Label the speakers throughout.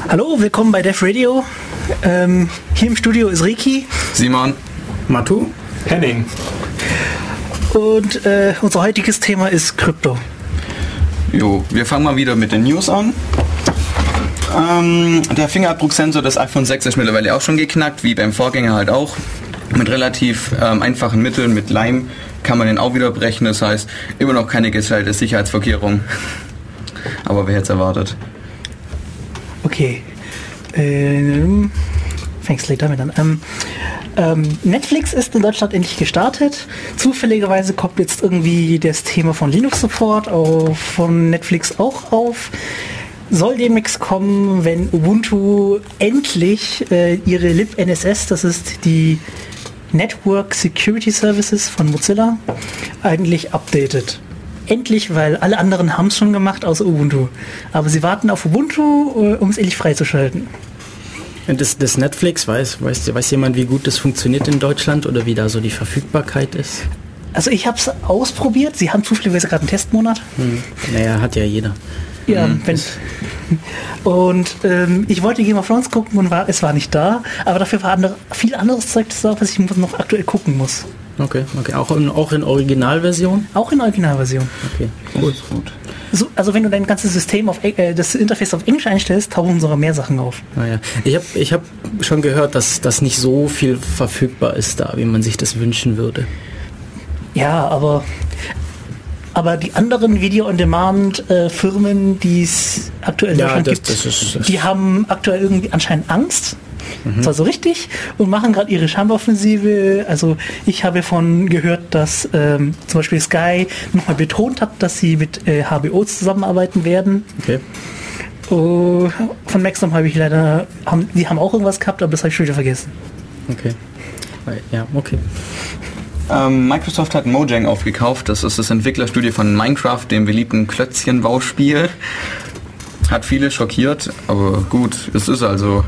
Speaker 1: Hallo, willkommen bei Dev Radio. Hier im Studio ist Ricky,
Speaker 2: Simon,
Speaker 3: Matu,
Speaker 4: Henning.
Speaker 1: Und unser heutiges Thema ist Krypto.
Speaker 2: Jo, wir fangen mal wieder mit den News an. Der Fingerabdrucksensor des iPhone 6 ist mittlerweile auch schon geknackt, wie beim Vorgänger halt auch. Mit relativ einfachen Mitteln, mit Leim kann man den auch wieder brechen. Das heißt, immer noch keine gestellte Sicherheitsvorkehrung. Aber wer hätte es erwartet?
Speaker 1: Okay. Fängst du damit an. Netflix ist in Deutschland endlich gestartet. Zufälligerweise kommt jetzt irgendwie das Thema von Linux Support von Netflix auch auf. Soll demnächst kommen, wenn Ubuntu endlich ihre libNSS, das ist die Network Security Services von Mozilla, eigentlich updatet. Endlich, weil alle anderen haben es schon gemacht, außer Ubuntu. Aber sie warten auf Ubuntu, um es endlich freizuschalten.
Speaker 3: Das Netflix, weiß jemand, wie gut das funktioniert in Deutschland oder wie da so die Verfügbarkeit ist?
Speaker 1: Also ich habe es ausprobiert. Sie haben zufälligerweise gerade einen Testmonat.
Speaker 3: Naja, hat ja jeder.
Speaker 1: Ja, und ich wollte Game of Thrones gucken und es war nicht da. Aber dafür war viel anderes Zeug da, was ich noch aktuell gucken muss.
Speaker 3: Okay. Auch in Originalversion?
Speaker 1: Auch in Originalversion.
Speaker 3: Okay,
Speaker 2: Gut.
Speaker 1: So, also wenn du dein ganzes System das Interface auf Englisch einstellst, tauchen sogar mehr Sachen auf.
Speaker 3: Naja, ich hab schon gehört, dass das nicht so viel verfügbar ist da, wie man sich das wünschen würde.
Speaker 1: Ja, aber die anderen Video-on-Demand-Firmen, die es aktuell in Deutschland gibt, die haben aktuell irgendwie anscheinend Angst. Zwar so richtig, und machen gerade ihre Charmoffensive. Also ich habe davon gehört, dass zum Beispiel Sky nochmal betont hat, dass sie mit HBO zusammenarbeiten werden.
Speaker 3: Okay.
Speaker 1: Von Maxdom habe ich leider, die haben auch irgendwas gehabt, aber das habe ich schon wieder vergessen.
Speaker 3: Okay. Ja, okay.
Speaker 2: Microsoft hat Mojang aufgekauft. Das ist das Entwicklerstudio von Minecraft, dem beliebten Klötzchenbauspiel. Hat viele schockiert, aber gut, es ist also...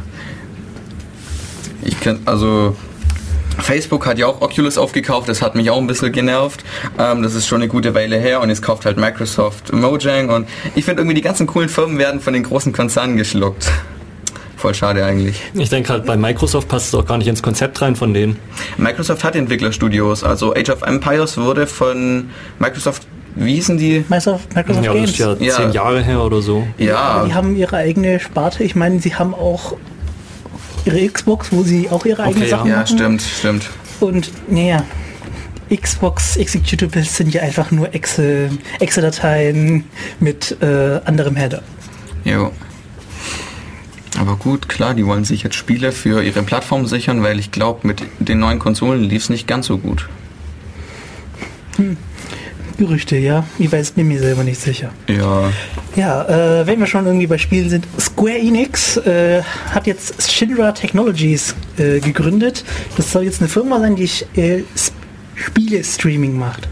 Speaker 2: Facebook hat ja auch Oculus aufgekauft, das hat mich auch ein bisschen genervt. Das ist schon eine gute Weile her und jetzt kauft halt Microsoft Mojang und ich finde irgendwie die ganzen coolen Firmen werden von den großen Konzernen geschluckt. Voll schade eigentlich.
Speaker 4: Ich denke halt, bei Microsoft passt es auch gar nicht ins Konzept rein von denen.
Speaker 2: Microsoft hat Entwicklerstudios, also Age of Empires wurde von Microsoft, wie hießen die?
Speaker 1: Microsoft
Speaker 4: Ja, das
Speaker 1: Games.
Speaker 4: ist ja 10 Jahre her oder so.
Speaker 2: Ja.
Speaker 1: Die haben ihre eigene Sparte. Ich meine, sie haben auch ihre Xbox, wo sie auch ihre eigenen Sachen machen.
Speaker 2: Ja, stimmt.
Speaker 1: Und naja, Xbox Executables sind ja einfach nur Excel-Dateien mit anderem Header.
Speaker 2: Jo. Aber gut, klar, die wollen sich jetzt Spiele für ihre Plattform sichern, weil ich glaube, mit den neuen Konsolen lief es nicht ganz so gut.
Speaker 1: Gerüchte, ja. Ich bin mir selber nicht sicher.
Speaker 2: Ja.
Speaker 1: Ja, wenn wir schon irgendwie bei Spielen sind, Square Enix hat jetzt Shinra Technologies gegründet. Das soll jetzt eine Firma sein, die Spiele-Streaming macht.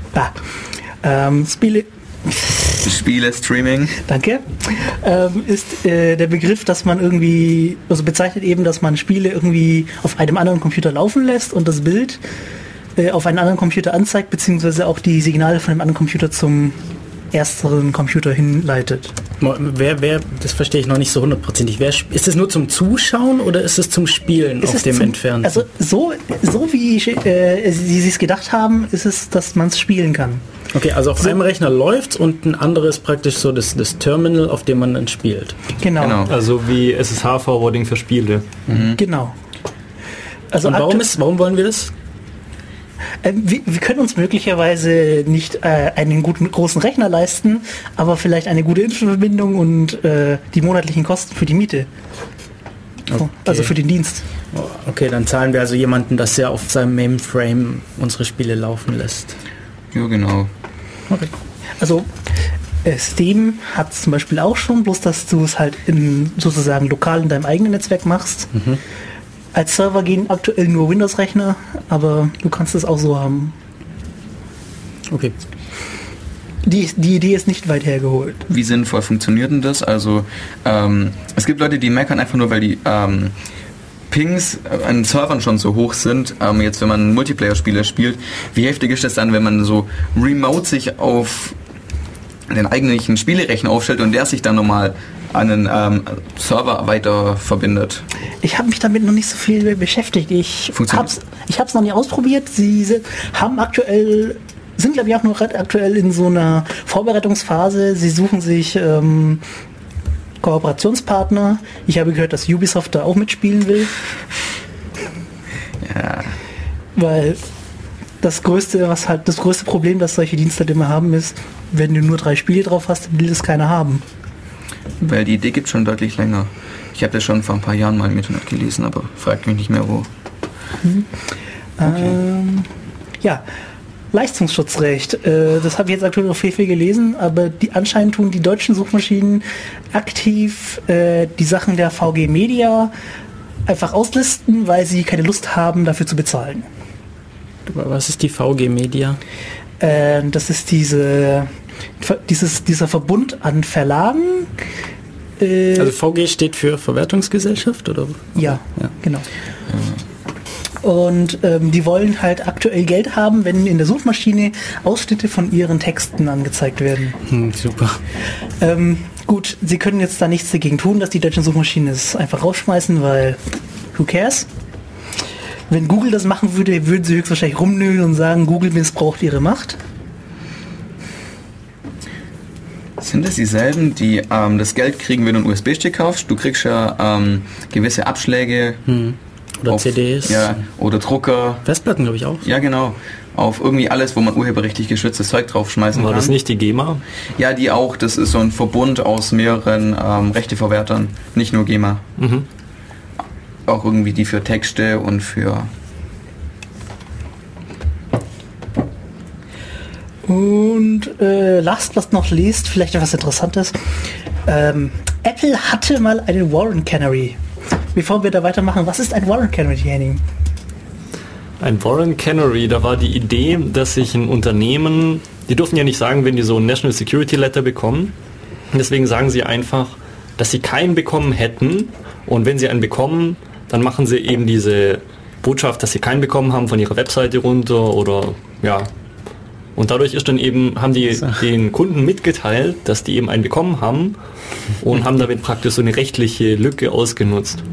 Speaker 2: Spiele-Streaming.
Speaker 1: Danke. Ist der Begriff, dass man irgendwie, also bezeichnet eben, dass man Spiele irgendwie auf einem anderen Computer laufen lässt und das Bild auf einen anderen Computer anzeigt, beziehungsweise auch die Signale von dem anderen Computer zum ersteren Computer hinleitet.
Speaker 3: Wer, das verstehe ich noch nicht so hundertprozentig. Ist es nur zum Zuschauen oder ist es zum Spielen auf dem Entfernten?
Speaker 1: Also so wie sie es gedacht haben, ist es, dass man es spielen kann.
Speaker 3: Okay, also auf einem Rechner läuft's und ein anderes praktisch so das Terminal, auf dem man dann spielt.
Speaker 1: Genau.
Speaker 4: Also wie SSH-Forwarding für Spiele.
Speaker 1: Genau. Also
Speaker 3: und warum wollen wir das?
Speaker 1: Wir können uns möglicherweise nicht einen großen Rechner leisten, aber vielleicht eine gute Internetverbindung und die monatlichen Kosten für die Miete. Okay. Also für den Dienst.
Speaker 3: Okay, dann zahlen wir also jemanden, dass er auf seinem Mainframe unsere Spiele laufen lässt.
Speaker 2: Ja, genau.
Speaker 3: Okay.
Speaker 1: Also Steam hat es zum Beispiel auch schon, bloß dass du es halt sozusagen lokal in deinem eigenen Netzwerk machst. Als Server gehen aktuell nur Windows-Rechner, aber du kannst es auch so haben.
Speaker 3: Okay.
Speaker 1: Die Idee ist nicht weit hergeholt.
Speaker 2: Wie sinnvoll funktioniert denn das? Also es gibt Leute, die meckern einfach nur, weil die Pings an Servern schon so hoch sind. Jetzt, wenn man Multiplayer-Spiele spielt, wie heftig ist das dann, wenn man so remote sich auf den eigentlichen Spielerechner aufstellt und der sich dann nochmal an einen Server weiter verbindet.
Speaker 1: Ich habe mich damit noch nicht so viel beschäftigt. Ich habe es noch nicht ausprobiert. Sie haben sind glaube ich auch noch aktuell in so einer Vorbereitungsphase. Sie suchen sich Kooperationspartner. Ich habe gehört, dass Ubisoft da auch mitspielen will.
Speaker 2: Ja.
Speaker 1: Weil das größte Problem, das solche Dienste halt immer haben, ist, wenn du nur 3 Spiele drauf hast, will das keiner haben.
Speaker 2: Weil die Idee gibt schon deutlich länger. Ich habe das schon vor ein paar Jahren mal im Internet gelesen, aber fragt mich nicht mehr wo.
Speaker 1: Okay. Ja, Leistungsschutzrecht. Das habe ich jetzt aktuell auf viel gelesen, aber anscheinend tun die deutschen Suchmaschinen aktiv die Sachen der VG Media einfach auslisten, weil sie keine Lust haben, dafür zu bezahlen.
Speaker 3: Was ist die VG Media?
Speaker 1: Das ist dieser Verbund an Verlagen.
Speaker 3: Also VG steht für Verwertungsgesellschaft, oder?
Speaker 1: Ja, genau. Und die wollen halt aktuell Geld haben, wenn in der Suchmaschine Ausschnitte von ihren Texten angezeigt werden.
Speaker 3: Super.
Speaker 1: Gut, sie können jetzt da nichts dagegen tun, dass die deutschen Suchmaschinen es einfach rausschmeißen, weil who cares? Wenn Google das machen würde, würden sie höchstwahrscheinlich rumnölen und sagen, Google missbraucht ihre Macht.
Speaker 2: Sind es dieselben, die das Geld kriegen, wenn du einen USB-Stick kaufst? Du kriegst ja gewisse Abschläge.
Speaker 3: Oder auf CDs.
Speaker 2: Ja, oder Drucker.
Speaker 3: Festplatten, glaube ich, auch.
Speaker 2: Ja, genau. Auf irgendwie alles, wo man urheberrechtlich geschütztes Zeug draufschmeißen kann.
Speaker 4: War das nicht die GEMA?
Speaker 2: Ja, die auch. Das ist so ein Verbund aus mehreren Rechteverwertern. Nicht nur GEMA. Auch irgendwie die für Texte und für...
Speaker 1: Und last but not least, vielleicht etwas Interessantes. Apple hatte mal einen Warren Canary. Bevor wir da weitermachen, was ist ein Warren Canary, Henning?
Speaker 4: Ein Warren Canary, da war die Idee, dass sich ein Unternehmen, die dürfen ja nicht sagen, wenn die so ein National Security Letter bekommen, deswegen sagen sie einfach, dass sie keinen bekommen hätten, und wenn sie einen bekommen, dann machen sie eben diese Botschaft, dass sie keinen bekommen haben, von ihrer Webseite runter, oder ja. Und dadurch ist dann eben, haben die den Kunden mitgeteilt, dass die eben einen bekommen haben und haben damit praktisch so eine rechtliche Lücke ausgenutzt.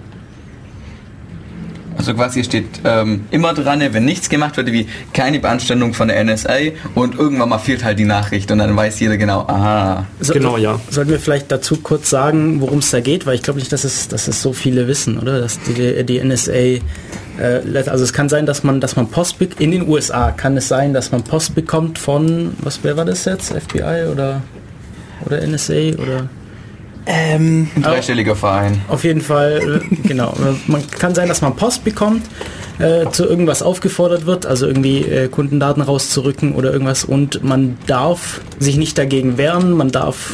Speaker 2: Also quasi steht immer dran, wenn nichts gemacht wird, wie keine Beanstandung von der NSA, und irgendwann mal fehlt halt die Nachricht und dann weiß jeder genau, aha.
Speaker 3: Genau, ja. Sollten wir vielleicht dazu kurz sagen, worum es da geht, weil ich glaube nicht, dass es so viele wissen, oder? Dass die NSA, also es kann sein, dass man Post in den USA kann es sein, dass man Post bekommt von, wer war das jetzt? FBI oder NSA oder?
Speaker 2: Ein dreistelliger Verein.
Speaker 3: Auf jeden Fall, genau. Man kann sein, dass man Post bekommt, zu irgendwas aufgefordert wird, also irgendwie Kundendaten rauszurücken oder irgendwas, und man darf sich nicht dagegen wehren, man darf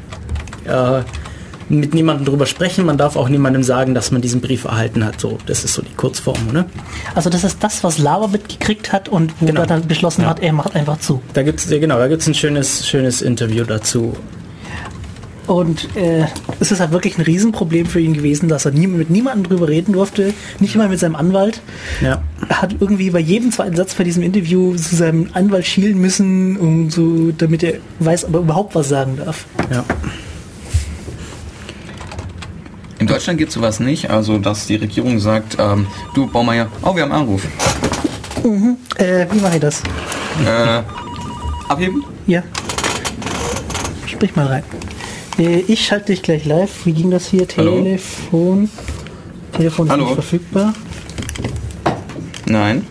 Speaker 3: mit niemandem drüber sprechen, man darf auch niemandem sagen, dass man diesen Brief erhalten hat. So, das ist so die Kurzform, oder?
Speaker 1: Also das ist das, was Lava mitgekriegt hat und wo er dann beschlossen hat, er macht einfach zu.
Speaker 3: Da gibt's ein schönes Interview dazu.
Speaker 1: Und es ist halt wirklich ein Riesenproblem für ihn gewesen, dass er mit niemandem drüber reden durfte, nicht mal mit seinem Anwalt.
Speaker 3: Ja.
Speaker 1: Er hat irgendwie bei jedem zweiten Satz bei diesem Interview zu seinem Anwalt schielen müssen, damit er weiß, ob er überhaupt was sagen darf.
Speaker 3: Ja.
Speaker 2: In Deutschland gibt es sowas nicht, also dass die Regierung sagt, du Baumeier, wir haben einen Anruf.
Speaker 1: Wie mache ich das?
Speaker 2: Abheben?
Speaker 1: Ja. Sprich mal rein. Ich schalte dich gleich live. Wie ging das hier?
Speaker 2: Hallo?
Speaker 1: Telefon ist nicht verfügbar.
Speaker 2: Nein.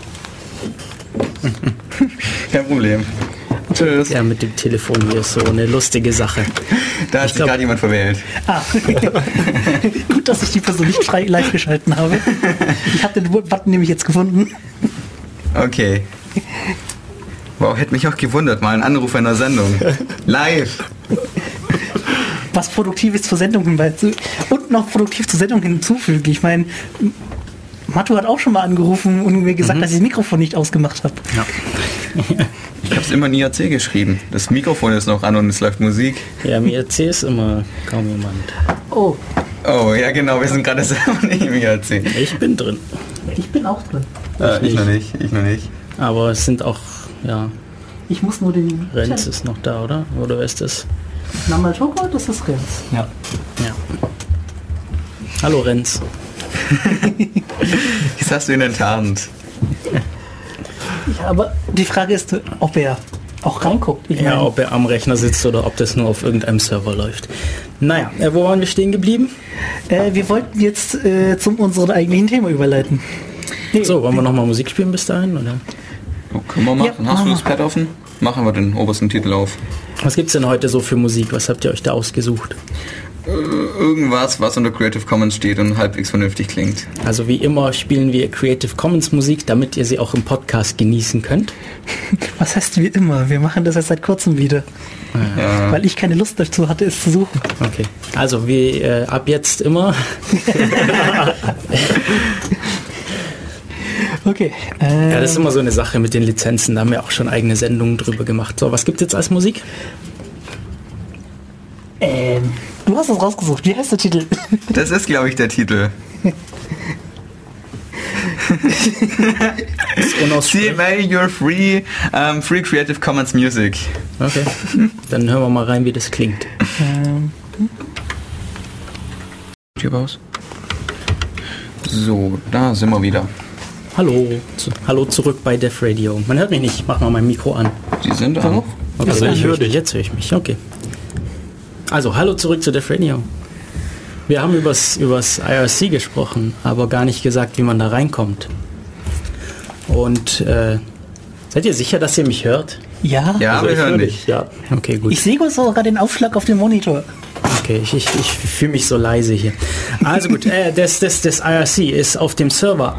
Speaker 2: Kein Problem. Tschüss.
Speaker 3: Ja, mit dem Telefon hier ist so eine lustige Sache.
Speaker 2: Da hat sich gerade jemand verwählt.
Speaker 1: Gut, dass ich die Person nicht live geschalten habe. Ich habe den Button nämlich jetzt gefunden.
Speaker 2: Okay. Wow, hätte mich auch gewundert, mal ein Anruf einer Sendung. Live.
Speaker 1: Was Produktives zur Sendung und noch produktiv zur Sendung hinzufügen. Ich meine, Matto hat auch schon mal angerufen und mir gesagt, dass ich das Mikrofon nicht ausgemacht habe.
Speaker 3: Ja.
Speaker 2: Ich habe es immer in IRC geschrieben. Das Mikrofon ist noch an und es läuft Musik.
Speaker 3: Ja, im IRC ist immer kaum jemand.
Speaker 2: Oh, ja genau, wir sind gerade selber nicht im IRC.
Speaker 3: Ich bin drin.
Speaker 1: Ich bin auch drin.
Speaker 2: Ich noch nicht.
Speaker 3: Aber es sind auch, ja...
Speaker 1: Ich muss nur den...
Speaker 3: Renz ist noch da, oder? Oder wer ist das?
Speaker 1: Namaltoko, das ist Renz.
Speaker 3: Ja. Hallo Renz.
Speaker 2: Das hast du ihn enttarnt.
Speaker 1: Ja, aber die Frage ist, ob er auch reinguckt. Ich meine,
Speaker 3: Ob er am Rechner sitzt oder ob das nur auf irgendeinem Server läuft. Naja, wo waren wir stehen geblieben?
Speaker 1: wir wollten jetzt zum unserem eigentlichen Thema überleiten.
Speaker 3: So, wollen wir nochmal Musik spielen bis dahin? Oder?
Speaker 2: Oh, können wir machen.
Speaker 1: Ja,
Speaker 2: Hast du
Speaker 1: machen
Speaker 2: das Pad offen? Machen wir den obersten Titel auf.
Speaker 3: Was gibt's denn heute so für Musik? Was habt ihr euch da ausgesucht?
Speaker 2: Irgendwas, was unter Creative Commons steht und halbwegs vernünftig klingt.
Speaker 3: Also wie immer spielen wir Creative Commons Musik, damit ihr sie auch im Podcast genießen könnt.
Speaker 1: Was heißt wie immer? Wir machen das jetzt seit kurzem wieder.
Speaker 2: Ja.
Speaker 1: Weil ich keine Lust dazu hatte, es zu suchen.
Speaker 3: Okay, also wie ab jetzt immer.
Speaker 1: Okay.
Speaker 3: Ja, das ist immer so eine Sache mit den Lizenzen, da haben wir auch schon eigene Sendungen drüber gemacht. So, was gibt's jetzt als Musik?
Speaker 1: Du hast es rausgesucht. Wie heißt der Titel?
Speaker 2: Das ist, glaube ich, der Titel. CMA, you're free. Free Creative Commons Music.
Speaker 3: Okay, dann hören wir mal rein, wie das klingt.
Speaker 2: So, da sind wir wieder.
Speaker 3: Hallo zurück bei Def Radio. Man hört mich nicht, mach mal mein Mikro an.
Speaker 2: Die sind an.
Speaker 3: Okay,
Speaker 4: Also ich höre dich.
Speaker 3: Jetzt höre ich mich, okay. Also, hallo zurück zu Def Radio. Wir haben übers IRC gesprochen, aber gar nicht gesagt, wie man da reinkommt. Und seid ihr sicher, dass ihr mich hört?
Speaker 1: Ja.
Speaker 2: Ja,
Speaker 4: Also
Speaker 2: wir
Speaker 4: ich
Speaker 2: hören
Speaker 4: höre
Speaker 2: dich.
Speaker 4: Ja.
Speaker 3: Okay, gut.
Speaker 1: Ich sehe sogar den Aufschlag auf dem Monitor.
Speaker 3: Okay, ich fühle mich so leise hier. Also gut, das IRC ist auf dem Server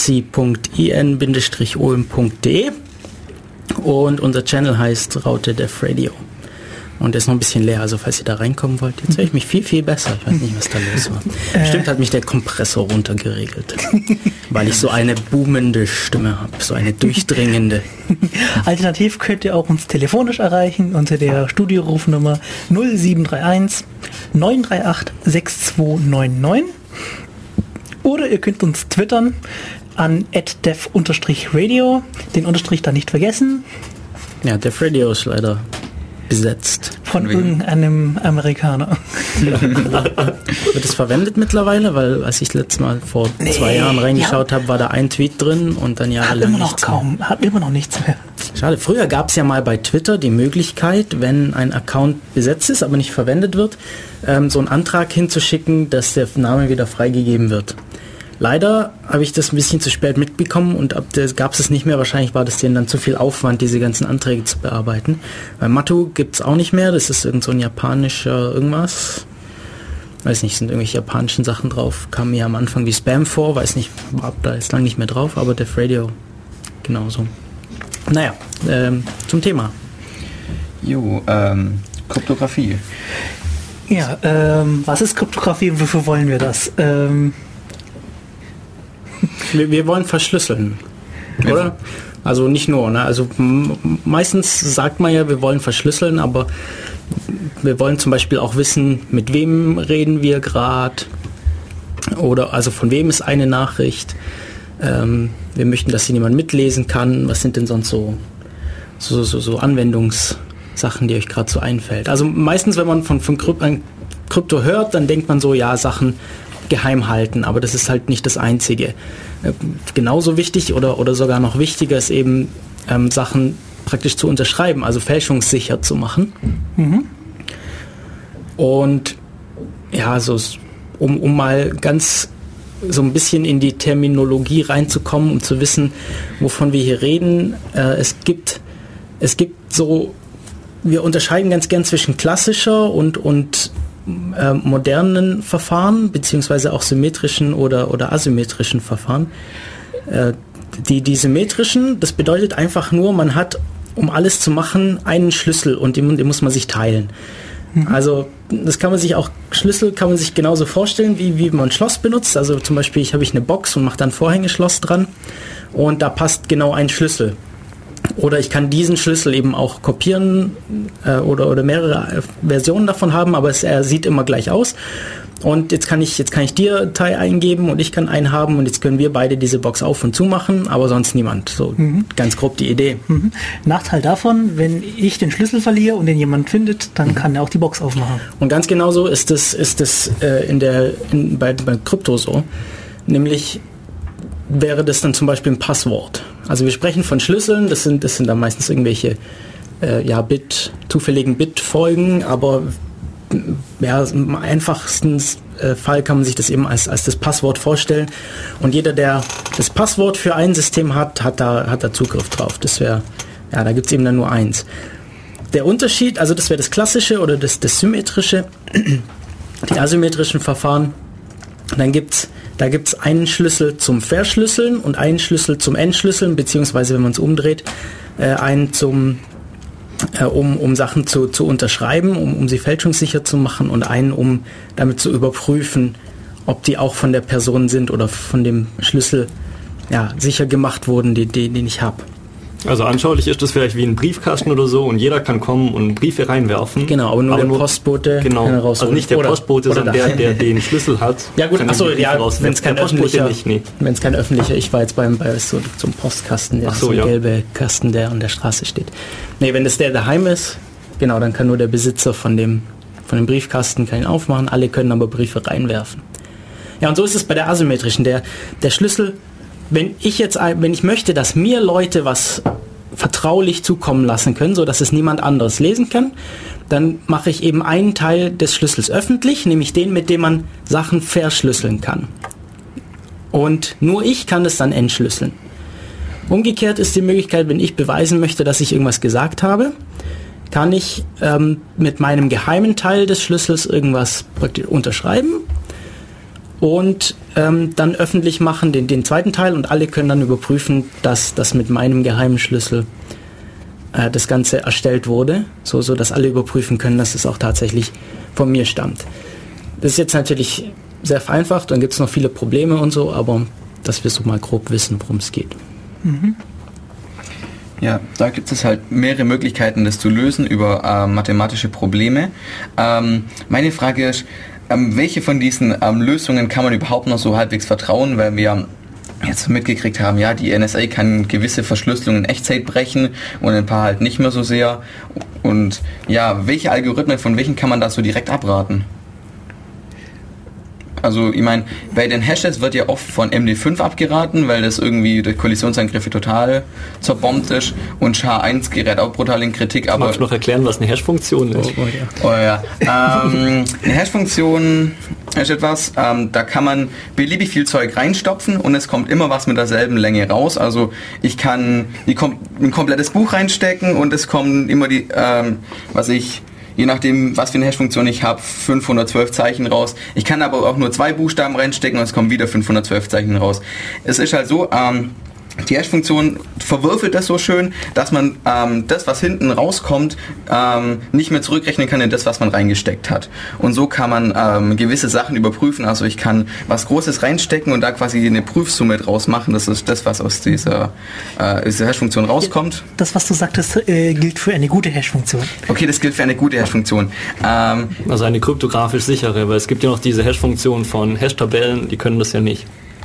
Speaker 3: irc.in-olm.de und unser Channel heißt Raute Def Radio. Und der ist noch ein bisschen leer, also falls ihr da reinkommen wollt, jetzt höre ich mich viel, viel besser. Ich weiß nicht, was da los war. Bestimmt hat mich der Kompressor runtergeregelt, weil ich so eine boomende Stimme habe, so eine durchdringende.
Speaker 1: Alternativ könnt ihr auch uns telefonisch erreichen unter der Studiorufnummer 0731 938 6299. Oder ihr könnt uns twittern an @def_radio, den Unterstrich da nicht vergessen.
Speaker 3: Ja, Def Radio ist leider besetzt.
Speaker 1: Von irgendeinem Amerikaner.
Speaker 3: Wird es verwendet mittlerweile? Weil als ich letztes Mal vor 2 Jahren reingeschaut habe, war da ein Tweet drin und dann
Speaker 1: Hat
Speaker 3: jahrelang
Speaker 1: immer noch
Speaker 3: nichts mehr.
Speaker 1: hat immer noch nichts mehr.
Speaker 3: Schade. Früher gab es ja mal bei Twitter die Möglichkeit, wenn ein Account besetzt ist, aber nicht verwendet wird, so einen Antrag hinzuschicken, dass der Name wieder freigegeben wird. Leider habe ich das ein bisschen zu spät mitbekommen und ab das gab es nicht mehr. Wahrscheinlich war das denen dann zu viel Aufwand, diese ganzen Anträge zu bearbeiten. Bei Matu gibt es auch nicht mehr. Das ist irgend so ein japanischer irgendwas. Weiß nicht, sind irgendwelche japanischen Sachen drauf. Kam mir am Anfang wie Spam vor. Weiß nicht, da ist lang nicht mehr drauf, aber Def Radio genauso. Naja, zum Thema.
Speaker 2: Jo, Kryptographie.
Speaker 1: Ja, was ist Kryptographie und wofür wollen wir das?
Speaker 3: Wir wollen verschlüsseln, oder? Also nicht nur, ne? Also meistens sagt man ja, wir wollen verschlüsseln, aber wir wollen zum Beispiel auch wissen, mit wem reden wir gerade oder also von wem ist eine Nachricht. Wir möchten, dass sie niemand mitlesen kann. Was sind denn sonst so Anwendungssachen, die euch gerade so einfällt? Also meistens, wenn man von Krypto hört, dann denkt man so, ja, Sachen geheim halten, aber das ist halt nicht das Einzige. Genauso wichtig oder sogar noch wichtiger ist eben Sachen praktisch zu unterschreiben, also fälschungssicher zu machen. Mhm. Und ja, so um mal ganz so ein bisschen in die Terminologie reinzukommen, um zu wissen, wovon wir hier reden. Es gibt so, wir unterscheiden ganz gern zwischen klassischer und modernen Verfahren, beziehungsweise auch symmetrischen oder asymmetrischen Verfahren. Die symmetrischen, das bedeutet einfach nur, man hat, um alles zu machen, einen Schlüssel und den muss man sich teilen. Mhm. Also das Schlüssel kann man sich genauso vorstellen, wie man ein Schloss benutzt. Also zum Beispiel habe ich eine Box und mache dann Vorhängeschloss dran und da passt genau ein Schlüssel. Oder ich kann diesen Schlüssel eben auch kopieren oder mehrere Versionen davon haben, aber er sieht immer gleich aus. Und jetzt kann ich dir Datei eingeben und ich kann einen haben und jetzt können wir beide diese Box auf und zu machen, aber sonst niemand. So ganz grob die Idee.
Speaker 1: Nachteil davon, wenn ich den Schlüssel verliere und den jemand findet, dann kann er auch die Box aufmachen.
Speaker 3: Und ganz genauso ist es bei Krypto so. Nämlich wäre das dann zum Beispiel ein Passwort. Also wir sprechen von Schlüsseln, das sind dann meistens irgendwelche zufälligen Bitfolgen, aber im einfachsten Fall kann man sich das eben als das Passwort vorstellen. Und jeder, der das Passwort für ein System hat da Zugriff drauf. Da gibt es eben dann nur eins. Der Unterschied, also das wäre das klassische oder das symmetrische, die asymmetrischen Verfahren. Dann da gibt's einen Schlüssel zum Verschlüsseln und einen Schlüssel zum Entschlüsseln, beziehungsweise wenn man es umdreht, einen um Sachen zu unterschreiben, um sie fälschungssicher zu machen und einen, um damit zu überprüfen, ob die auch von der Person sind oder von dem Schlüssel sicher gemacht wurden, den ich habe.
Speaker 4: Also anschaulich ist das vielleicht wie ein Briefkasten oder so und jeder kann kommen und Briefe reinwerfen.
Speaker 3: Genau, aber nur der Postbote kann rausholen.
Speaker 4: Also nicht der Postbote, sondern der den Schlüssel hat.
Speaker 3: Ja gut, wenn es kein öffentlicher, ich war jetzt bei so zum Postkasten, gelbe Kasten, der an der Straße steht. Nee, wenn das der daheim ist, genau, dann kann nur der Besitzer von dem Briefkasten kann ihn aufmachen, alle können aber Briefe reinwerfen. Ja, und so ist es bei der asymmetrischen. Der Schlüssel, wenn ich möchte, dass mir Leute was vertraulich zukommen lassen können, so dass es niemand anderes lesen kann, dann mache ich eben einen Teil des Schlüssels öffentlich, nämlich den, mit dem man Sachen verschlüsseln kann. Und nur ich kann es dann entschlüsseln. Umgekehrt ist die Möglichkeit, wenn ich beweisen möchte, dass ich irgendwas gesagt habe, kann ich mit meinem geheimen Teil des Schlüssels irgendwas praktisch unterschreiben und dann öffentlich machen, den zweiten Teil, und alle können dann überprüfen, dass das mit meinem geheimen Schlüssel das Ganze erstellt wurde, so dass alle überprüfen können, dass es auch tatsächlich von mir stammt. Das ist jetzt natürlich sehr vereinfacht, dann gibt es noch viele Probleme und so, aber dass wir so mal grob wissen, worum es geht.
Speaker 2: Ja, da gibt es halt mehrere Möglichkeiten, das zu lösen über mathematische Probleme. Meine Frage ist, welche von diesen Lösungen kann man überhaupt noch so halbwegs vertrauen, weil wir jetzt mitgekriegt haben, ja, die NSA kann gewisse Verschlüsselungen in Echtzeit brechen und ein paar halt nicht mehr so sehr. Und ja, welche Algorithmen, von welchen kann man da so direkt abraten? Also ich meine, bei den Hashes wird ja oft von MD5 abgeraten, weil das irgendwie durch Kollisionsangriffe total zerbombt ist, und SHA-1 gerät auch brutal in Kritik. Aber
Speaker 4: magst du noch erklären, was eine Hash-Funktion ist?
Speaker 2: Eine Hash-Funktion ist etwas, da kann man beliebig viel Zeug reinstopfen und es kommt immer was mit derselben Länge raus. Also ich kann ein komplettes Buch reinstecken und es kommen immer je nachdem, was für eine Hash-Funktion ich habe, 512 Zeichen raus. Ich kann aber auch nur 2 Buchstaben reinstecken und es kommen wieder 512 Zeichen raus. Es ist halt so, die Hash-Funktion verwürfelt das so schön, dass man das, was hinten rauskommt, nicht mehr zurückrechnen kann in das, was man reingesteckt hat. Und so kann man gewisse Sachen überprüfen. Also ich kann was Großes reinstecken und da quasi eine Prüfsumme draus machen. Das ist das, was aus dieser Hash-Funktion rauskommt.
Speaker 1: Das, was du sagtest, gilt für eine gute Hash-Funktion.
Speaker 2: Okay, das gilt für eine gute Hash-Funktion.
Speaker 4: Also eine kryptografisch sichere, weil es gibt ja noch diese Hash-Funktion von Hash-Tabellen, die können das ja nicht.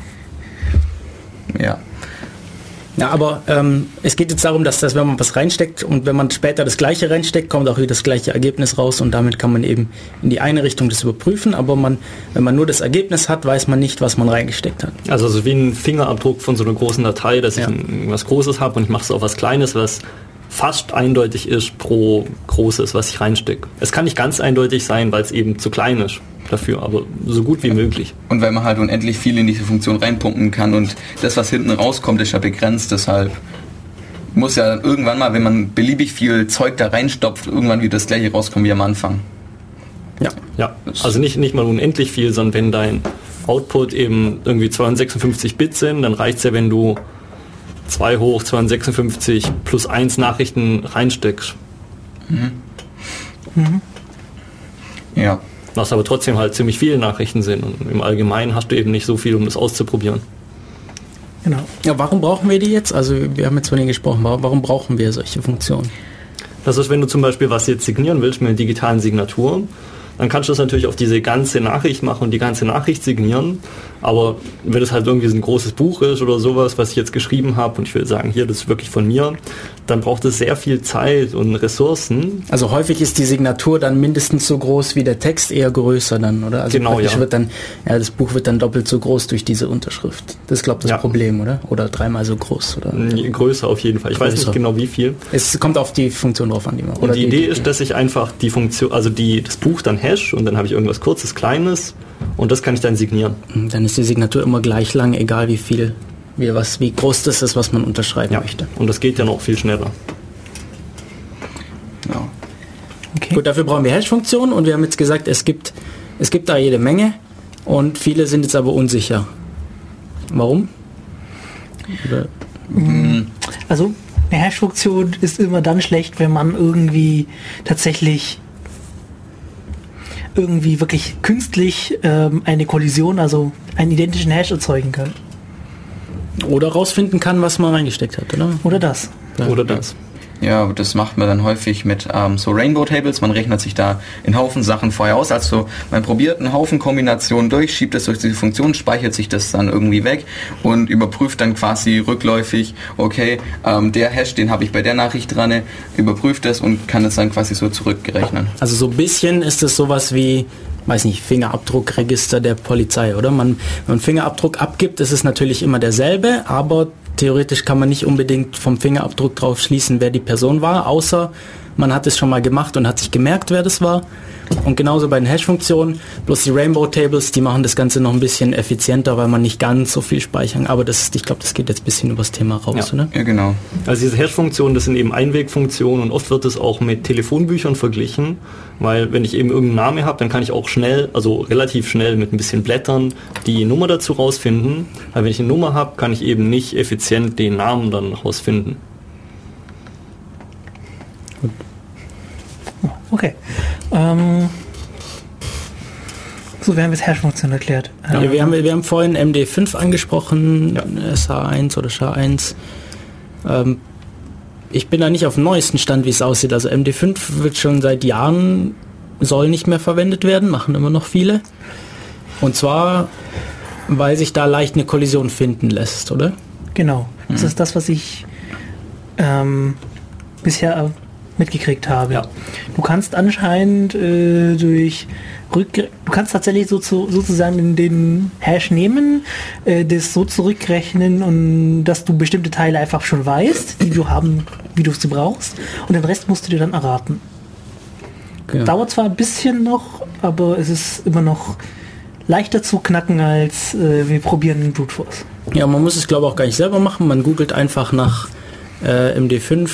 Speaker 2: Ja.
Speaker 3: Ja, aber es geht jetzt darum, dass wenn man was reinsteckt und wenn man später das Gleiche reinsteckt, kommt auch wieder das gleiche Ergebnis raus und damit kann man eben in die eine Richtung das überprüfen, aber wenn man nur das Ergebnis hat, weiß man nicht, was man reingesteckt hat.
Speaker 4: Also so wie ein Fingerabdruck von so einer großen Datei, dass ich was Großes habe und ich mache es auf was Kleines, was fast eindeutig ist pro Großes, was ich reinstecke. Es kann nicht ganz eindeutig sein, weil es eben zu klein ist dafür, aber so gut wie möglich.
Speaker 2: Und weil man halt unendlich viel in diese Funktion reinpumpen kann und das, was hinten rauskommt, ist ja begrenzt, deshalb muss ja irgendwann mal, wenn man beliebig viel Zeug da reinstopft, irgendwann wieder das gleiche rauskommen wie am Anfang.
Speaker 4: Ja, also nicht mal unendlich viel, sondern wenn dein Output eben irgendwie 256 Bit sind, dann reicht es ja, wenn du 2 hoch 256 plus 1 Nachrichten reinsteckst.
Speaker 2: Ja.
Speaker 4: Was aber trotzdem halt ziemlich viele Nachrichten sind und im Allgemeinen hast du eben nicht so viel, um das auszuprobieren.
Speaker 3: Genau. Ja, warum brauchen wir die jetzt? Also wir haben jetzt von denen gesprochen, warum brauchen wir solche Funktionen?
Speaker 4: Das ist, wenn du zum Beispiel was jetzt signieren willst mit einer digitalen Signatur, dann kannst du das natürlich auf diese ganze Nachricht machen und die ganze Nachricht signieren. Aber wenn das halt irgendwie so ein großes Buch ist oder sowas, was ich jetzt geschrieben habe und ich will sagen, hier, das ist wirklich von mir, dann braucht es sehr viel Zeit und Ressourcen.
Speaker 3: Also häufig ist die Signatur dann mindestens so groß wie der Text, eher größer dann, oder? Also
Speaker 4: genau, ja.
Speaker 3: Wird dann, ja, das Buch wird dann doppelt so groß durch diese Unterschrift. Das ist, glaube ich, das Problem, oder? Oder dreimal so groß, oder?
Speaker 4: Größer auf jeden Fall. Ich weiß nicht genau wie viel.
Speaker 3: Es kommt auf die Funktion drauf an, die man.
Speaker 4: Und die Idee ist, dass ich einfach die Funktion, also das Buch dann hash und dann habe ich irgendwas Kurzes, Kleines und das kann ich dann signieren.
Speaker 3: Dann ist die Signatur immer gleich lang, egal wie groß das ist, was man unterschreiben möchte.
Speaker 4: Und das geht ja noch viel schneller.
Speaker 2: Ja.
Speaker 3: Okay. Gut, dafür brauchen wir Hash-Funktionen und wir haben jetzt gesagt, es gibt da jede Menge und viele sind jetzt aber unsicher. Warum?
Speaker 1: Also eine Hash-Funktion ist immer dann schlecht, wenn man irgendwie tatsächlich wirklich künstlich eine Kollision, also einen identischen Hash erzeugen kann.
Speaker 3: Oder rausfinden kann, was man reingesteckt hat, oder?
Speaker 1: Oder das.
Speaker 3: Ja.
Speaker 4: Oder das.
Speaker 2: Ja, das macht man dann häufig mit so Rainbow Tables. Man rechnet sich da in Haufen Sachen vorher aus. Also man probiert einen Haufen Kombinationen durch, schiebt es durch diese Funktion, speichert sich das dann irgendwie weg und überprüft dann quasi rückläufig, okay, der Hash, den habe ich bei der Nachricht dran, überprüft das und kann es dann quasi so zurückrechnen.
Speaker 3: Also so ein bisschen ist es sowas wie, weiß nicht, Fingerabdruckregister der Polizei, oder? Wenn man einen Fingerabdruck abgibt, ist es natürlich immer derselbe, aber theoretisch kann man nicht unbedingt vom Fingerabdruck drauf schließen, wer die Person war, außer man hat es schon mal gemacht und hat sich gemerkt, wer das war. Und genauso bei den Hash-Funktionen, bloß die Rainbow Tables, die machen das Ganze noch ein bisschen effizienter, weil man nicht ganz so viel speichern. Aber ich glaube, das geht jetzt ein bisschen über das Thema raus, oder?
Speaker 2: Ja, genau.
Speaker 4: Also diese Hash-Funktionen, das sind eben Einwegfunktionen und oft wird das auch mit Telefonbüchern verglichen, weil wenn ich eben irgendeinen Namen habe, dann kann ich auch relativ schnell mit ein bisschen Blättern die Nummer dazu rausfinden. Weil wenn ich eine Nummer habe, kann ich eben nicht effizient den Namen dann rausfinden.
Speaker 1: Okay. So, wir haben jetzt Hash-Funktion erklärt.
Speaker 3: Ja, wir haben vorhin MD5 angesprochen, SH1 oder SHA1. Ich bin da nicht auf dem neuesten Stand, wie es aussieht. Also MD5 wird schon seit Jahren, soll nicht mehr verwendet werden, machen immer noch viele. Und zwar, weil sich da leicht eine Kollision finden lässt, oder?
Speaker 1: Genau. Das ist das, was ich bisher mitgekriegt habe.
Speaker 4: Ja.
Speaker 1: Du kannst anscheinend du kannst tatsächlich sozusagen den Hash nehmen, das so zurückrechnen und dass du bestimmte Teile einfach schon weißt, wie du sie brauchst und den Rest musst du dir dann erraten.
Speaker 3: Genau.
Speaker 1: Dauert zwar ein bisschen noch, aber es ist immer noch leichter zu knacken als wir probieren Brute Force.
Speaker 3: Ja, man muss es glaube ich auch gar nicht selber machen, man googelt einfach nach MD5,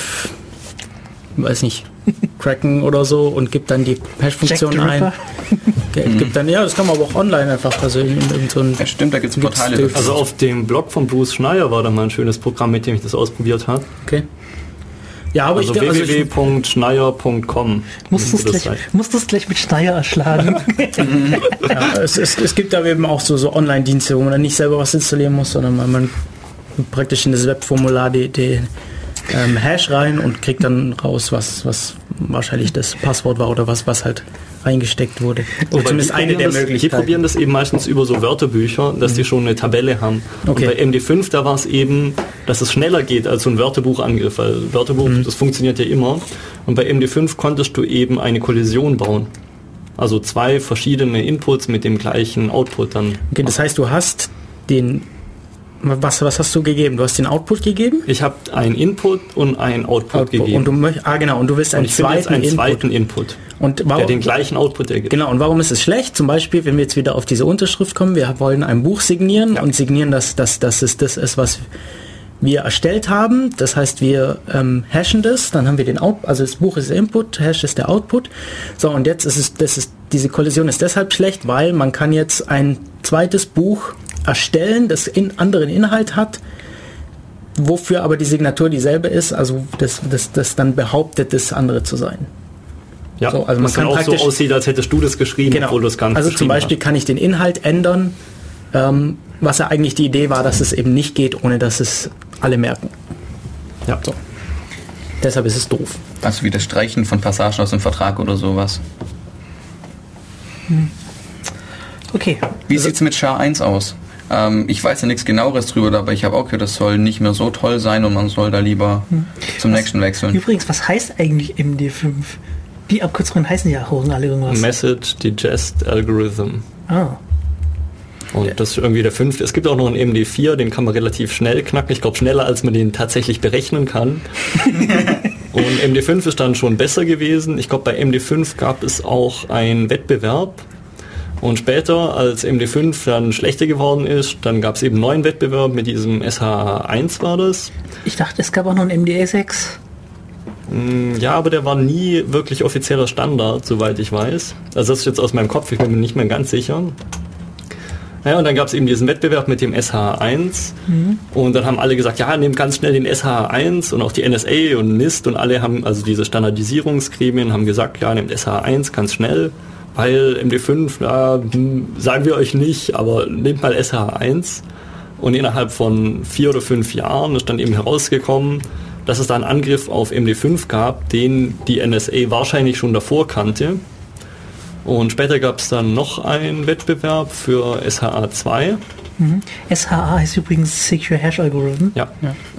Speaker 3: weiß nicht, Kraken oder so und gibt dann die Hash-Funktion ein. Gibt dann, ja, das kann man aber auch online einfach, also in so ein.
Speaker 2: Ja, stimmt, da gibt es Portale.
Speaker 4: Also auf dem Blog von Bruce Schneier war da mal ein schönes Programm, mit dem ich das ausprobiert habe.
Speaker 3: Okay. Ja, aber
Speaker 4: also www.schneier.com.
Speaker 1: Musst du es gleich mit Schneier erschlagen?
Speaker 3: Ja, es gibt aber eben auch so Online-Dienste, wo man dann nicht selber was installieren muss, sondern man praktisch in das Webformular die Hash rein und kriegt dann raus, was wahrscheinlich das Passwort war oder was halt reingesteckt wurde.
Speaker 4: Oder zumindest eine der Möglichkeiten. Die probieren das eben meistens über so Wörterbücher, dass die schon eine Tabelle haben. Okay. Und bei MD5, da war es eben, dass es schneller geht als so ein Wörterbuchangriff, weil Wörterbuch, das funktioniert ja immer. Und bei MD5 konntest du eben eine Kollision bauen. Also 2 verschiedene Inputs mit dem gleichen Output dann.
Speaker 3: Okay, das heißt, du hast den... Was hast du gegeben? Du hast den Output gegeben?
Speaker 4: Ich habe einen Input und einen Output gegeben.
Speaker 3: Und du willst einen
Speaker 4: zweiten Input.
Speaker 3: Und warum,
Speaker 4: der den gleichen Output ergibt.
Speaker 3: Genau, und warum ist es schlecht? Zum Beispiel, wenn wir jetzt wieder auf diese Unterschrift kommen, wir wollen ein Buch signieren und signieren, dass es das ist, was wir erstellt haben. Das heißt, wir hashen das, dann haben wir den Output, also das Buch ist der Input, Hash ist der Output. So, und jetzt diese Kollision ist deshalb schlecht, weil man kann jetzt ein zweites Buch erstellen, das anderen Inhalt hat, wofür aber die Signatur dieselbe ist, also das dann behauptet, das andere zu sein.
Speaker 4: Ja, so, also man kann auch so aussieht, als hättest du das geschrieben,
Speaker 3: genau, obwohl du es gar nicht geschrieben hast. Also zum Beispiel kann ich den Inhalt ändern, was ja eigentlich die Idee war, dass es eben nicht geht, ohne dass es alle merken. Ja, so. Deshalb ist es doof.
Speaker 2: Also wie das Streichen von Passagen aus dem Vertrag oder sowas.
Speaker 1: Okay.
Speaker 2: Wie sieht's mit SHA-1 aus? Ich weiß ja nichts Genaueres drüber, aber ich habe auch gehört, das soll nicht mehr so toll sein und man soll da lieber zum nächsten wechseln.
Speaker 1: Übrigens, was heißt eigentlich MD5? Die Abkürzungen heißen ja auch alle irgendwas.
Speaker 4: Message Digest Algorithm.
Speaker 1: Ah.
Speaker 4: Und das ist irgendwie der 5. Es gibt auch noch einen MD4, den kann man relativ schnell knacken. Ich glaube, schneller, als man den tatsächlich berechnen kann. Und MD5 ist dann schon besser gewesen. Ich glaube, bei MD5 gab es auch einen Wettbewerb. Und später, als MD5 dann schlechter geworden ist, dann gab es eben einen neuen Wettbewerb mit diesem SHA1 war das.
Speaker 1: Ich dachte, es gab auch noch einen MDA6.
Speaker 4: Ja, aber der war nie wirklich offizieller Standard, soweit ich weiß. Also das ist jetzt aus meinem Kopf, ich bin mir nicht mehr ganz sicher. Ja, und dann gab es eben diesen Wettbewerb mit dem SHA1 und dann haben alle gesagt, ja, nehmt ganz schnell den SHA1 und auch die NSA und NIST und alle haben, also diese Standardisierungsgremien haben gesagt, ja, nehmt SHA1 ganz schnell, weil MD5, ja, sagen wir euch nicht, aber nehmt mal SHA1 und innerhalb von 4 oder 5 Jahren ist dann eben herausgekommen, dass es da einen Angriff auf MD5 gab, den die NSA wahrscheinlich schon davor kannte. Und später gab es dann noch einen Wettbewerb für SHA2.
Speaker 1: SHA heißt übrigens Secure Hash Algorithm.
Speaker 4: Ja.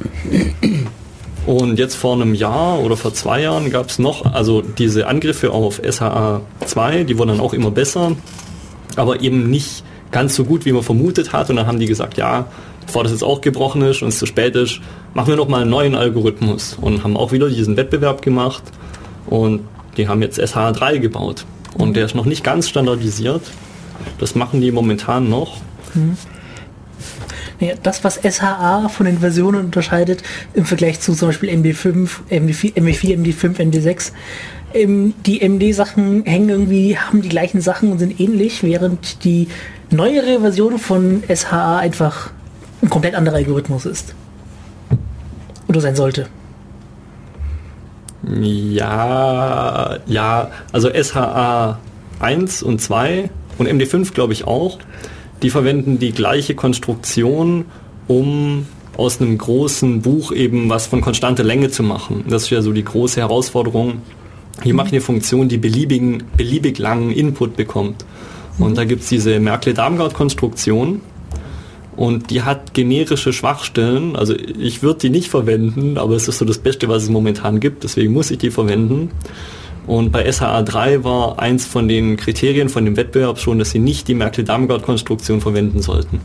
Speaker 4: Und jetzt vor einem Jahr oder vor 2 Jahren gab es noch, also diese Angriffe auf SHA2, die wurden dann auch immer besser, aber eben nicht ganz so gut, wie man vermutet hat. Und dann haben die gesagt, ja, bevor das jetzt auch gebrochen ist und es zu spät ist, machen wir noch mal einen neuen Algorithmus. Und haben auch wieder diesen Wettbewerb gemacht und die haben jetzt SHA3 gebaut. Und der ist noch nicht ganz standardisiert. Das machen die momentan noch.
Speaker 1: Ja, das, was SHA von den Versionen unterscheidet, im Vergleich zu zum Beispiel MD5, MD4, MD5, MD6, die MD-Sachen hängen irgendwie, haben die gleichen Sachen und sind ähnlich, während die neuere Version von SHA einfach ein komplett anderer Algorithmus ist. Oder sein sollte.
Speaker 4: Ja, also SHA 1 und 2 und MD5 glaube ich auch, die verwenden die gleiche Konstruktion, um aus einem großen Buch eben was von konstanter Länge zu machen. Das ist ja so die große Herausforderung. Hier mache ich eine Funktion, die beliebig langen Input bekommt. Und da gibt es diese Merkle-Darmgard-Konstruktion. Und die hat generische Schwachstellen, also ich würde die nicht verwenden, aber es ist so das Beste, was es momentan gibt, deswegen muss ich die verwenden. Und bei SHA3 war eins von den Kriterien von dem Wettbewerb schon, dass sie nicht die Merkle-Darmgard-Konstruktion verwenden sollten.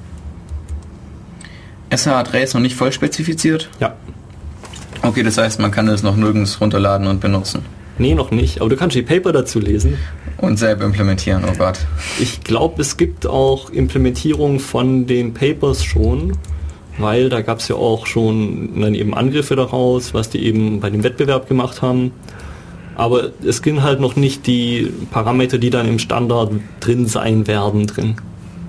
Speaker 2: SHA3 ist noch nicht voll spezifiziert?
Speaker 4: Ja.
Speaker 2: Okay, das heißt, man kann es noch nirgends runterladen und benutzen?
Speaker 4: Nee, noch nicht, aber du kannst die Paper dazu lesen.
Speaker 2: Und selber implementieren, oh Gott.
Speaker 4: Ich glaube, es gibt auch Implementierung von den Papers schon, weil da gab es ja auch schon dann eben Angriffe daraus, was die eben bei dem Wettbewerb gemacht haben. Aber es gibt halt noch nicht die Parameter, die dann im Standard drin sein werden, drin.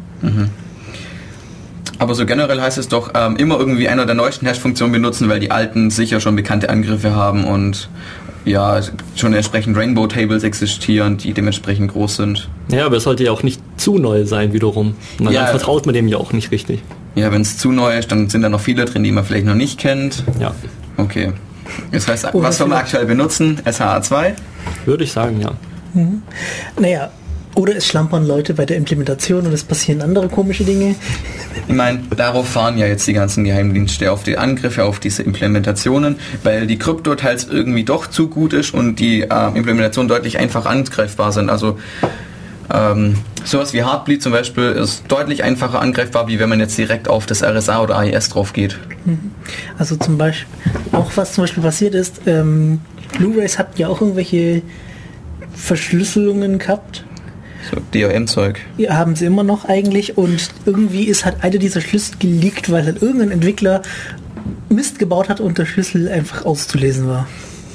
Speaker 2: Aber so generell heißt es doch, immer irgendwie einer der neuesten Hash-Funktionen benutzen, weil die alten sicher schon bekannte Angriffe haben und ja, schon entsprechend Rainbow-Tables existieren, die dementsprechend groß sind.
Speaker 4: Ja, aber es sollte ja auch nicht zu neu sein wiederum. Dann vertraut man dem ja auch nicht richtig.
Speaker 2: Ja, wenn es zu neu ist, dann sind da noch viele drin, die man vielleicht noch nicht kennt.
Speaker 4: Ja.
Speaker 2: Okay. Das heißt, was soll man aktuell benutzen? SHA2?
Speaker 4: Würde ich sagen, ja.
Speaker 1: Naja, oder es schlampern Leute bei der Implementation und es passieren andere komische Dinge.
Speaker 2: Ich meine, darauf fahren ja jetzt die ganzen Geheimdienste, auf die Angriffe, auf diese Implementationen, weil die Krypto teils irgendwie doch zu gut ist und die Implementationen deutlich einfach angreifbar sind. Also sowas wie Heartbleed zum Beispiel ist deutlich einfacher angreifbar, wie wenn man jetzt direkt auf das RSA oder AES drauf geht.
Speaker 1: Also zum Beispiel, auch was zum Beispiel passiert ist, Blu-rays hatten ja auch irgendwelche Verschlüsselungen gehabt.
Speaker 2: So DRM-Zeug.
Speaker 1: Ja, haben sie immer noch eigentlich und irgendwie ist halt einer dieser Schlüssel geleakt, weil halt irgendein Entwickler Mist gebaut hat und der Schlüssel einfach auszulesen war.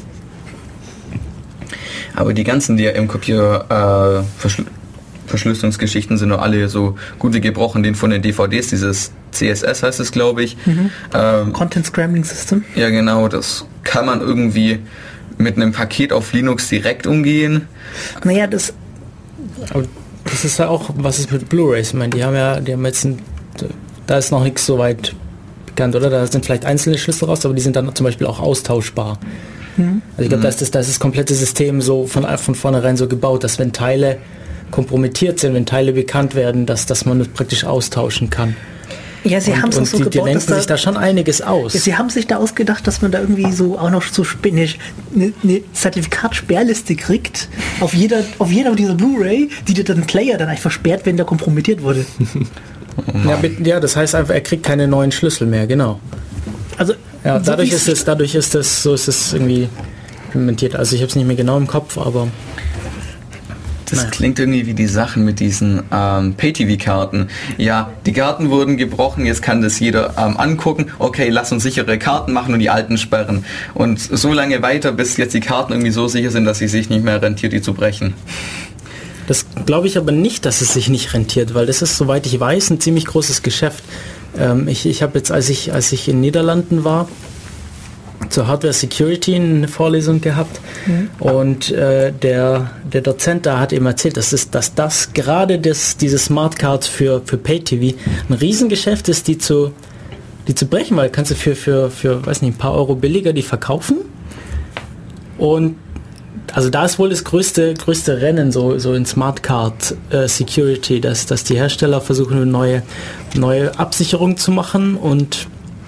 Speaker 2: Aber die ganzen DRM-Kopier Verschlüsselungsgeschichten sind nur alle so gut wie gebrochen, den von den DVDs, dieses CSS heißt es, glaube ich.
Speaker 1: Content Scrambling System.
Speaker 2: Ja genau, das kann man irgendwie mit einem Paket auf Linux direkt umgehen.
Speaker 1: Naja, das
Speaker 3: ist ja auch, was ist mit Blu-rays? Ich meine, die haben jetzt da ist noch nichts so weit bekannt, oder? Da sind vielleicht einzelne Schlüssel raus, aber die sind dann zum Beispiel auch austauschbar. Also ich glaube, da ist das komplette System so von vornherein so gebaut, dass wenn Teile kompromittiert sind, wenn Teile bekannt werden, dass man das praktisch austauschen kann.
Speaker 1: Ja, sie haben es so
Speaker 3: die
Speaker 1: gebaut,
Speaker 3: denken
Speaker 1: dass
Speaker 3: sich da schon einiges aus.
Speaker 1: Ja, sie haben sich da ausgedacht, dass man da irgendwie so auch noch so eine Zertifikatsperrliste kriegt auf jeder dieser Blu-ray, die dir dann Player dann einfach versperrt, wenn der kompromittiert wurde.
Speaker 3: Ja, das heißt einfach, er kriegt keine neuen Schlüssel mehr, genau.
Speaker 1: Also
Speaker 3: ja,
Speaker 1: so
Speaker 3: dadurch ist es irgendwie implementiert. Also ich habe es nicht mehr genau im Kopf, aber
Speaker 2: das klingt irgendwie wie die Sachen mit diesen Pay-TV-Karten. Ja, die Karten wurden gebrochen, jetzt kann das jeder angucken. Okay, lass uns sichere Karten machen und die alten sperren. Und so lange weiter, bis jetzt die Karten irgendwie so sicher sind, dass sie sich nicht mehr rentiert, die zu brechen.
Speaker 3: Das glaube ich aber nicht, dass es sich nicht rentiert, weil das ist, soweit ich weiß, ein ziemlich großes Geschäft. Ich habe jetzt, als ich in den Niederlanden war, zur Hardware Security eine Vorlesung gehabt und der Dozent da hat eben erzählt, dass gerade diese Smart Cards für Pay-TV ein Riesengeschäft ist, die zu brechen, weil kannst du für weiß nicht, ein paar Euro billiger die verkaufen. Und also da ist wohl das größte Rennen so in Smart Card Security, dass die Hersteller versuchen, eine neue Absicherung zu machen und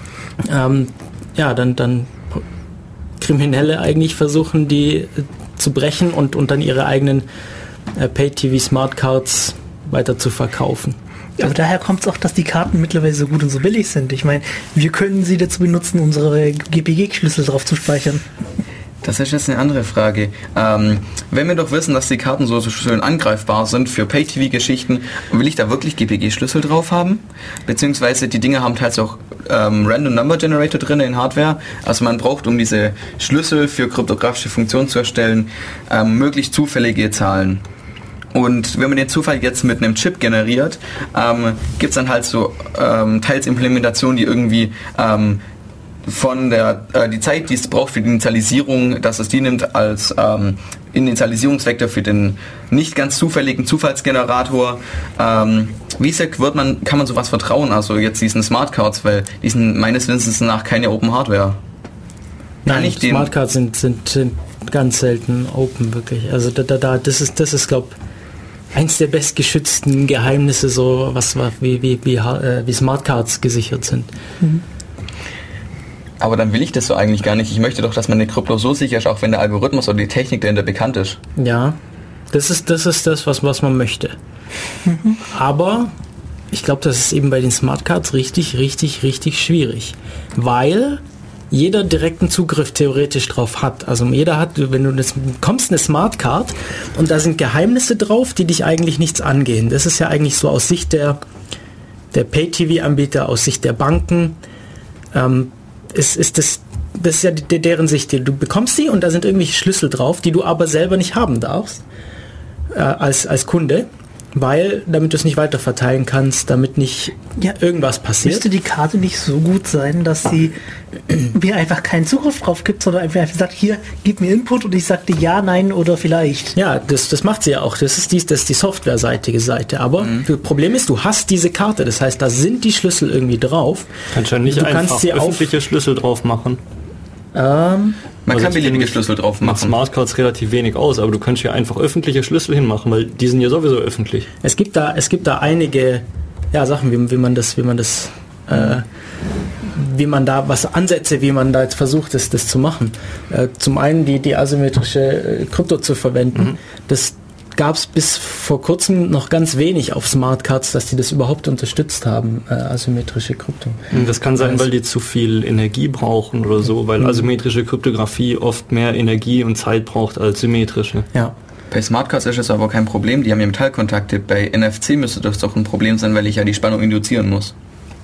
Speaker 3: dann Kriminelle eigentlich versuchen, die zu brechen und dann ihre eigenen Pay-TV Smart Cards weiter zu verkaufen.
Speaker 1: Aber daher kommt es auch, dass die Karten mittlerweile so gut und so billig sind. Ich meine, wir können sie dazu benutzen, unsere GPG-Schlüssel drauf zu speichern.
Speaker 2: Das ist jetzt eine andere Frage. Wenn wir doch wissen, dass die Karten so schön angreifbar sind für Pay-TV-Geschichten, will ich da wirklich GPG-Schlüssel drauf haben? Beziehungsweise die Dinge haben teils auch Random Number Generator drin in Hardware. Also man braucht, um diese Schlüssel für kryptografische Funktionen zu erstellen, möglichst zufällige Zahlen. Und wenn man den Zufall jetzt mit einem Chip generiert, gibt es dann halt so teils Implementationen, die irgendwie von die Zeit, die es braucht für die Initialisierung, dass es die nimmt als Initialisierungsvektor für den nicht ganz zufälligen Zufallsgenerator. Wie gesagt, kann man sowas vertrauen, also jetzt diesen Smart Cards, weil die sind meines Wissens nach keine Open Hardware.
Speaker 3: Nein, Smart Cards sind ganz selten open, wirklich. Also das ist glaube ich, eins der bestgeschützten Geheimnisse, so wie Smart Cards gesichert sind. Mhm.
Speaker 2: Aber dann will ich das so eigentlich gar nicht. Ich möchte doch, dass meine Krypto so sicher ist, auch wenn der Algorithmus oder die Technik dahinter bekannt ist.
Speaker 3: Ja, das ist das, was man möchte. Mhm. Aber ich glaube, das ist eben bei den Smart Cards richtig schwierig. Weil jeder direkten Zugriff theoretisch drauf hat. Also jeder hat, wenn du bekommst eine Smart Card und da sind Geheimnisse drauf, die dich eigentlich nichts angehen. Das ist ja eigentlich so aus Sicht der Pay-TV-Anbieter, aus Sicht der Banken, ist das ist ja deren Sicht. Du bekommst die und da sind irgendwelche Schlüssel drauf, die du aber selber nicht haben darfst als Kunde, weil damit du es nicht weiter verteilen kannst, damit nicht irgendwas passiert.
Speaker 1: Müsste die Karte nicht so gut sein, dass sie mir einfach keinen Zugriff drauf gibt, sondern einfach sagt, hier, gib mir Input und ich sagte ja, nein oder vielleicht.
Speaker 3: Ja, das macht sie ja auch. Das ist die softwareseitige Seite. Aber das Problem ist, du hast diese Karte. Das heißt, da sind die Schlüssel irgendwie drauf.
Speaker 4: Kannst du nicht einfach öffentliche Schlüssel drauf machen?
Speaker 2: Man kann beliebige Schlüssel drauf machen.
Speaker 4: Mit Smart Cards relativ wenig aus, aber du kannst hier einfach öffentliche Schlüssel hinmachen, weil die sind ja sowieso öffentlich.
Speaker 3: Es gibt da einige Sachen, wie man da was Ansätze, wie man da jetzt versucht, das zu machen. Zum einen die asymmetrische Krypto zu verwenden. Das gab es bis vor kurzem noch ganz wenig auf Smart Cards, dass die das überhaupt unterstützt haben, asymmetrische Krypto.
Speaker 4: Das kann sein, weil die zu viel Energie brauchen oder so, weil asymmetrische Kryptographie oft mehr Energie und Zeit braucht als symmetrische.
Speaker 3: Ja.
Speaker 2: Bei Smart Cards ist das aber kein Problem, die haben ja Metallkontakte. Bei NFC müsste das doch ein Problem sein, weil ich ja die Spannung induzieren muss.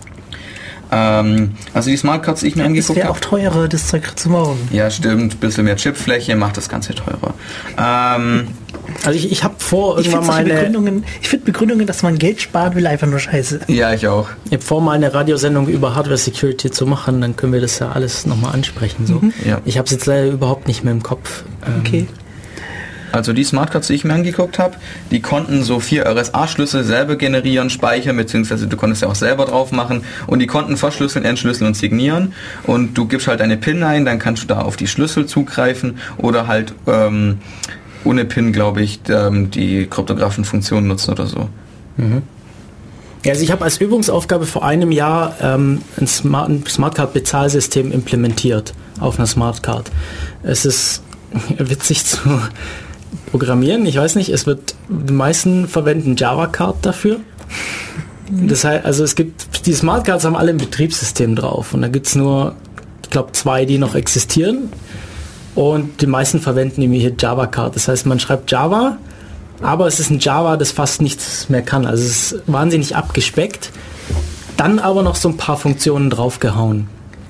Speaker 2: Also die Smart Cards, die ich mir angeguckt habe...
Speaker 1: Es wäre auch teurer, das Zeug zu bauen.
Speaker 2: Ja, stimmt. Ein bisschen mehr Chipfläche macht das Ganze teurer.
Speaker 3: Also ich habe
Speaker 1: Ich finde Begründungen, dass man Geld sparen will, einfach nur scheiße.
Speaker 2: Ja, ich auch.
Speaker 3: Ich habe vor, mal eine Radiosendung über Hardware Security zu machen, dann können wir das ja alles nochmal ansprechen. So.
Speaker 2: Ja.
Speaker 3: Ich habe es jetzt leider überhaupt nicht mehr im Kopf.
Speaker 1: Okay.
Speaker 2: Also die Smartcards, die ich mir angeguckt habe, die konnten so 4 RSA-Schlüssel selber generieren, speichern, beziehungsweise du konntest ja auch selber drauf machen und die konnten verschlüsseln, entschlüsseln und signieren und du gibst halt deine PIN ein, dann kannst du da auf die Schlüssel zugreifen oder halt ohne PIN, glaube ich, die kryptografischen Funktionen nutzen oder so.
Speaker 3: Mhm. Ja, also ich habe als Übungsaufgabe vor einem Jahr ein Smartcard-Bezahlsystem implementiert auf einer Smartcard. Es ist witzig zu programmieren, ich weiß nicht, die meisten verwenden Java-Card dafür. Das heißt, also die Smartcards haben alle ein Betriebssystem drauf und da gibt es nur, ich glaube, 2, die noch existieren und die meisten verwenden nämlich hier Java-Card. Das heißt, man schreibt Java, aber es ist ein Java, das fast nichts mehr kann. Also es ist wahnsinnig abgespeckt. Dann aber noch so ein paar Funktionen draufgehauen.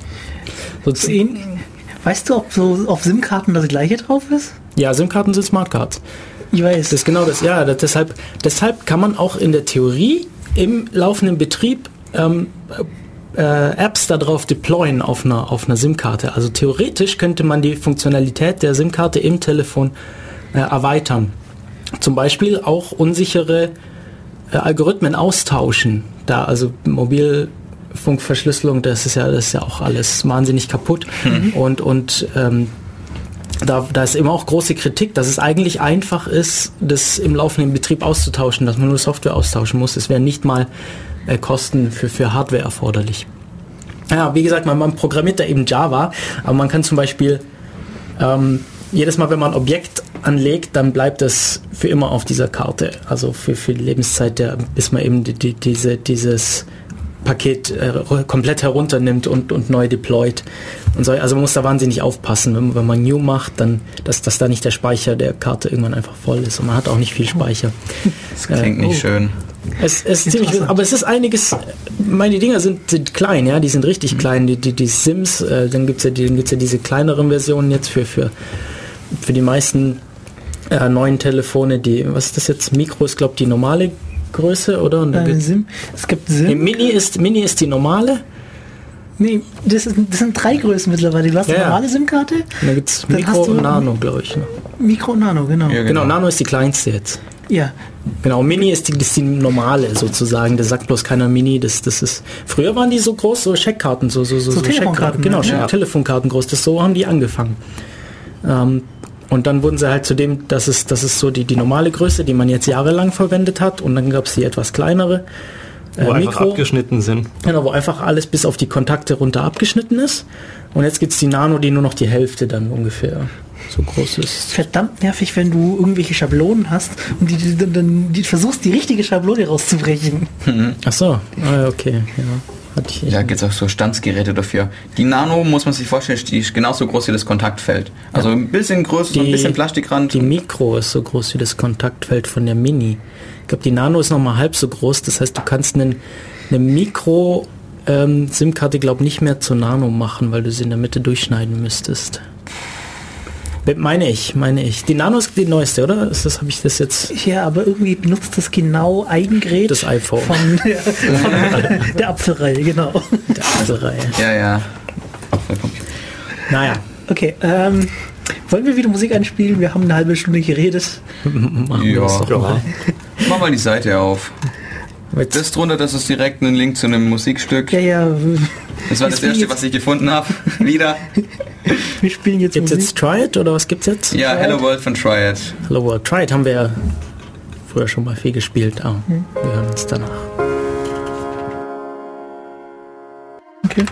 Speaker 1: Weißt du, ob so auf SIM-Karten das gleiche drauf ist?
Speaker 3: Ja, SIM-Karten sind Smartcards.
Speaker 1: Ich weiß.
Speaker 3: Das ist genau das. Ja, deshalb kann man auch in der Theorie im laufenden Betrieb Apps darauf deployen auf einer SIM-Karte. Also theoretisch könnte man die Funktionalität der SIM-Karte im Telefon erweitern. Zum Beispiel auch unsichere Algorithmen austauschen. Da also Mobilfunkverschlüsselung, das ist ja auch alles wahnsinnig kaputt. Und da ist immer auch große Kritik, dass es eigentlich einfach ist, das im laufenden Betrieb auszutauschen, dass man nur Software austauschen muss. Es wären nicht mal Kosten für Hardware erforderlich. Ja, wie gesagt, man programmiert da eben Java, aber man kann zum Beispiel jedes Mal, wenn man ein Objekt anlegt, dann bleibt es für immer auf dieser Karte. Also für die Lebenszeit, bis man eben dieses Paket komplett herunternimmt und neu deployt. Und so, also man muss da wahnsinnig aufpassen, wenn man New macht, dann, dass da nicht der Speicher der Karte irgendwann einfach voll ist. Und man hat auch nicht viel Speicher.
Speaker 2: Das klingt nicht schön.
Speaker 3: Es ist ziemlich, aber es ist einiges, meine Dinger sind klein, ja, die sind richtig klein, die Sims, dann gibt's ja diese kleineren Versionen jetzt für die meisten neuen Telefone, was ist das jetzt? Mikro ist, glaube ich, die normale Größe, oder? Und
Speaker 1: SIM. Es gibt SIM.
Speaker 3: Nee, Mini ist die normale.
Speaker 1: Nee, das sind 3 Größen mittlerweile. Du hast eine normale SIM-Karte.
Speaker 3: Und dann gibt es Mikro und Nano, glaube ich. Ne?
Speaker 1: Mikro und Nano, genau.
Speaker 2: Ja,
Speaker 3: genau, Nano ist die kleinste jetzt.
Speaker 1: Ja.
Speaker 3: Genau, Mini ist die normale sozusagen. Das sagt bloß keiner Mini. Das ist. Früher waren die so groß, so Scheckkarten, so
Speaker 1: Telefonkarten.
Speaker 3: Genau,
Speaker 1: ja.
Speaker 3: Telefonkarten groß. So haben die angefangen. Und dann wurden sie halt zu dem, das ist so die normale Größe, die man jetzt jahrelang verwendet hat. Und dann gab es die etwas kleinere.
Speaker 4: Wo einfach abgeschnitten sind.
Speaker 3: Genau, wo einfach alles bis auf die Kontakte runter abgeschnitten ist. Und jetzt gibt es die Nano, die nur noch die Hälfte dann ungefähr so groß ist.
Speaker 1: Verdammt nervig, wenn du irgendwelche Schablonen hast und die versuchst, die richtige Schablone rauszubrechen.
Speaker 3: Ach so, okay, ja.
Speaker 2: Da gibt es auch so Standsgeräte dafür. Die Nano, muss man sich vorstellen, die ist genauso groß wie das Kontaktfeld. Also ein bisschen größer, so ein bisschen Plastikrand.
Speaker 3: Die Mikro ist so groß wie das Kontaktfeld von der Mini. Ich glaube, die Nano ist nochmal halb so groß. Das heißt, du kannst eine Mikro SIM-Karte, glaube ich, nicht mehr zur Nano machen, weil du sie in der Mitte durchschneiden müsstest. Meine ich. Die Nano ist die neueste, oder? Habe ich das jetzt?
Speaker 1: Ja, aber irgendwie benutzt das genau ein Gerät.
Speaker 3: Das iPhone.
Speaker 1: Von der Apfelreihe, genau.
Speaker 3: Der Apfelreihe.
Speaker 2: Ja.
Speaker 3: Naja.
Speaker 1: Okay, wollen wir wieder Musik einspielen? Wir haben eine halbe Stunde geredet.
Speaker 3: Machen wir das doch mal.
Speaker 2: Mach mal die Seite auf. Das drunter, das ist direkt ein Link zu einem Musikstück.
Speaker 1: Ja.
Speaker 2: Das war das erste, was ich gefunden habe. Wieder.
Speaker 1: Wir spielen jetzt
Speaker 3: Gibt's
Speaker 1: Musik.
Speaker 3: Jetzt Try It oder was gibt's jetzt?
Speaker 2: Ja, Hello World von Try It.
Speaker 3: Hello World. Try It haben wir ja früher schon mal viel gespielt. Wir hören uns danach.
Speaker 1: Okay.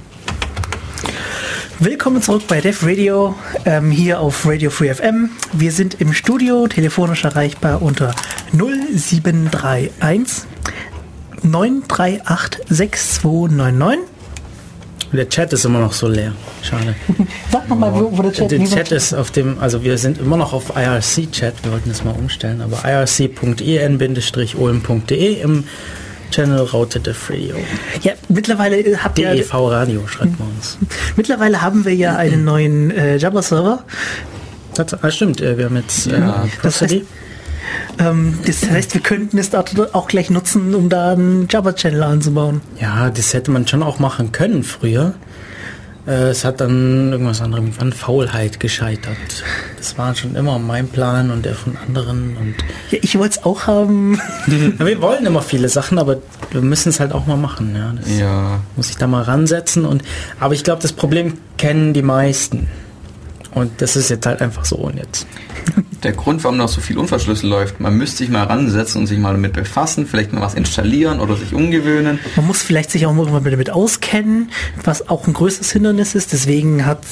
Speaker 1: Willkommen zurück bei Def Radio, hier auf Radio Free FM. Wir sind im Studio, telefonisch erreichbar unter 0731 938 6299.
Speaker 3: Der Chat ist immer noch so leer. Schade.
Speaker 1: Sag nochmal, wo der Chat
Speaker 3: ist. Der Chat ist auf dem, also wir sind immer noch auf IRC-Chat, wir wollten das mal umstellen, aber irc.en-olm.de im Channel Raute Def Radio.
Speaker 1: Ja, mittlerweile habt ihr...
Speaker 3: DEV Radio, schreibt man uns.
Speaker 1: Mittlerweile haben wir ja einen neuen Jabber-Server.
Speaker 3: Stimmt, wir haben jetzt
Speaker 1: das heißt, wir könnten es auch gleich nutzen, um da einen Jabber-Channel anzubauen.
Speaker 3: Ja, das hätte man schon auch machen können früher. Es hat dann irgendwas anderem an Faulheit gescheitert. Das war schon immer mein Plan und der von anderen. Und
Speaker 1: ja, ich wollte es auch haben.
Speaker 3: Ja, wir wollen immer viele Sachen, aber wir müssen es halt auch mal machen. Ja, das muss ich da mal ransetzen. Aber ich glaube, das Problem kennen die meisten. Und das ist jetzt halt einfach so. Und jetzt
Speaker 2: der Grund, warum noch so viel unverschlüsselt läuft. Man müsste sich mal ransetzen und sich mal damit befassen, vielleicht mal was installieren oder sich umgewöhnen.
Speaker 1: Man muss vielleicht sich auch irgendwann damit auskennen, was auch ein größeres Hindernis ist. Deswegen hat,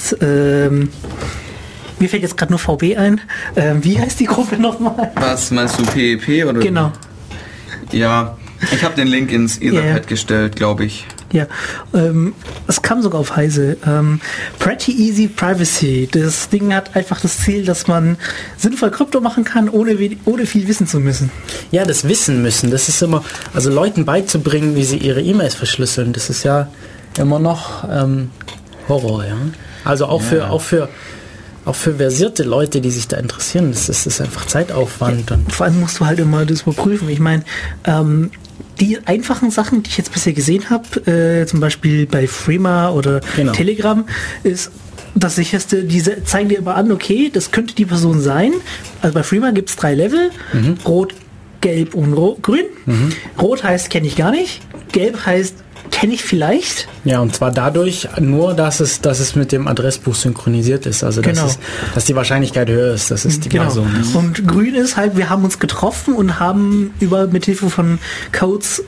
Speaker 1: mir fällt jetzt gerade nur VB ein. Wie heißt die Gruppe nochmal?
Speaker 2: Was meinst du, PEP oder?
Speaker 1: Genau.
Speaker 2: Ja, ich habe den Link ins Etherpad gestellt, glaube ich.
Speaker 1: Ja, es kam sogar auf Heise. Pretty Easy Privacy. Das Ding hat einfach das Ziel, dass man sinnvoll Krypto machen kann, ohne viel wissen zu müssen.
Speaker 3: Ja, das Wissen müssen. Das ist immer, also Leuten beizubringen, wie sie ihre E-Mails verschlüsseln, das ist ja immer noch Horror, ja. Also auch für versierte Leute, die sich da interessieren, das ist einfach Zeitaufwand. Und
Speaker 1: vor allem musst du halt immer das überprüfen. Ich meine, die einfachen Sachen, die ich jetzt bisher gesehen habe, zum Beispiel bei Threema oder Telegram, ist das sicherste, diese zeigen dir immer an, okay, das könnte die Person sein. Also bei Threema gibt es 3 Level, Rot, Gelb und Grün. Rot heißt, kenne ich gar nicht. Gelb heißt, kenne ich vielleicht.
Speaker 3: Ja, und zwar dadurch nur, dass es mit dem Adressbuch synchronisiert ist. Also dass die Wahrscheinlichkeit höher ist, dass es die Person ist.
Speaker 1: Und grün ist halt, wir haben uns getroffen und haben mit Hilfe von Codes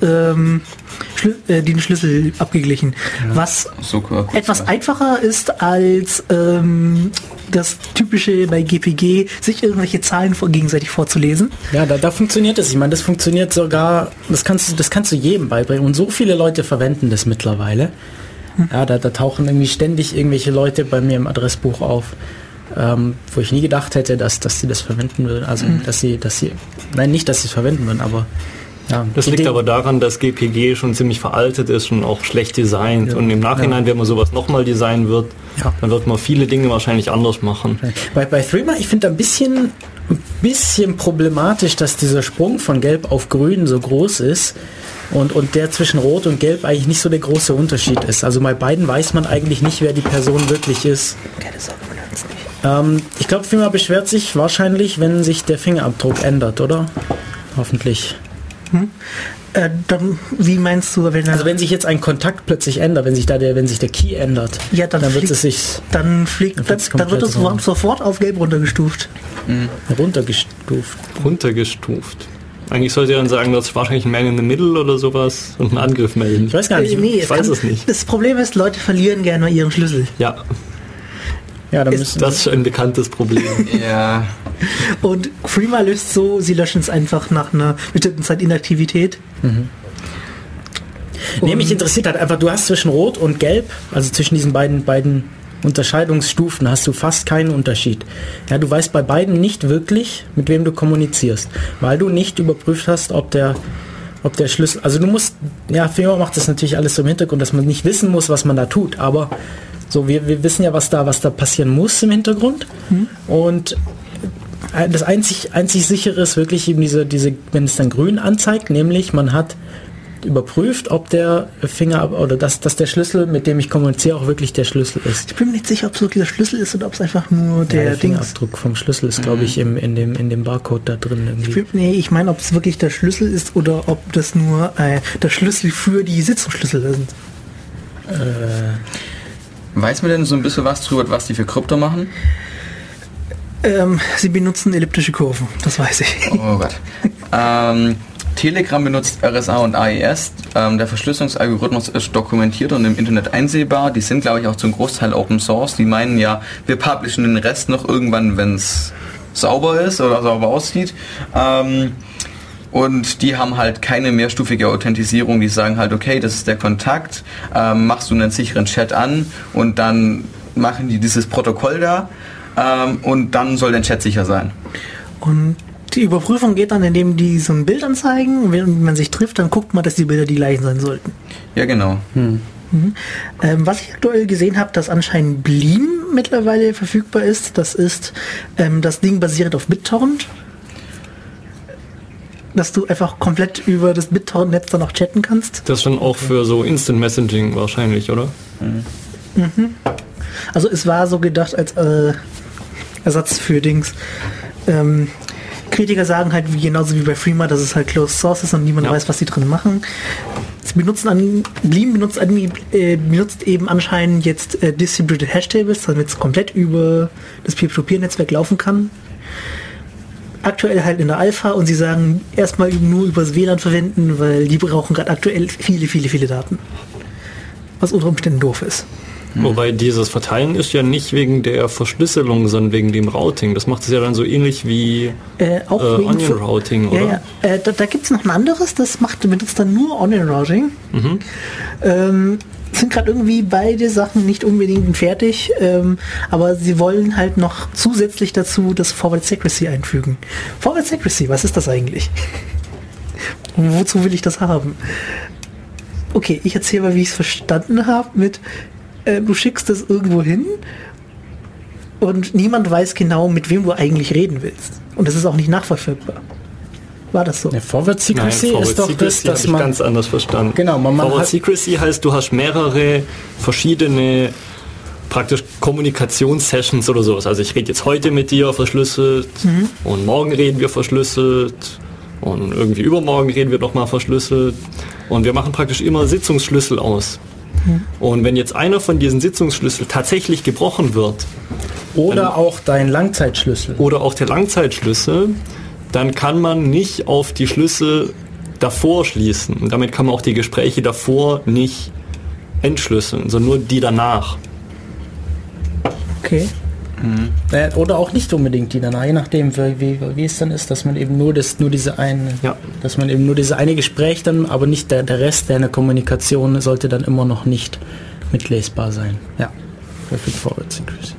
Speaker 1: den Schlüssel abgeglichen. Ja. Was etwas einfacher ist als das typische bei GPG, sich irgendwelche Zahlen gegenseitig vorzulesen.
Speaker 3: Ja, da funktioniert es. Ich meine, das funktioniert sogar, das kannst du jedem beibringen. Und so viele Leute verwenden das mittlerweile. Ja, da tauchen irgendwie ständig irgendwelche Leute bei mir im Adressbuch auf, wo ich nie gedacht hätte, dass sie das verwenden würden. Also, nicht, dass sie es verwenden würden, aber ja.
Speaker 4: Das liegt aber daran, dass GPG schon ziemlich veraltet ist und auch schlecht designt. Ja. Und im Nachhinein, wenn man sowas nochmal designen wird, dann wird man viele Dinge wahrscheinlich anders machen.
Speaker 3: Bei Threema, ich finde ein bisschen problematisch, dass dieser Sprung von Gelb auf Grün so groß ist und der zwischen Rot und Gelb eigentlich nicht so der große Unterschied ist. Also bei beiden weiß man eigentlich nicht, wer die Person wirklich ist.
Speaker 1: Keine Sorge, man hört es nicht.
Speaker 3: Ich glaube, Threema beschwert sich wahrscheinlich, wenn sich der Fingerabdruck ändert, oder? Hoffentlich.
Speaker 1: Dann, wie meinst du,
Speaker 3: wenn sich jetzt ein Kontakt plötzlich ändert, wenn sich der Key ändert,
Speaker 1: ja, dann wird es sofort auf Gelb runtergestuft.
Speaker 4: Runtergestuft. Eigentlich sollte er dann sagen, dass wahrscheinlich ein Man in the Middle oder sowas und einen Angriff melden.
Speaker 3: Ich weiß gar nicht.
Speaker 1: Ich weiß es nicht. Das Problem ist, Leute verlieren gerne mal ihren Schlüssel.
Speaker 4: Ja. Ja, das ist ein bekanntes Problem.
Speaker 2: Ja.
Speaker 1: Und Threema löst so, sie löschen es einfach nach einer bestimmten Zeit Inaktivität.
Speaker 3: Mich interessiert halt einfach, du hast zwischen Rot und Gelb, also zwischen diesen beiden Unterscheidungsstufen hast du fast keinen Unterschied. Ja, du weißt bei beiden nicht wirklich, mit wem du kommunizierst, weil du nicht überprüft hast, ob der Schlüssel, also du musst, ja, Threema macht das natürlich alles so im Hintergrund, dass man nicht wissen muss, was man da tut, aber so, wir wissen ja, was da passieren muss im Hintergrund. Und das einzig sichere ist wirklich eben diese, wenn es dann grün anzeigt, nämlich man hat überprüft, ob der Finger oder dass der Schlüssel, mit dem ich kommuniziere, auch wirklich der Schlüssel ist.
Speaker 1: Ich bin mir nicht sicher, ob es wirklich der Schlüssel ist oder ob es einfach nur der
Speaker 3: Fingerabdruck vom Schlüssel ist, glaube ich, in dem Barcode da drin.
Speaker 1: Irgendwie. Ich meine, ob es wirklich der Schlüssel ist oder ob das nur der Schlüssel für die Sitzungsschlüssel sind.
Speaker 2: Weiß man denn so ein bisschen was drüber, was die für Krypto machen?
Speaker 1: Sie benutzen elliptische Kurven, das weiß ich.
Speaker 2: Oh Gott. Telegram benutzt RSA und AES. Der Verschlüsselungsalgorithmus ist dokumentiert und im Internet einsehbar. Die sind, glaube ich, auch zum Großteil Open Source. Die meinen ja, wir publishen den Rest noch irgendwann, wenn es sauber ist oder sauber aussieht. Und die haben halt keine mehrstufige Authentisierung. Die sagen halt, okay, das ist der Kontakt, machst du einen sicheren Chat an und dann machen die dieses Protokoll da und dann soll dein Chat sicher sein.
Speaker 1: Und die Überprüfung geht dann, indem die so ein Bild anzeigen und wenn man sich trifft, dann guckt man, dass die Bilder die gleichen sein sollten.
Speaker 2: Ja, genau.
Speaker 1: Was ich aktuell gesehen habe, dass anscheinend Bleem mittlerweile verfügbar ist, das ist das Ding basiert auf BitTorrent. Dass du einfach komplett über das BitTorrent-Netz dann auch chatten kannst.
Speaker 4: Das dann auch für so Instant Messaging wahrscheinlich, oder?
Speaker 1: Also es war so gedacht als Ersatz für Dings. Kritiker sagen halt, genauso wie bei Threema, dass es halt Closed Source ist und niemand weiß, was sie drin machen. Bleem benutzt eben anscheinend jetzt Distributed Hash Tables, damit es komplett über das Peer-to-Peer-Netzwerk laufen kann. aktuell halt in der Alpha und sie sagen, erstmal nur übers WLAN verwenden, weil die brauchen gerade aktuell viele Daten. Was unter Umständen doof ist.
Speaker 4: Wobei dieses Verteilen ist ja nicht wegen der Verschlüsselung, sondern wegen dem Routing. Das macht es ja dann so ähnlich wie Onion Routing, oder?
Speaker 1: Ja. Da gibt es noch ein anderes, das benutzt dann nur Onion Routing. Sind gerade irgendwie beide Sachen nicht unbedingt fertig, aber sie wollen halt noch zusätzlich dazu das Forward Secrecy einfügen. Forward Secrecy, was ist das eigentlich? Und wozu will ich das haben? Okay, ich erzähle mal, wie ich es verstanden habe mit du schickst es irgendwo hin und niemand weiß genau, mit wem du eigentlich reden willst. Und es ist auch nicht nachverfolgbar. War das so?
Speaker 3: Ja, Forward Secrecy ist doch das, dass man...
Speaker 4: ganz anders verstanden.
Speaker 3: Genau,
Speaker 4: Forward Secrecy heißt, du hast mehrere verschiedene praktisch Kommunikationssessions oder sowas. Also ich rede jetzt heute mit dir verschlüsselt und morgen reden wir verschlüsselt und irgendwie übermorgen reden wir nochmal verschlüsselt und wir machen praktisch immer Sitzungsschlüssel aus. Und wenn jetzt einer von diesen Sitzungsschlüssel tatsächlich gebrochen wird
Speaker 3: oder auch dein Langzeitschlüssel
Speaker 4: oder auch der Langzeitschlüssel, dann kann man nicht auf die Schlüssel davor schließen. Und damit kann man auch die Gespräche davor nicht entschlüsseln, sondern nur die danach.
Speaker 1: Okay.
Speaker 3: Oder auch nicht unbedingt die danach, je nachdem wie es dann ist, dass man eben nur diese eine Gespräch dann, aber nicht der Rest deiner Kommunikation sollte dann immer noch nicht mitlesbar sein. Ja, Perfect Forward Secrecy.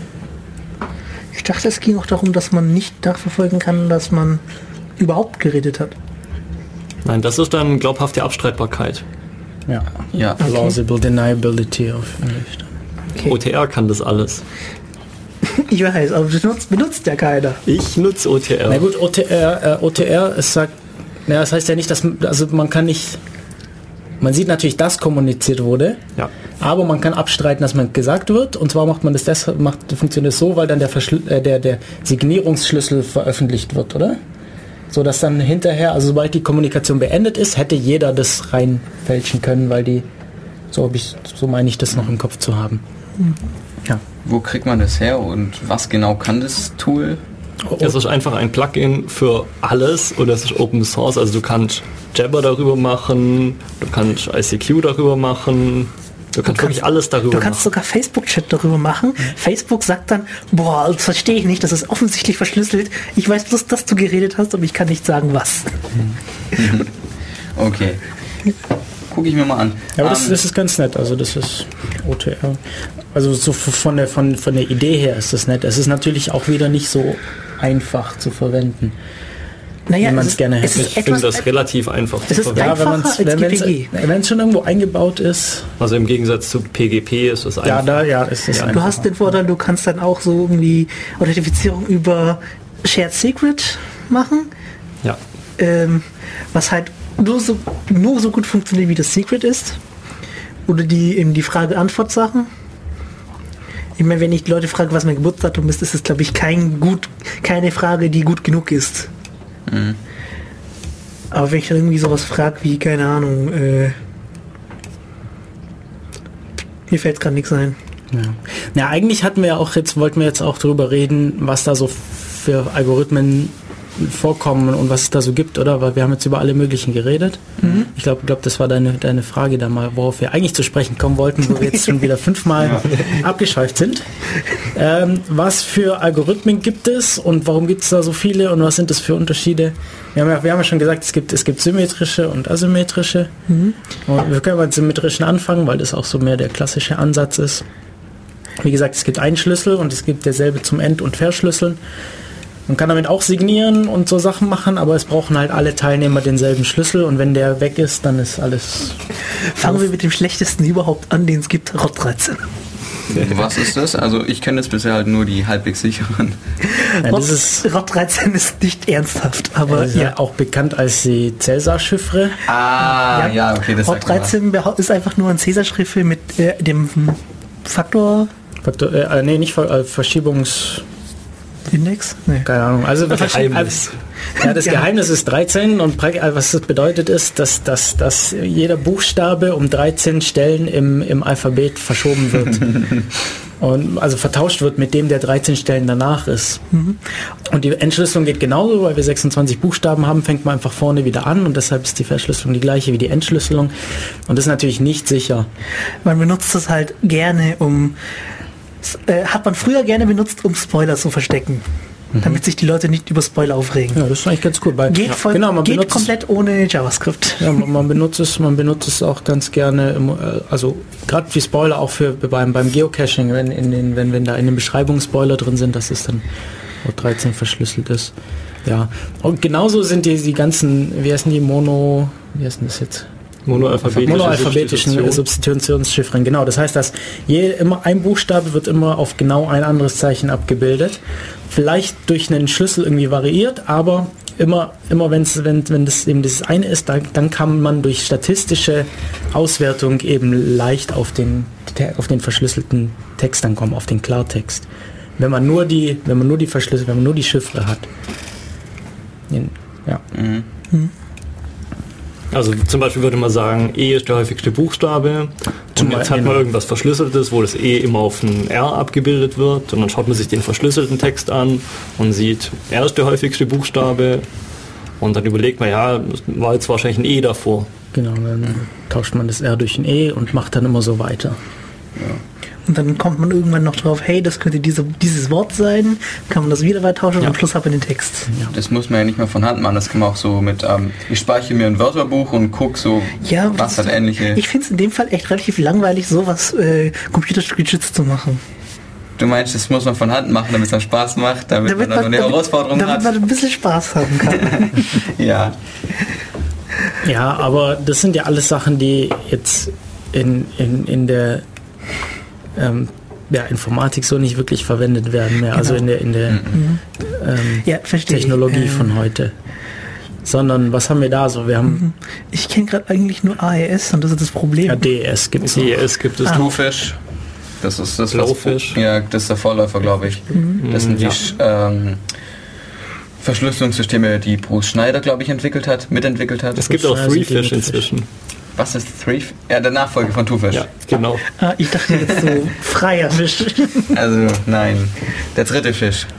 Speaker 1: Ich dachte, es ging auch darum, dass man nicht nachverfolgen kann, dass man überhaupt geredet hat.
Speaker 4: Nein, das ist dann glaubhafte Abstreitbarkeit.
Speaker 3: Ja.
Speaker 1: Okay.
Speaker 3: Plausible Deniability auf Englisch.
Speaker 4: Okay. OTR kann das alles.
Speaker 1: Ich weiß, aber benutzt ja keiner.
Speaker 4: Ich nutze OTR.
Speaker 3: Na gut, OTR, es sagt, das heißt ja nicht, dass, also man kann nicht, man sieht natürlich, dass kommuniziert wurde, aber man kann abstreiten, dass man gesagt wird, und zwar funktioniert es so, weil dann der Signierungsschlüssel veröffentlicht wird, oder? So dass dann hinterher, also sobald die Kommunikation beendet ist, hätte jeder das reinfälschen können, weil so meine ich das noch im Kopf zu haben. Ja.
Speaker 2: Wo kriegt man das her und was genau kann das Tool?
Speaker 4: Es ist einfach ein Plugin für alles und es ist Open Source. Also du kannst Jabber darüber machen, du kannst ICQ darüber machen, du kannst wirklich alles darüber machen.
Speaker 1: Du kannst sogar Facebook-Chat darüber machen. Facebook sagt dann, boah, das verstehe ich nicht, das ist offensichtlich verschlüsselt. Ich weiß bloß, dass du geredet hast, aber ich kann nicht sagen, was.
Speaker 2: Okay. Gucke ich mir mal an.
Speaker 3: Ja, aber das ist ganz nett, also das ist OTR. Also so von der Idee her ist das nett. Es ist natürlich auch wieder nicht so einfach zu verwenden,
Speaker 1: naja,
Speaker 3: wie man es gerne hätte.
Speaker 4: Ich finde das relativ einfach zu verwenden.
Speaker 3: Wenn es schon irgendwo eingebaut ist.
Speaker 4: Also im Gegensatz zu PGP ist es einfach.
Speaker 3: Ist es
Speaker 1: einfach. Du hast den Vorteil, du kannst dann auch so irgendwie Authentifizierung über Shared Secret machen.
Speaker 4: Ja.
Speaker 1: Was halt nur so gut funktioniert, wie das Secret ist. Oder die Frage-Antwort-Sachen. Ich meine, wenn ich die Leute frage, was mein Geburtsdatum ist, ist es, glaube ich, keine Frage, die gut genug ist. Mhm. Aber wenn ich dann irgendwie sowas frage wie, keine Ahnung, mir fällt gerade nichts ein.
Speaker 3: Ja, eigentlich wollten wir jetzt auch darüber reden, was da so für Algorithmen vorkommen und was es da so gibt, oder? Weil wir haben jetzt über alle möglichen geredet. Mhm. Ich glaube, das war deine Frage da mal, worauf wir eigentlich zu sprechen kommen wollten, wo wir jetzt schon wieder 5-mal abgeschweift sind. Was für Algorithmen gibt es und warum gibt es da so viele und was sind das für Unterschiede? Wir haben ja schon gesagt, es gibt symmetrische und asymmetrische. Mhm. Und wir können mit symmetrischen anfangen, weil das auch so mehr der klassische Ansatz ist. Wie gesagt, es gibt einen Schlüssel und es gibt derselbe zum End- und Verschlüsseln. Man kann damit auch signieren und so Sachen machen, aber es brauchen halt alle Teilnehmer denselben Schlüssel und wenn der weg ist, dann ist alles...
Speaker 1: Fangen wir mit dem schlechtesten überhaupt an, den es gibt, ROT13.
Speaker 2: Was ist das? Also ich kenne jetzt bisher halt nur die halbwegs sicheren.
Speaker 3: Ja,
Speaker 1: ROT13 ist nicht ernsthaft, aber
Speaker 3: ja auch bekannt als die Cäsar-Chiffre.
Speaker 2: Okay, das
Speaker 1: ROT13 ist einfach nur ein Cäsar-Chiffre mit dem Faktor...
Speaker 3: Verschiebungs...
Speaker 1: Index? Nee.
Speaker 3: Keine Ahnung. Also das Geheimnis. Das Geheimnis ist 13 und was das bedeutet ist, dass jeder Buchstabe um 13 Stellen im Alphabet verschoben wird. Und also vertauscht wird mit dem, der 13 Stellen danach ist. Und die Entschlüsselung geht genauso, weil wir 26 Buchstaben haben, fängt man einfach vorne wieder an und deshalb ist die Verschlüsselung die gleiche wie die Entschlüsselung. Und das ist natürlich nicht sicher.
Speaker 1: Man benutzt es halt gerne, hat man früher gerne benutzt, um Spoiler zu verstecken. Damit sich die Leute nicht über Spoiler aufregen.
Speaker 3: Ja, das ist eigentlich ganz cool. Weil,
Speaker 1: geht geht komplett ohne JavaScript.
Speaker 3: Ja, man benutzt es auch ganz gerne, also gerade die Spoiler auch beim Geocaching, wenn da in den Beschreibungen Spoiler drin sind, dass es dann Port 13 verschlüsselt ist. Ja. Und genauso sind die ganzen, wie heißen das jetzt? Monoalphabetischen Substitutionschiffren, genau. Das heißt, dass immer ein Buchstabe wird immer auf genau ein anderes Zeichen abgebildet. Vielleicht durch einen Schlüssel irgendwie variiert, aber immer wenn das eben dieses eine ist, dann kann man durch statistische Auswertung eben leicht auf den verschlüsselten Text dann kommen, auf den Klartext. Wenn man nur die Chiffre hat. Ja.
Speaker 4: Also zum Beispiel würde man sagen, E ist der häufigste Buchstabe und jetzt hat man irgendwas Verschlüsseltes, wo das E immer auf ein R abgebildet wird und dann schaut man sich den verschlüsselten Text an und sieht, R ist der häufigste Buchstabe und dann überlegt man, ja, war jetzt wahrscheinlich ein E davor.
Speaker 3: Genau, dann tauscht man das R durch ein E und macht dann immer so weiter.
Speaker 1: Ja. Und dann kommt man irgendwann noch drauf, hey, das könnte dieses Wort sein, kann man das wieder weit tauschen und am Schluss hat man den Text.
Speaker 2: Ja. Das muss man ja nicht mehr von Hand machen, das kann man auch so mit, ich speichere mir ein Wörterbuch und gucke so, was hat ähnliche...
Speaker 1: Ich finde es in dem Fall echt relativ langweilig, sowas computergestützt zu machen.
Speaker 2: Du meinst, das muss man von Hand machen, damit es dann Spaß macht, damit man dann eine Herausforderung hat?
Speaker 1: Damit man ein bisschen Spaß haben kann.
Speaker 2: Ja.
Speaker 3: Ja, aber das sind ja alles Sachen, die jetzt in der Informatik so nicht wirklich verwendet werden mehr, genau. Also in der Technologie von heute. Sondern was haben wir da so? Wir haben
Speaker 1: ich kenne gerade eigentlich nur AES und das ist das Problem.
Speaker 3: Ja, DES gibt es.
Speaker 4: DES gibt es.
Speaker 2: Twofish. Das ist das
Speaker 4: Blowfish.
Speaker 2: Ja, das ist der Vorläufer, glaube ich. Das sind die Verschlüsselungssysteme, die Bruce Schneider, glaube ich, mitentwickelt hat.
Speaker 4: Es gibt auch Threefish inzwischen.
Speaker 2: Was ist Threefish? Ja, der Nachfolger von Twofish.
Speaker 4: Ja, genau.
Speaker 1: Ich dachte jetzt so freier Fisch.
Speaker 2: Also, nein. Der dritte Fisch.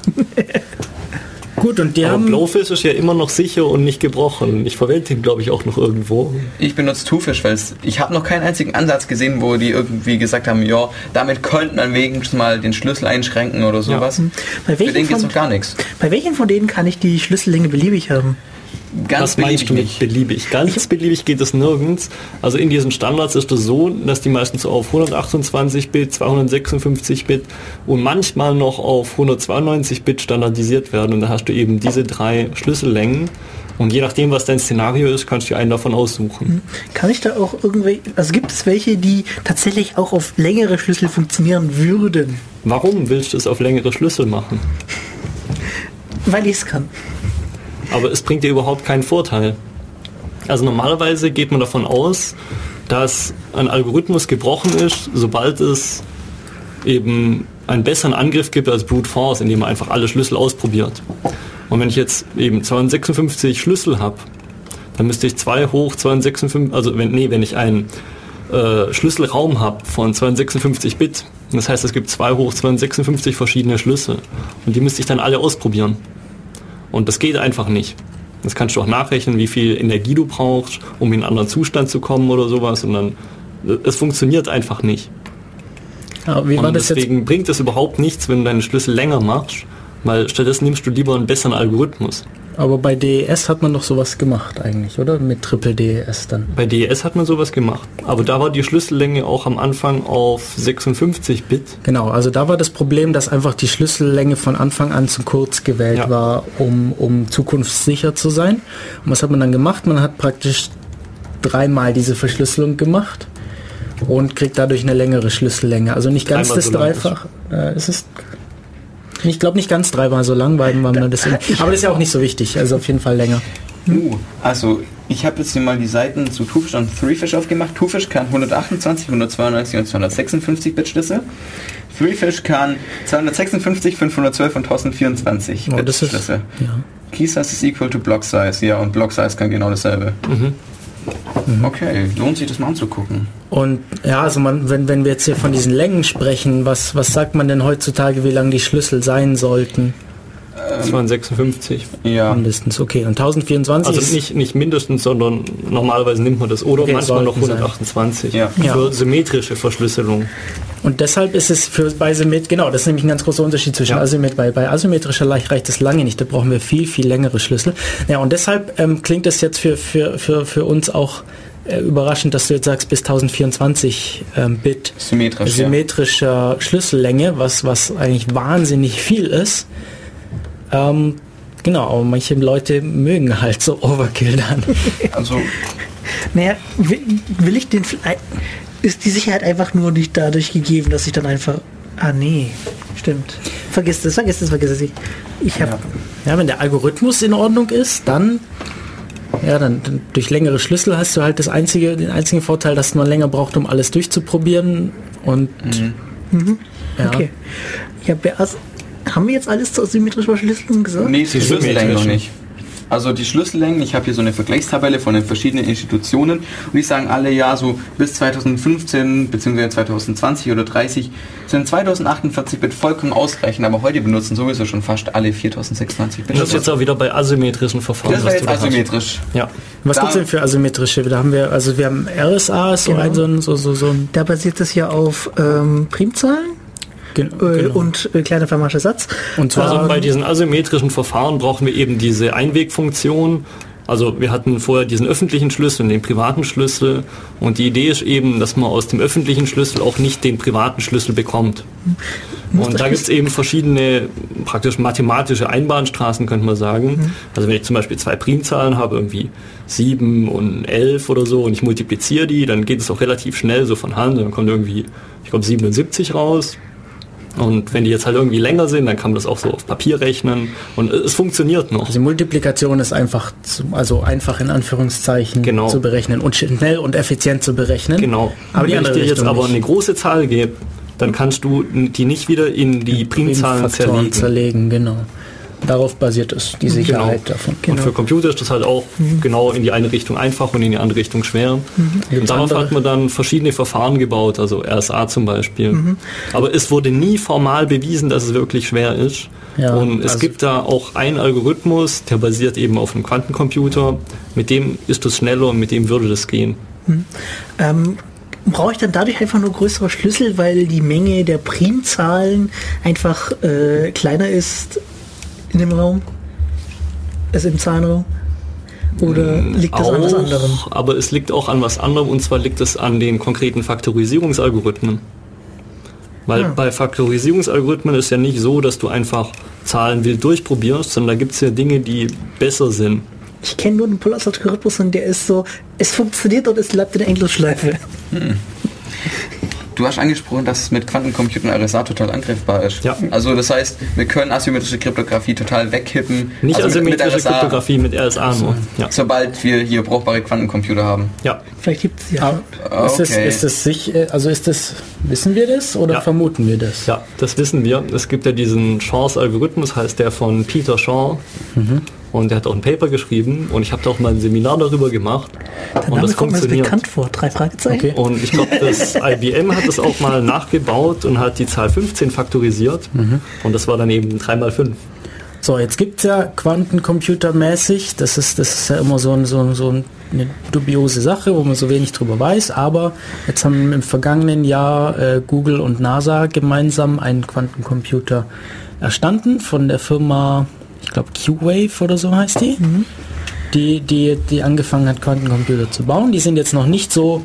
Speaker 3: Gut, und
Speaker 4: aber Blowfish ist ja immer noch sicher und nicht gebrochen. Ich verwende ihn, glaube ich, auch noch irgendwo.
Speaker 2: Ich benutze Twofish, weil ich habe noch keinen einzigen Ansatz gesehen, wo die irgendwie gesagt haben, ja, damit könnte man wenigstens mal den Schlüssel einschränken oder sowas.
Speaker 1: Ja.
Speaker 2: Für den gibt es noch gar nichts.
Speaker 1: Bei welchen von denen kann ich die Schlüssellänge beliebig haben?
Speaker 4: Was meinst du mit beliebig? Ganz beliebig geht es nirgends. Also in diesen Standards ist es so, dass die meistens auf 128 Bit, 256 Bit und manchmal noch auf 192 Bit standardisiert werden. Und da hast du eben diese 3 Schlüssellängen. Und je nachdem, was dein Szenario ist, kannst du einen davon aussuchen.
Speaker 1: Kann ich da auch irgendwelche, also gibt es welche, die tatsächlich auch auf längere Schlüssel funktionieren würden?
Speaker 4: Warum willst du es auf längere Schlüssel machen?
Speaker 1: Weil ich es kann.
Speaker 4: Aber es bringt dir überhaupt keinen Vorteil. Also normalerweise geht man davon aus, dass ein Algorithmus gebrochen ist, sobald es eben einen besseren Angriff gibt als Brute Force, indem man einfach alle Schlüssel ausprobiert. Und wenn ich jetzt eben 256 Schlüssel habe, dann müsste ich 2 hoch 256, also wenn ich einen Schlüsselraum habe von 256 Bit, das heißt, es gibt 2 hoch 256 verschiedene Schlüssel und die müsste ich dann alle ausprobieren. Und das geht einfach nicht. Das kannst du auch nachrechnen, wie viel Energie du brauchst, um in einen anderen Zustand zu kommen oder sowas. Und dann, es funktioniert einfach nicht.
Speaker 3: Ja,
Speaker 4: und deswegen bringt es überhaupt nichts, wenn du deinen Schlüssel länger machst, weil stattdessen nimmst du lieber einen besseren Algorithmus.
Speaker 3: Aber bei DES hat man doch sowas gemacht eigentlich, oder? Mit Triple DES dann.
Speaker 4: Bei DES hat man sowas gemacht. Aber da war die Schlüssellänge auch am Anfang auf 56 Bit.
Speaker 3: Genau, also da war das Problem, dass einfach die Schlüssellänge von Anfang an zu kurz gewählt war, um zukunftssicher zu sein. Und was hat man dann gemacht? Man hat praktisch 3-mal diese Verschlüsselung gemacht und kriegt dadurch eine längere Schlüssellänge. Also nicht ganz das Dreifach. Es ist... Ich glaube nicht ganz 3-mal so lang, weil man das aber das ist ja auch nicht so wichtig, also auf jeden Fall länger.
Speaker 2: Also ich habe jetzt hier mal die Seiten zu Twofish und Threefish aufgemacht. Twofish kann 128, 192 und 256 Bit Schlüssel. Threefish kann 256, 512 und 1024 Bit Schlüssel. Key Size is equal to Block Size, ja, und Block Size kann genau dasselbe. Okay, lohnt sich das mal anzugucken.
Speaker 3: Und ja, also wenn wir jetzt hier von diesen Längen sprechen, was sagt man denn heutzutage, wie lang die Schlüssel sein sollten?
Speaker 4: Das waren 56.
Speaker 2: Ja.
Speaker 3: Mindestens, okay. Und 1024
Speaker 4: Also nicht mindestens, sondern normalerweise nimmt man das. Oder
Speaker 3: Okay,
Speaker 4: manchmal noch
Speaker 3: sollten sein.
Speaker 4: 128.
Speaker 2: Ja.
Speaker 4: Für symmetrische Verschlüsselung.
Speaker 3: Und deshalb ist es bei Symmetrie, genau, das ist nämlich ein ganz großer Unterschied zwischen Asymmetrie. Bei asymmetrischer reicht es lange nicht, da brauchen wir viel, viel längere Schlüssel. Ja, und deshalb klingt es jetzt für uns auch überraschend, dass du jetzt sagst, bis 1024 Bit symmetrischer Schlüssellänge, was eigentlich wahnsinnig viel ist. Genau, aber manche Leute mögen halt so Overkill dann.
Speaker 2: Also,
Speaker 1: Naja, will ich den... Ist die Sicherheit einfach nur nicht dadurch gegeben, dass ich dann einfach... Ah, nee, stimmt. Vergiss es. Ich habe...
Speaker 3: Ja, wenn der Algorithmus in Ordnung ist, dann durch längere Schlüssel hast du halt den einzigen Vorteil, dass man länger braucht, um alles durchzuprobieren. Und ja.
Speaker 1: Okay. Haben wir jetzt alles zur symmetrischen Verschlüsselung gesagt?
Speaker 2: nee, die Schlüssellängen noch nicht. Also die Schlüssellängen, ich habe hier so eine Vergleichstabelle von den verschiedenen Institutionen und die sagen alle, ja, so bis 2015 bzw. 2020 oder 30 sind 2048 Bit vollkommen ausreichend, aber heute benutzen sowieso schon fast alle 4096 Bit.
Speaker 4: Das ist jetzt auch wieder bei asymmetrischen Verfahren.
Speaker 2: Das wäre jetzt asymmetrisch.
Speaker 4: Ja.
Speaker 3: Was gibt es denn für asymmetrische? Wir haben RSA, so ein
Speaker 1: Da basiert es ja auf Primzahlen und kleiner Fermatscher Satz.
Speaker 3: Und zwar
Speaker 4: Also bei diesen asymmetrischen Verfahren brauchen wir eben diese Einwegfunktion. Also wir hatten vorher diesen öffentlichen Schlüssel und den privaten Schlüssel und die Idee ist eben, dass man aus dem öffentlichen Schlüssel auch nicht den privaten Schlüssel bekommt. Und da gibt es eben verschiedene praktisch mathematische Einbahnstraßen, könnte man sagen. Also wenn ich zum Beispiel zwei Primzahlen habe, irgendwie 7 und 11 oder so und ich multipliziere die, dann geht es auch relativ schnell so von Hand und dann kommt irgendwie, ich glaube 77 raus. Und wenn die jetzt halt irgendwie länger sind, dann kann man das auch so auf Papier rechnen und es funktioniert noch.
Speaker 3: Also die Multiplikation ist einfach in Anführungszeichen zu berechnen und schnell und effizient zu berechnen.
Speaker 4: Genau.
Speaker 3: Aber
Speaker 4: wenn ich dir jetzt aber eine große Zahl gebe, dann kannst du die nicht wieder in die Primzahlen
Speaker 3: zerlegen. Genau. Darauf basiert es, die Sicherheit davon.
Speaker 4: Und für Computer ist das halt auch genau in die eine Richtung einfach und in die andere Richtung schwer. Und darauf hat man dann verschiedene Verfahren gebaut, also RSA zum Beispiel. Aber es wurde nie formal bewiesen, dass es wirklich schwer ist.
Speaker 3: Ja,
Speaker 4: und es gibt da auch einen Algorithmus, der basiert eben auf einem Quantencomputer. Mit dem ist das schneller und mit dem würde das gehen.
Speaker 1: Brauche ich dann dadurch einfach nur größere Schlüssel, weil die Menge der Primzahlen einfach kleiner ist in dem Raum? Also im Zahlenraum? Oder liegt das an was anderem?
Speaker 4: Aber es liegt auch an was anderem und zwar liegt es an den konkreten Faktorisierungsalgorithmen. Weil bei Faktorisierungsalgorithmen ist ja nicht so, dass du einfach Zahlen wild durchprobierst, sondern da gibt es ja Dinge, die besser sind.
Speaker 1: Ich kenne nur den Polar-Algorithmus und der ist so, es funktioniert und es bleibt in der Endlosschleife.
Speaker 2: Du hast angesprochen, dass es mit Quantencomputern RSA total angreifbar ist.
Speaker 4: Ja.
Speaker 2: Also das heißt, wir können asymmetrische Kryptographie total wegkippen.
Speaker 4: Nicht
Speaker 2: also
Speaker 4: asymmetrische
Speaker 2: mit RSA,
Speaker 4: Kryptographie mit RSA nur. Ja.
Speaker 2: Sobald wir hier brauchbare Quantencomputer haben.
Speaker 4: Ja.
Speaker 1: Vielleicht gibt es ja.
Speaker 3: Wissen wir das oder vermuten wir das?
Speaker 4: Ja, das wissen wir. Es gibt ja diesen Shors-Algorithmus, heißt der von Peter Shaw. Und der hat auch ein Paper geschrieben und ich habe da auch mal ein Seminar darüber gemacht.
Speaker 1: Der
Speaker 4: und
Speaker 1: Name
Speaker 4: das
Speaker 1: kommt mir
Speaker 4: funktioniert.
Speaker 1: bekannt vor. 3 Fragezeichen.
Speaker 3: Okay.
Speaker 4: Und ich glaube, das IBM hat das auch mal nachgebaut und hat die Zahl 15 faktorisiert. Und das war dann eben 3 mal 5.
Speaker 3: So, jetzt gibt es ja quantencomputermäßig, das ist ja immer so eine dubiose Sache, wo man so wenig drüber weiß, aber jetzt haben im vergangenen Jahr Google und NASA gemeinsam einen Quantencomputer erstanden von der Firma, ich glaube Q-Wave oder so heißt die, die angefangen hat, Quantencomputer zu bauen. Die sind jetzt noch nicht so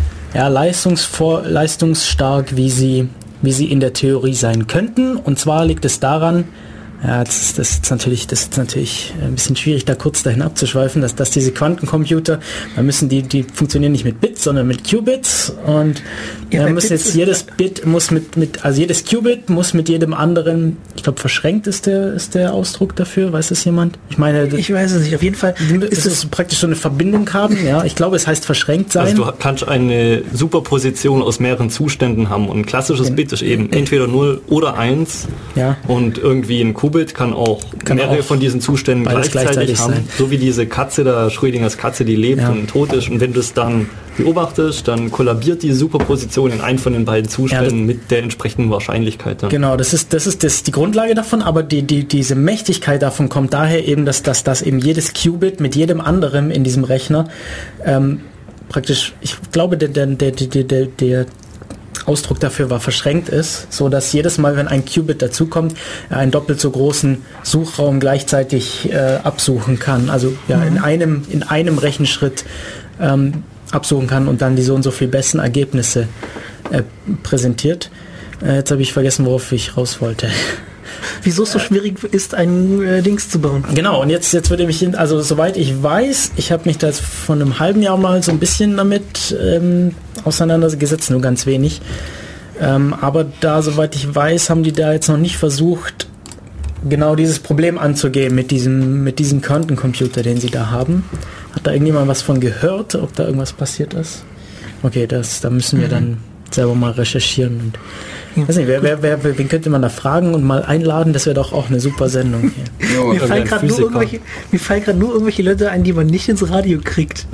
Speaker 3: leistungsstark, wie sie in der Theorie sein könnten. Und zwar liegt es daran, das ist natürlich ein bisschen schwierig, da kurz dahin abzuschweifen, dass diese Quantencomputer, die funktionieren nicht mit Bits, sondern mit Qubits und jedes Qubit muss mit jedem anderen, ich glaube verschränkt ist der Ausdruck dafür, weiß das jemand? Ich
Speaker 1: weiß es nicht, auf jeden Fall
Speaker 3: ist es praktisch so eine Verbindung haben, ich glaube es heißt verschränkt sein.
Speaker 4: Also du kannst eine Superposition aus mehreren Zuständen haben und ein klassisches Bit ist eben entweder 0 oder 1 und irgendwie ein Qubit Qubit kann auch mehrere von diesen Zuständen gleichzeitig haben.
Speaker 3: sein.
Speaker 4: So wie diese Katze da, Schrödingers Katze, die lebt und tot ist. Und wenn du es dann beobachtest, dann kollabiert die Superposition in einen von den beiden Zuständen mit der entsprechenden Wahrscheinlichkeit. Dann.
Speaker 3: Genau, das ist die Grundlage davon, aber diese Mächtigkeit davon kommt daher eben, dass eben jedes Qubit mit jedem anderen in diesem Rechner praktisch, ich glaube, der Ausdruck dafür war verschränkt ist, so dass jedes Mal, wenn ein Qubit dazukommt, er einen doppelt so großen Suchraum gleichzeitig absuchen kann. Also in einem Rechenschritt absuchen kann und dann die so und so viel besten Ergebnisse präsentiert. Jetzt habe ich vergessen, worauf ich raus wollte.
Speaker 1: Wieso es so schwierig ist, ein Dings zu bauen.
Speaker 3: Genau, und jetzt würde mich, also soweit ich weiß, ich habe mich da vor einem halben Jahr mal so ein bisschen damit auseinandergesetzt, nur ganz wenig. Aber da, soweit ich weiß, haben die da jetzt noch nicht versucht, genau dieses Problem anzugehen mit diesem Quantencomputer, den sie da haben. Hat da irgendjemand was von gehört, ob da irgendwas passiert ist? Okay, da müssen wir dann selber mal recherchieren. Und ich weiß nicht, wen könnte man da fragen und mal einladen? Das wäre doch auch eine super Sendung hier.
Speaker 1: Mir fallen gerade nur irgendwelche Leute ein, die man nicht ins Radio kriegt.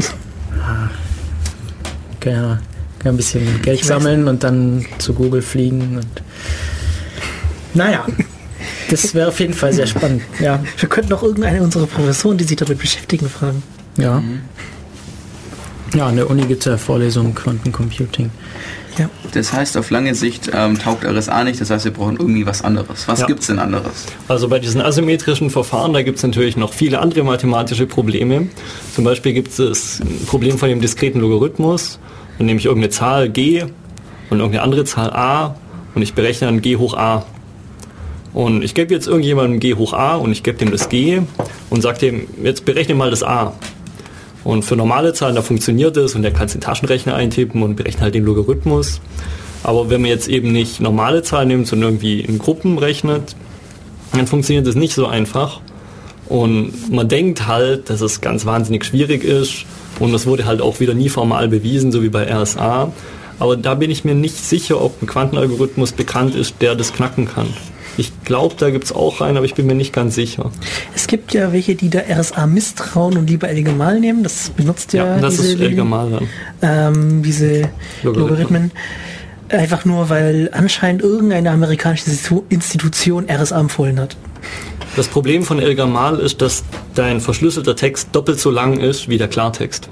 Speaker 3: Okay, ja. Ein bisschen Geld sammeln und dann zu Google fliegen. Und naja, das wäre auf jeden Fall sehr spannend. Ja.
Speaker 1: Wir könnten auch irgendeine unserer Professoren, die sich damit beschäftigen, fragen.
Speaker 3: Ja. Ja, an der Uni gibt es ja Vorlesungen Quantencomputing.
Speaker 2: Ja. Das heißt, auf lange Sicht taugt RSA nicht, das heißt, wir brauchen irgendwie was anderes. Was gibt es denn anderes?
Speaker 4: Also bei diesen asymmetrischen Verfahren, da gibt es natürlich noch viele andere mathematische Probleme. Zum Beispiel gibt es das Problem von dem diskreten Logarithmus. Dann nehme ich irgendeine Zahl g und irgendeine andere Zahl a und ich berechne dann g hoch a. Und ich gebe jetzt irgendjemandem g hoch a und ich gebe dem das g und sage dem, jetzt berechne mal das a. Und für normale Zahlen, da funktioniert es und der kann es in den Taschenrechner eintippen und berechnet halt den Logarithmus. Aber wenn man jetzt eben nicht normale Zahlen nimmt, sondern irgendwie in Gruppen rechnet, dann funktioniert das nicht so einfach. Und man denkt halt, dass es ganz wahnsinnig schwierig ist und das wurde halt auch wieder nie formal bewiesen, so wie bei RSA. Aber da bin ich mir nicht sicher, ob ein Quantenalgorithmus bekannt ist, der das knacken kann. Ich glaube, da gibt es auch einen, aber ich bin mir nicht ganz sicher.
Speaker 1: Es gibt ja welche, die da RSA misstrauen und lieber Elgamal nehmen. Das benutzt
Speaker 4: das ist Elgamal
Speaker 1: dann. Diese Logarithmen. Einfach nur, weil anscheinend irgendeine amerikanische Institution RSA empfohlen hat.
Speaker 4: Das Problem von Elgamal ist, dass dein verschlüsselter Text doppelt so lang ist wie der Klartext.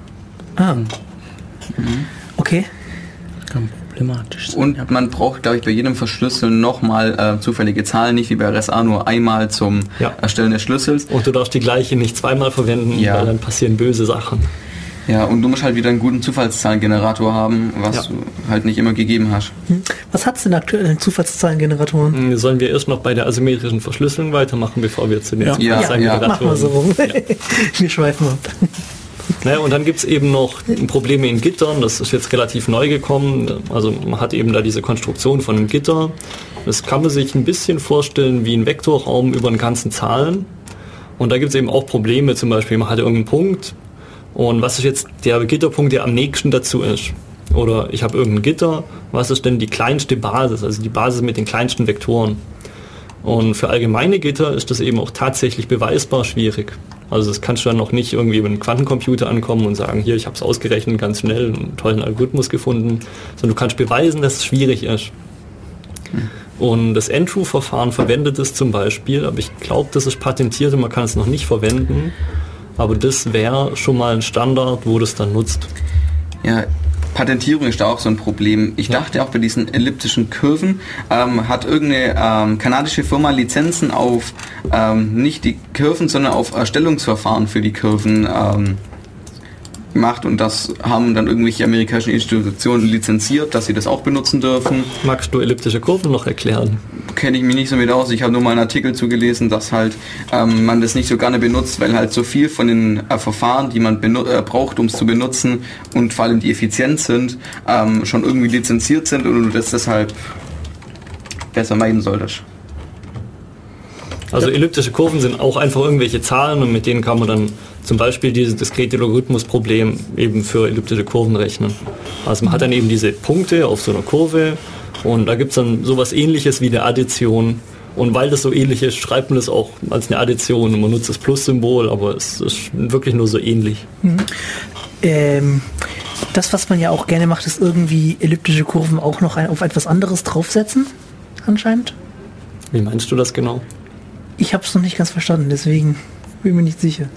Speaker 1: Okay.
Speaker 3: Kann problematisch sein.
Speaker 2: Und man braucht, glaube ich, bei jedem Verschlüsseln nochmal zufällige Zahlen, nicht wie bei RSA nur einmal zum Erstellen des Schlüssels.
Speaker 4: Und du darfst die gleiche nicht zweimal verwenden, weil dann passieren böse Sachen.
Speaker 2: Ja, und du musst halt wieder einen guten Zufallszahlengenerator haben, was du halt nicht immer gegeben hast.
Speaker 1: Was hat's denn aktuell an Zufallszahlengeneratoren?
Speaker 4: Sollen wir erst noch bei der asymmetrischen Verschlüsselung weitermachen, bevor wir zu den
Speaker 1: Zufallszahlengeneratoren... Machen wir so rum. Wir schweifen ab.
Speaker 4: Naja, und dann gibt es eben noch Probleme in Gittern, das ist jetzt relativ neu gekommen. Also man hat eben da diese Konstruktion von einem Gitter. Das kann man sich ein bisschen vorstellen wie ein Vektorraum über den ganzen Zahlen. Und da gibt es eben auch Probleme, zum Beispiel man hat irgendeinen Punkt. Und was ist jetzt der Gitterpunkt, der am nächsten dazu ist? Oder ich habe irgendein Gitter, was ist denn die kleinste Basis, also die Basis mit den kleinsten Vektoren? Und für allgemeine Gitter ist das eben auch tatsächlich beweisbar schwierig. Also das kannst du dann noch nicht irgendwie über einen Quantencomputer ankommen und sagen, hier, ich habe es ausgerechnet, ganz schnell, einen tollen Algorithmus gefunden, sondern du kannst beweisen, dass es schwierig ist. Und das N-True-Verfahren verwendet es zum Beispiel, aber ich glaube, das ist patentiert und man kann es noch nicht verwenden. Aber das wäre schon mal ein Standard, wo das dann nutzt.
Speaker 2: Ja, Patentierung ist da auch so ein Problem. Ich dachte auch bei diesen elliptischen Kurven, hat irgendeine kanadische Firma Lizenzen auf nicht die Kurven, sondern auf Erstellungsverfahren für die Kurven gemacht und das haben dann irgendwelche amerikanischen Institutionen lizenziert, dass sie das auch benutzen dürfen.
Speaker 4: Magst du elliptische Kurven noch erklären?
Speaker 2: Kenne ich mich nicht so mit aus. Ich habe nur mal einen Artikel zugelesen, dass halt man das nicht so gerne benutzt, weil halt so viel von den Verfahren, die man braucht, um es zu benutzen und vor allem die effizient sind, schon irgendwie lizenziert sind und du das deshalb besser meiden solltest.
Speaker 4: Also elliptische Kurven sind auch einfach irgendwelche Zahlen und mit denen kann man dann zum Beispiel dieses diskrete Logarithmusproblem eben für elliptische Kurven rechnen. Also man hat dann eben diese Punkte auf so einer Kurve und da gibt es dann sowas Ähnliches wie eine Addition Und weil das so ähnlich ist, schreibt man das auch als eine Addition und man nutzt das Plus-Symbol, aber es ist wirklich nur so ähnlich.
Speaker 1: Das, was man ja auch gerne macht, ist irgendwie elliptische Kurven auch noch auf etwas anderes draufsetzen, anscheinend.
Speaker 4: Wie meinst du das genau?
Speaker 1: Ich habe es noch nicht ganz verstanden, deswegen bin ich mir nicht sicher.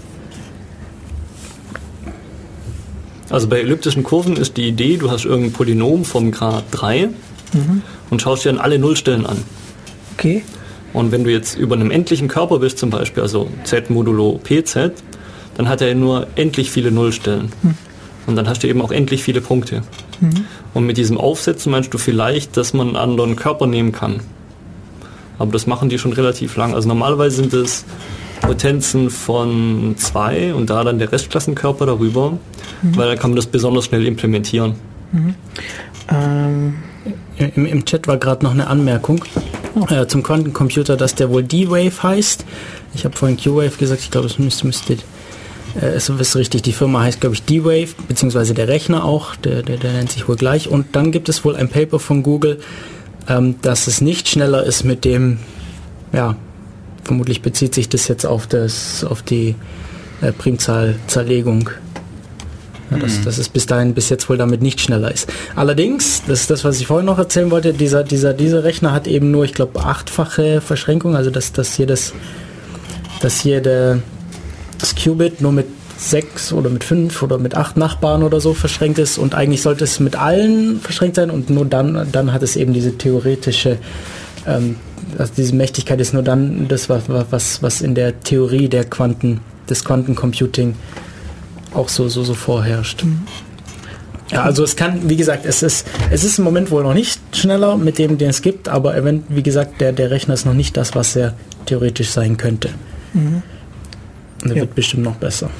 Speaker 4: Also bei elliptischen Kurven ist die Idee, du hast irgendein Polynom vom Grad 3 und schaust dir dann alle Nullstellen an.
Speaker 1: Okay.
Speaker 4: Und wenn du jetzt über einem endlichen Körper bist zum Beispiel, also z modulo pz, dann hat er nur endlich viele Nullstellen. Und dann hast du eben auch endlich viele Punkte. Und mit diesem Aufsetzen meinst du vielleicht, dass man einen anderen Körper nehmen kann. Aber das machen die schon relativ lang. Also normalerweise sind es Potenzen von 2 und da dann der Restklassenkörper darüber, weil dann kann man das besonders schnell implementieren.
Speaker 3: Im Chat war gerade noch eine Anmerkung zum Quantencomputer, dass der wohl D-Wave heißt. Ich habe vorhin Q-Wave gesagt, ich glaube, es müsste es ist richtig, die Firma heißt, glaube ich, D-Wave, beziehungsweise der Rechner auch, der nennt sich wohl gleich. Und dann gibt es wohl ein Paper von Google, dass es nicht schneller ist mit dem, ja, vermutlich bezieht sich das jetzt auf die Primzahlzerlegung. Ja, dass es bis jetzt wohl damit nicht schneller ist. Allerdings, das ist das, was ich vorhin noch erzählen wollte, dieser Rechner hat eben nur, ich glaube, 8-fache Verschränkung, also dass das Qubit nur mit 6 oder mit 5 oder mit 8 Nachbarn oder so verschränkt ist und eigentlich sollte es mit allen verschränkt sein und nur dann hat es eben diese theoretische, also diese Mächtigkeit ist nur dann das, was in der Theorie des Quantencomputing auch so vorherrscht. Ja, also es kann, wie gesagt, es ist im Moment wohl noch nicht schneller mit dem, den es gibt, aber wie gesagt, der Rechner ist noch nicht das, was er theoretisch sein könnte. Und er wird bestimmt noch besser.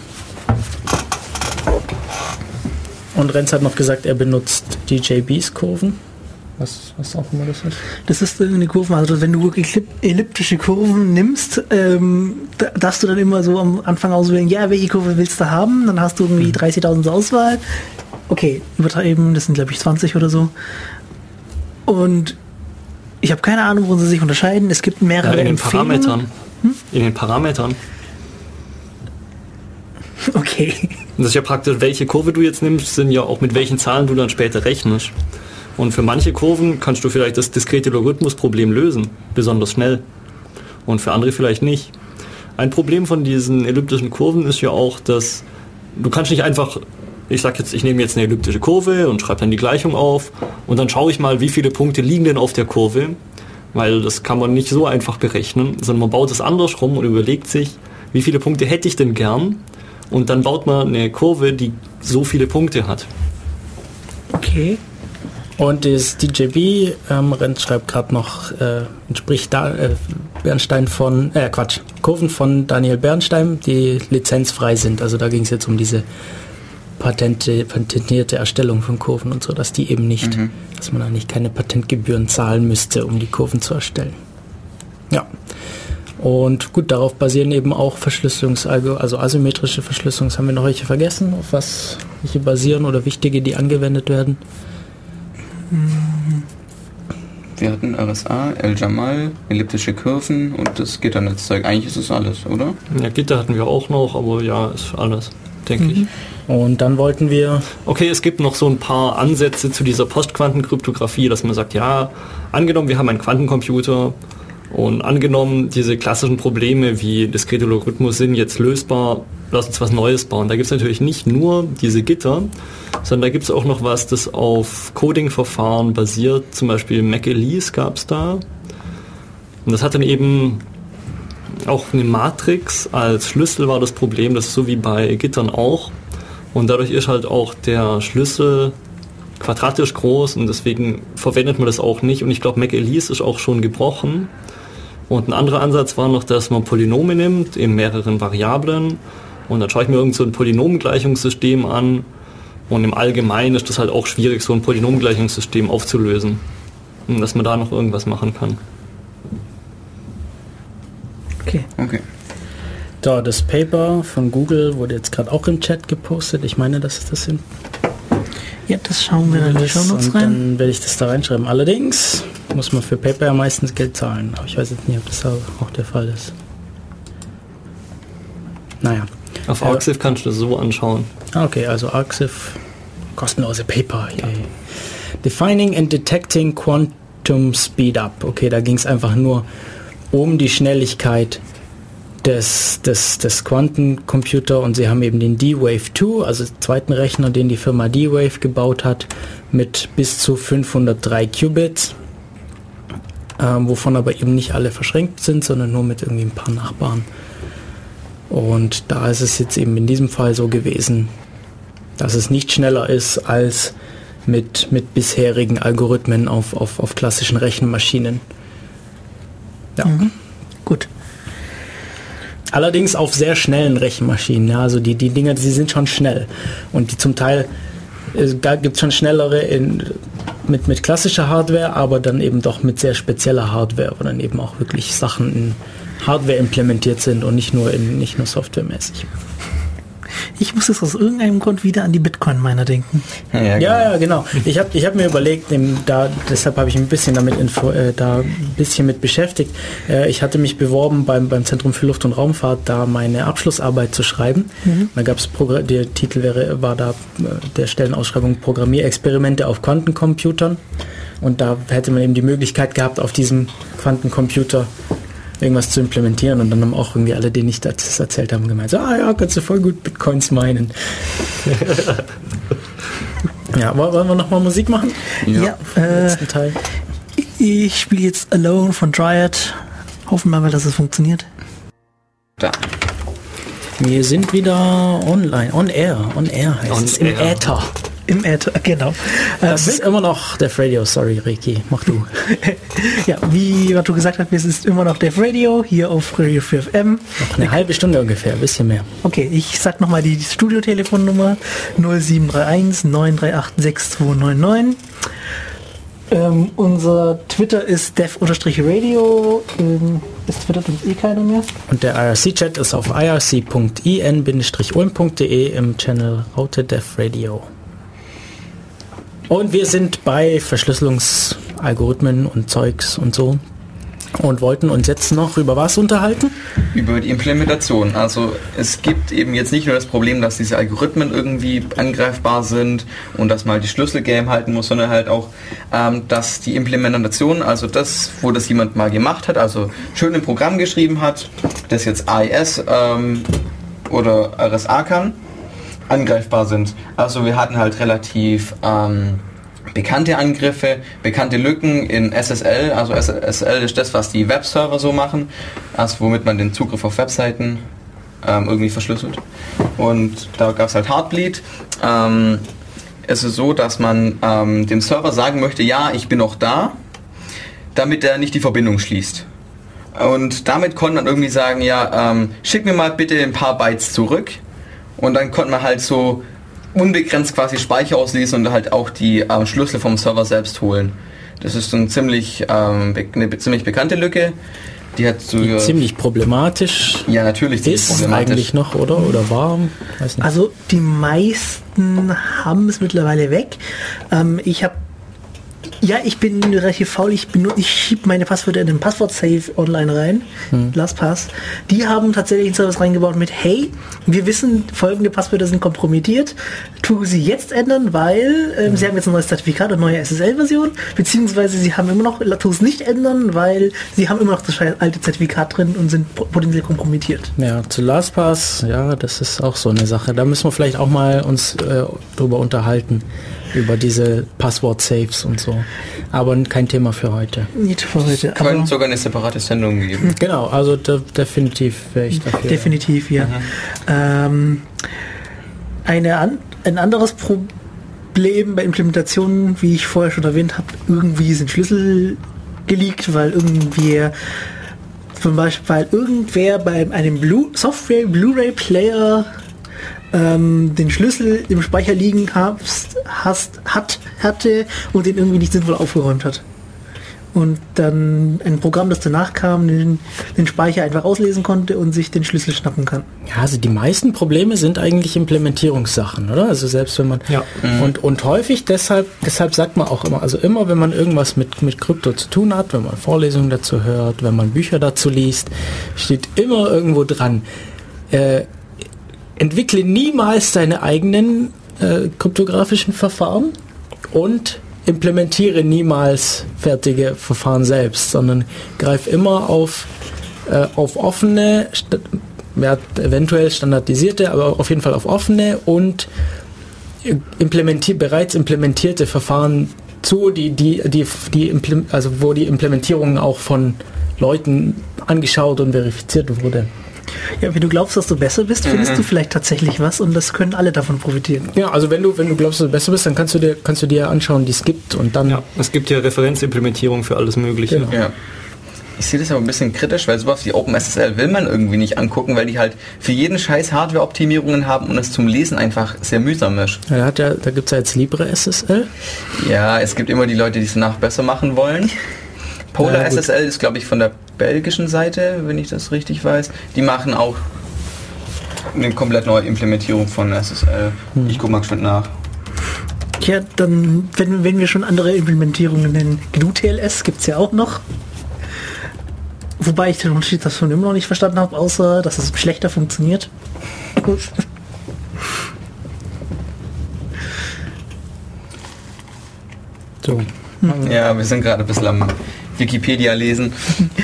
Speaker 3: Und Renz hat noch gesagt, er benutzt DJBs Kurven. Was auch immer das ist.
Speaker 1: Das ist eine Kurve, also wenn du wirklich elliptische Kurven nimmst, darfst du dann immer so am Anfang auswählen, ja, welche Kurve willst du haben? Dann hast du irgendwie 30.000 zur Auswahl. Okay, übertreiben, das sind glaube ich 20 oder so. Und ich habe keine Ahnung, wo sie sich unterscheiden. Es gibt mehrere
Speaker 4: in den
Speaker 1: Empfehlungen.
Speaker 4: Parametern. In den Parametern.
Speaker 1: Okay.
Speaker 4: Und das ist ja praktisch, welche Kurve du jetzt nimmst, sind ja auch mit welchen Zahlen du dann später rechnest. Und für manche Kurven kannst du vielleicht das diskrete Logarithmusproblem lösen, besonders schnell. Und für andere vielleicht nicht. Ein Problem von diesen elliptischen Kurven ist ja auch, dass du kannst nicht einfach, ich nehme jetzt eine elliptische Kurve und schreibe dann die Gleichung auf und dann schaue ich mal, wie viele Punkte liegen denn auf der Kurve, weil das kann man nicht so einfach berechnen, sondern man baut es andersrum und überlegt sich, wie viele Punkte hätte ich denn gern? Und dann baut man eine Kurve, die so viele Punkte hat.
Speaker 1: Okay.
Speaker 3: Und das DJB, Renz schreibt gerade noch, entspricht Kurven von Daniel Bernstein, die lizenzfrei sind. Also da ging es jetzt um diese patentierte Erstellung von Kurven und so, dass die eben nicht, dass man eigentlich keine Patentgebühren zahlen müsste, um die Kurven zu erstellen. Ja. Und gut, darauf basieren eben auch also asymmetrische Verschlüsselungen. Haben wir noch welche vergessen, auf welche basieren oder wichtige, die angewendet werden?
Speaker 2: Wir hatten RSA, El-Jamal, elliptische Kurven und das Gitternetzzeug. Eigentlich ist es alles, oder?
Speaker 4: Ja, Gitter hatten wir auch noch, aber ja, ist alles, denke ich.
Speaker 3: Und dann wollten wir...
Speaker 4: Okay, es gibt noch so ein paar Ansätze zu dieser Postquantenkryptographie, dass man sagt, ja, angenommen, wir haben einen Quantencomputer und angenommen, diese klassischen Probleme wie diskrete Logarithmus sind jetzt lösbar, lass uns was Neues bauen. Da gibt es natürlich nicht nur diese Gitter, sondern da gibt es auch noch was, das auf Coding-Verfahren basiert. Zum Beispiel McEliece gab es da. Und das hat dann eben auch eine Matrix als Schlüssel war das Problem. Das ist so wie bei Gittern auch. Und dadurch ist halt auch der Schlüssel quadratisch groß und deswegen verwendet man das auch nicht. Und ich glaube, McEliece ist auch schon gebrochen. Und ein anderer Ansatz war noch, dass man Polynome nimmt in mehreren Variablen und dann schaue ich mir irgend so ein Polynomgleichungssystem an und im Allgemeinen ist das halt auch schwierig, so ein Polynomgleichungssystem aufzulösen und dass man da noch irgendwas machen kann.
Speaker 1: Okay.
Speaker 3: So, das Paper von Google wurde jetzt gerade auch im Chat gepostet. Ich meine, dass es das sind.
Speaker 1: Ja, das schauen wir dann in die Shownotes
Speaker 3: und
Speaker 1: rein.
Speaker 3: Dann werde ich das da reinschreiben. Allerdings muss man für Paper ja meistens Geld zahlen. Aber ich weiß jetzt nicht, ob das auch der Fall ist. Naja.
Speaker 4: Auf Arxiv kannst du das so anschauen.
Speaker 3: Okay, also Arxiv, kostenlose Paper. Ja. Defining and Detecting Quantum Speed Up. Okay, da ging es einfach nur um die Schnelligkeit des Quantencomputer, und sie haben eben den D-Wave 2, also den zweiten Rechner, den die Firma D-Wave gebaut hat, mit bis zu 503 Qubits, wovon aber eben nicht alle verschränkt sind, sondern nur mit irgendwie ein paar Nachbarn. Und da ist es jetzt eben in diesem Fall so gewesen, dass es nicht schneller ist als mit bisherigen Algorithmen auf klassischen Rechenmaschinen. Ja.
Speaker 1: Gut.
Speaker 3: Allerdings auf sehr schnellen Rechenmaschinen. Ja, also die Dinger, die sind schon schnell. Und die zum Teil gibt es schon schnellere mit klassischer Hardware, aber dann eben doch mit sehr spezieller Hardware, wo dann eben auch wirklich Sachen in Hardware implementiert sind und nicht nur softwaremäßig.
Speaker 1: Ich muss jetzt aus irgendeinem Grund wieder an die Bitcoin-Miner denken.
Speaker 3: Ja, genau. Ich hab mir überlegt, deshalb habe ich ein bisschen mit beschäftigt. Ich hatte mich beworben beim Zentrum für Luft- und Raumfahrt, da meine Abschlussarbeit zu schreiben. Da gab es der Titel war da der Stellenausschreibung Programmierexperimente auf Quantencomputern. Und da hätte man eben die Möglichkeit gehabt, auf diesem Quantencomputer irgendwas zu implementieren, und dann haben auch irgendwie alle, denen ich das erzählt habe, gemeint, so, ja, kannst du voll gut Bitcoins meinen. Ja, wollen wir nochmal Musik machen?
Speaker 1: Ja,
Speaker 3: letzten Teil.
Speaker 1: Ich spiele jetzt Alone von Dryad. Hoffen wir mal, dass es funktioniert.
Speaker 2: Da.
Speaker 3: Wir sind wieder online, on air heißt es, im Äther.
Speaker 1: Im Äther, genau.
Speaker 3: Das ist immer noch Def Radio, sorry Ricky, mach du.
Speaker 1: Ja, wie du gesagt hast, es ist immer noch Def Radio, hier auf Radio 4FM.
Speaker 3: Noch eine halbe Stunde ungefähr, ein bisschen mehr.
Speaker 1: Okay, ich sag nochmal die Studio-Telefonnummer 0731 938 6299. Unser Twitter ist def-radio. Es twittert uns keiner mehr.
Speaker 3: Und der IRC-Chat ist auf irc.in-ulm.de im Channel Raute Def Radio. Und wir sind bei Verschlüsselungsalgorithmen und Zeugs und so und wollten uns jetzt noch über was unterhalten?
Speaker 2: Über die Implementation. Also es gibt eben jetzt nicht nur das Problem, dass diese Algorithmen irgendwie angreifbar sind und dass man halt die Schlüssel geheim halten muss, sondern halt auch, dass die Implementation, also das, wo das jemand mal gemacht hat, also schön ein Programm geschrieben hat, das jetzt AES oder RSA kann, angreifbar sind. Also wir hatten halt relativ bekannte Angriffe, bekannte Lücken in SSL. Also SSL ist das, was die Webserver so machen, also womit man den Zugriff auf Webseiten irgendwie verschlüsselt. Und da gab es halt Heartbleed. Es ist so, dass man dem Server sagen möchte, ja, ich bin noch da, damit er nicht die Verbindung schließt. Und damit konnte man irgendwie sagen, ja, schick mir mal bitte ein paar Bytes zurück. Und dann konnte man halt so unbegrenzt quasi Speicher auslesen und halt auch die Schlüssel vom Server selbst holen. Das ist eine ziemlich bekannte Lücke. Die hat so
Speaker 3: die ziemlich problematisch.
Speaker 2: Ja, natürlich
Speaker 3: ist problematisch. Eigentlich noch, oder war?
Speaker 1: Weiß nicht. Also die meisten haben es mittlerweile weg. Ich bin relativ faul, ich schiebe meine Passwörter in den Passwort-Safe online rein, LastPass. Die haben tatsächlich einen Service reingebaut mit, hey, wir wissen, folgende Passwörter sind kompromittiert, tu sie jetzt ändern, weil sie haben jetzt ein neues Zertifikat und neue SSL-Version, beziehungsweise sie haben immer noch, tu es nicht ändern, weil sie haben immer noch das alte Zertifikat drin und sind potenziell kompromittiert.
Speaker 3: Ja, zu LastPass, ja, das ist auch so eine Sache. Da müssen wir vielleicht auch mal uns drüber unterhalten, über diese Passwort-Saves und so. Aber kein Thema für heute.
Speaker 1: Nicht für heute.
Speaker 2: Könnte sogar eine separate Sendung geben.
Speaker 3: Genau, also definitiv wäre ich dafür.
Speaker 1: Definitiv, ja. Ein anderes Problem bei Implementationen, wie ich vorher schon erwähnt habe, irgendwie sind Schlüssel geleakt, weil irgendwer bei einem Blu-ray-Player den Schlüssel im Speicher liegen hatte und den irgendwie nicht sinnvoll aufgeräumt hat. und dann ein Programm, das danach kam, den Speicher einfach auslesen konnte und sich den Schlüssel schnappen kann.
Speaker 3: Ja, also die meisten Probleme sind eigentlich Implementierungssachen, oder? Also selbst wenn man und häufig deshalb sagt man auch immer, also immer wenn man irgendwas mit Krypto zu tun hat, wenn man Vorlesungen dazu hört, wenn man Bücher dazu liest, steht immer irgendwo dran, entwickle niemals deine eigenen kryptografischen Verfahren und implementiere niemals fertige Verfahren selbst, sondern greif immer auf offene, eventuell standardisierte, aber auf jeden Fall auf offene und bereits implementierte Verfahren zu, wo die Implementierung auch von Leuten angeschaut und verifiziert wurde.
Speaker 1: Ja, wenn du glaubst, dass du besser bist, findest du vielleicht tatsächlich was und das können alle davon profitieren.
Speaker 3: Ja, also wenn du glaubst, dass du besser bist, dann kannst du dir anschauen, die es gibt und dann...
Speaker 4: Ja, es gibt ja Referenzimplementierung für alles Mögliche.
Speaker 3: Genau.
Speaker 2: Ja. Ich sehe das aber ein bisschen kritisch, weil sowas wie OpenSSL will man irgendwie nicht angucken, weil die halt für jeden Scheiß Hardware-Optimierungen haben und es zum Lesen einfach sehr mühsam ist.
Speaker 3: Ja, da gibt es ja jetzt LibreSSL.
Speaker 2: Ja, es gibt immer die Leute, die es danach besser machen wollen. PolarSSL ist, glaube ich, von der belgischen Seite, wenn ich das richtig weiß. Die machen auch eine komplett neue Implementierung von SSL. Ich gucke mal schnell nach.
Speaker 1: Ja, dann, wenn wir schon andere Implementierungen nennen, GNU-TLS gibt es ja auch noch. Wobei ich den Unterschied davon immer noch nicht verstanden habe, außer dass es schlechter funktioniert.
Speaker 3: So.
Speaker 2: Ja, wir sind gerade ein bisschen am Wikipedia lesen.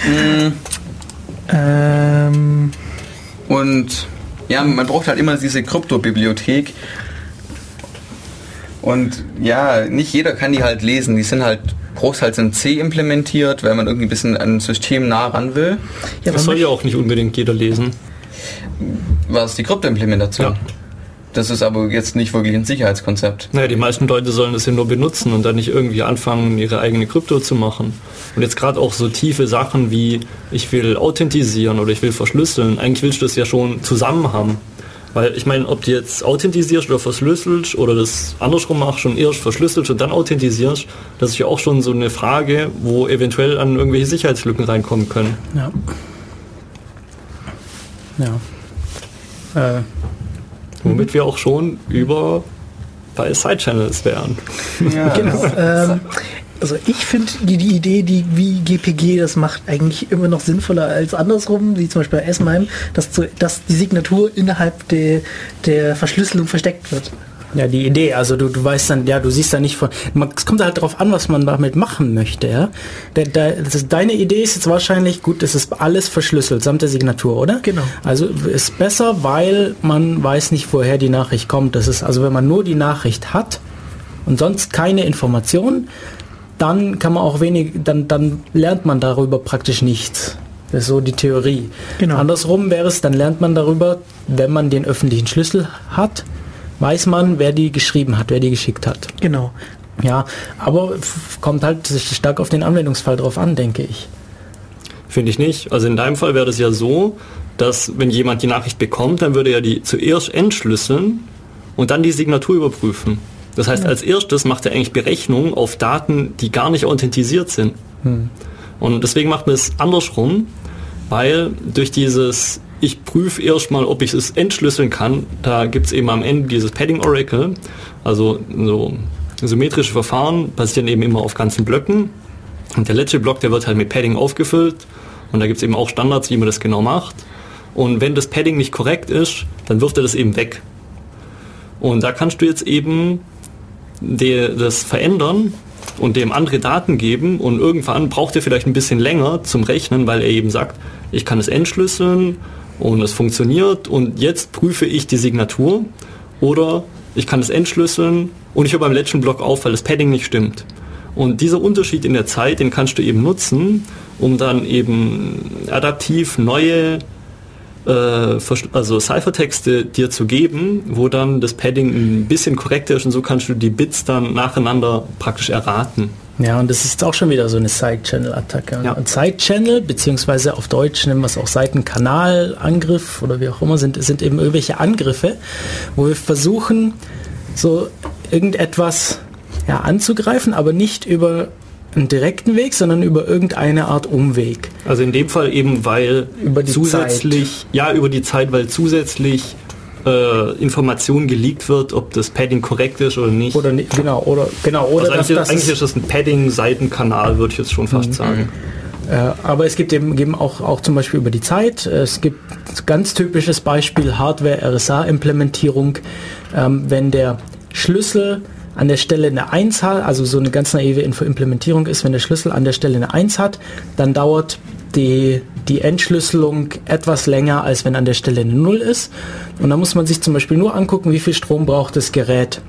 Speaker 2: Und ja, man braucht halt immer diese Kryptobibliothek. Und ja, nicht jeder kann die halt lesen. Die sind halt großteils in C implementiert, weil man irgendwie ein bisschen an ein System nah ran will.
Speaker 1: Ja,
Speaker 4: Das soll ja auch nicht unbedingt jeder lesen.
Speaker 2: Was die Kryptoimplementation?
Speaker 4: Ja.
Speaker 2: Das ist aber jetzt nicht wirklich ein Sicherheitskonzept.
Speaker 4: Naja, die meisten Leute sollen das ja nur benutzen und dann nicht irgendwie anfangen, ihre eigene Krypto zu machen. Und jetzt gerade auch so tiefe Sachen wie, ich will authentisieren oder ich will verschlüsseln. Eigentlich willst du das ja schon zusammen haben. Weil ich meine, ob du jetzt authentisierst oder verschlüsselst oder das andersrum machst und erst verschlüsselst und dann authentisierst, das ist ja auch schon so eine Frage, wo eventuell an irgendwelche Sicherheitslücken reinkommen können.
Speaker 3: Ja.
Speaker 4: Womit wir auch schon bei Side-Channels wären.
Speaker 2: Ja.
Speaker 1: Genau. Also ich finde die Idee, wie GPG das macht, eigentlich immer noch sinnvoller als andersrum, wie zum Beispiel bei S-MIME, dass die Signatur innerhalb der Verschlüsselung versteckt wird.
Speaker 3: Ja, die Idee, also du weißt dann, ja, du siehst da nicht es kommt halt darauf an, was man damit machen möchte, ja. Deine Idee ist jetzt wahrscheinlich, gut, es ist alles verschlüsselt, samt der Signatur, oder?
Speaker 1: Genau.
Speaker 3: Also ist besser, weil man weiß nicht, woher die Nachricht kommt. Das ist, also wenn man nur die Nachricht hat und sonst keine Informationen, dann kann man auch dann lernt man darüber praktisch nichts. Das ist so die Theorie.
Speaker 1: Genau.
Speaker 3: Andersrum wäre es, dann lernt man darüber, wenn man den öffentlichen Schlüssel hat, weiß man, wer die geschrieben hat, wer die geschickt hat.
Speaker 1: Genau.
Speaker 3: Ja, aber kommt halt stark auf den Anwendungsfall drauf an, denke ich.
Speaker 4: Finde ich nicht. Also in deinem Fall wäre das ja so, dass wenn jemand die Nachricht bekommt, dann würde er die zuerst entschlüsseln und dann die Signatur überprüfen. Das heißt, als erstes macht er eigentlich Berechnungen auf Daten, die gar nicht authentisiert sind. Und deswegen macht man es andersrum, weil durch dieses, ich prüfe erstmal, ob ich es entschlüsseln kann, da gibt es eben am Ende dieses Padding Oracle, also so symmetrische Verfahren basieren eben immer auf ganzen Blöcken und der letzte Block, der wird halt mit Padding aufgefüllt und da gibt es eben auch Standards, wie man das genau macht. Und wenn das Padding nicht korrekt ist, dann wirft er das eben weg. Und da kannst du jetzt eben das verändern und dem andere Daten geben und irgendwann braucht er vielleicht ein bisschen länger zum Rechnen, weil er eben sagt, ich kann es entschlüsseln und es funktioniert und jetzt prüfe ich die Signatur oder ich kann es entschlüsseln und ich höre beim letzten Block auf, weil das Padding nicht stimmt. Und dieser Unterschied in der Zeit, den kannst du eben nutzen, um dann eben adaptiv neue Ciphertexte dir zu geben, wo dann das Padding ein bisschen korrekter ist und so kannst du die Bits dann nacheinander praktisch erraten.
Speaker 3: Ja, und das ist auch schon wieder so eine Side-Channel-Attacke.
Speaker 4: Ja.
Speaker 3: Und Side-Channel, beziehungsweise auf Deutsch nennen wir es auch Seitenkanal-Angriff oder wie auch immer, sind eben irgendwelche Angriffe, wo wir versuchen, so irgendetwas anzugreifen, aber nicht über einen direkten Weg, sondern über irgendeine Art Umweg.
Speaker 4: Also in dem Fall eben, weil
Speaker 3: über die
Speaker 4: zusätzlich, über die Zeit, weil zusätzlich Information geleakt wird, ob das Padding korrekt ist oder nicht.
Speaker 3: Oder
Speaker 4: also eigentlich ist das ein Padding-Seitenkanal, würde ich jetzt schon fast sagen.
Speaker 3: Aber es gibt eben auch zum Beispiel über die Zeit. Es gibt ganz typisches Beispiel Hardware-RSA-Implementierung, wenn der Schlüssel an der Stelle eine 1 hat, also so eine ganz naive Implementierung ist, wenn der Schlüssel an der Stelle eine 1 hat, dann dauert die Entschlüsselung etwas länger, als wenn an der Stelle eine 0 ist. Und da muss man sich zum Beispiel nur angucken, wie viel Strom braucht das Gerät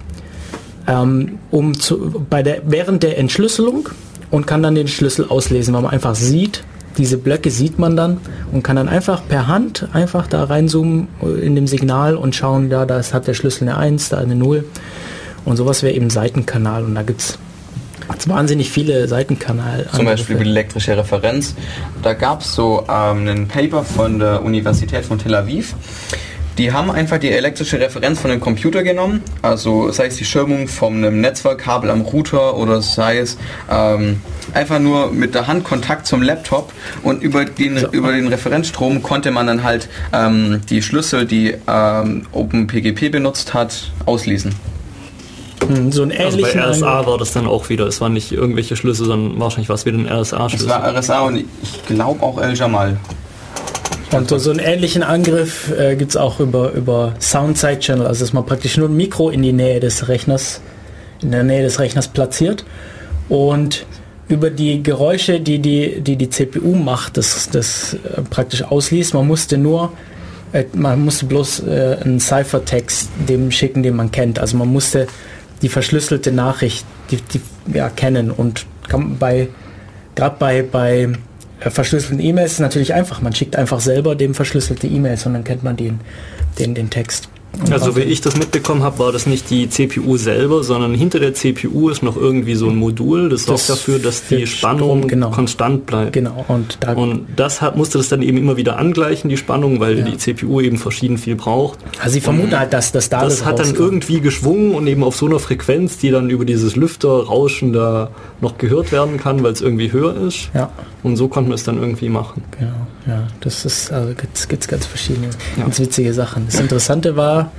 Speaker 3: während der Entschlüsselung, und kann dann den Schlüssel auslesen, weil man einfach sieht, diese Blöcke sieht man dann und kann dann einfach per Hand einfach da reinzoomen in dem Signal und schauen, da hat der Schlüssel eine 1, da eine 0. Und sowas wäre eben Seitenkanal, und da gibt es wahnsinnig viele Seitenkanal.
Speaker 2: Zum Beispiel über die elektrische Referenz. Da gab es so einen Paper von der Universität von Tel Aviv. Die haben einfach die elektrische Referenz von einem Computer genommen, also sei es die Schirmung von einem Netzwerkkabel am Router oder sei es einfach nur mit der Hand Kontakt zum Laptop, und über den Referenzstrom konnte man dann halt die Schlüssel, die OpenPGP benutzt hat, auslesen.
Speaker 3: So ein ähnlichen
Speaker 4: bei RSA war das dann auch wieder. Es waren nicht irgendwelche Schlüssel, sondern wahrscheinlich war es wieder ein RSA-Schlüssel.
Speaker 2: Es war RSA und ich glaube auch El-Jamal.
Speaker 3: Und so einen ähnlichen Angriff gibt es auch über Sound-Side-Channel, also dass man praktisch nur ein Mikro in der Nähe des Rechners platziert und über die Geräusche, die CPU macht, das praktisch ausliest. Man musste bloß einen Ciphertext dem schicken, den man kennt. Also man musste die verschlüsselte Nachricht kennen, und gerade bei verschlüsselten E-Mails ist natürlich einfach. Man schickt einfach selber dem verschlüsselte E-Mails und dann kennt man den Text.
Speaker 4: Also wie ich das mitbekommen habe, war das nicht die CPU selber, sondern hinter der CPU ist noch irgendwie so ein Modul, das sorgt dafür, dass die Spannung konstant bleibt.
Speaker 3: Genau. Und
Speaker 4: das musste das dann eben immer wieder angleichen, die Spannung, weil die CPU eben verschieden viel braucht.
Speaker 3: Also sie vermuten halt, dass das
Speaker 4: das hat dann irgendwie geschwungen und eben auf so einer Frequenz, die dann über dieses Lüfterrauschen da noch gehört werden kann, weil es irgendwie höher ist.
Speaker 3: Ja.
Speaker 4: Und so konnten wir es dann irgendwie machen.
Speaker 3: Genau. Ja, das ist, also gibt's ganz verschiedene, ganz witzige Sachen. Das Interessante war,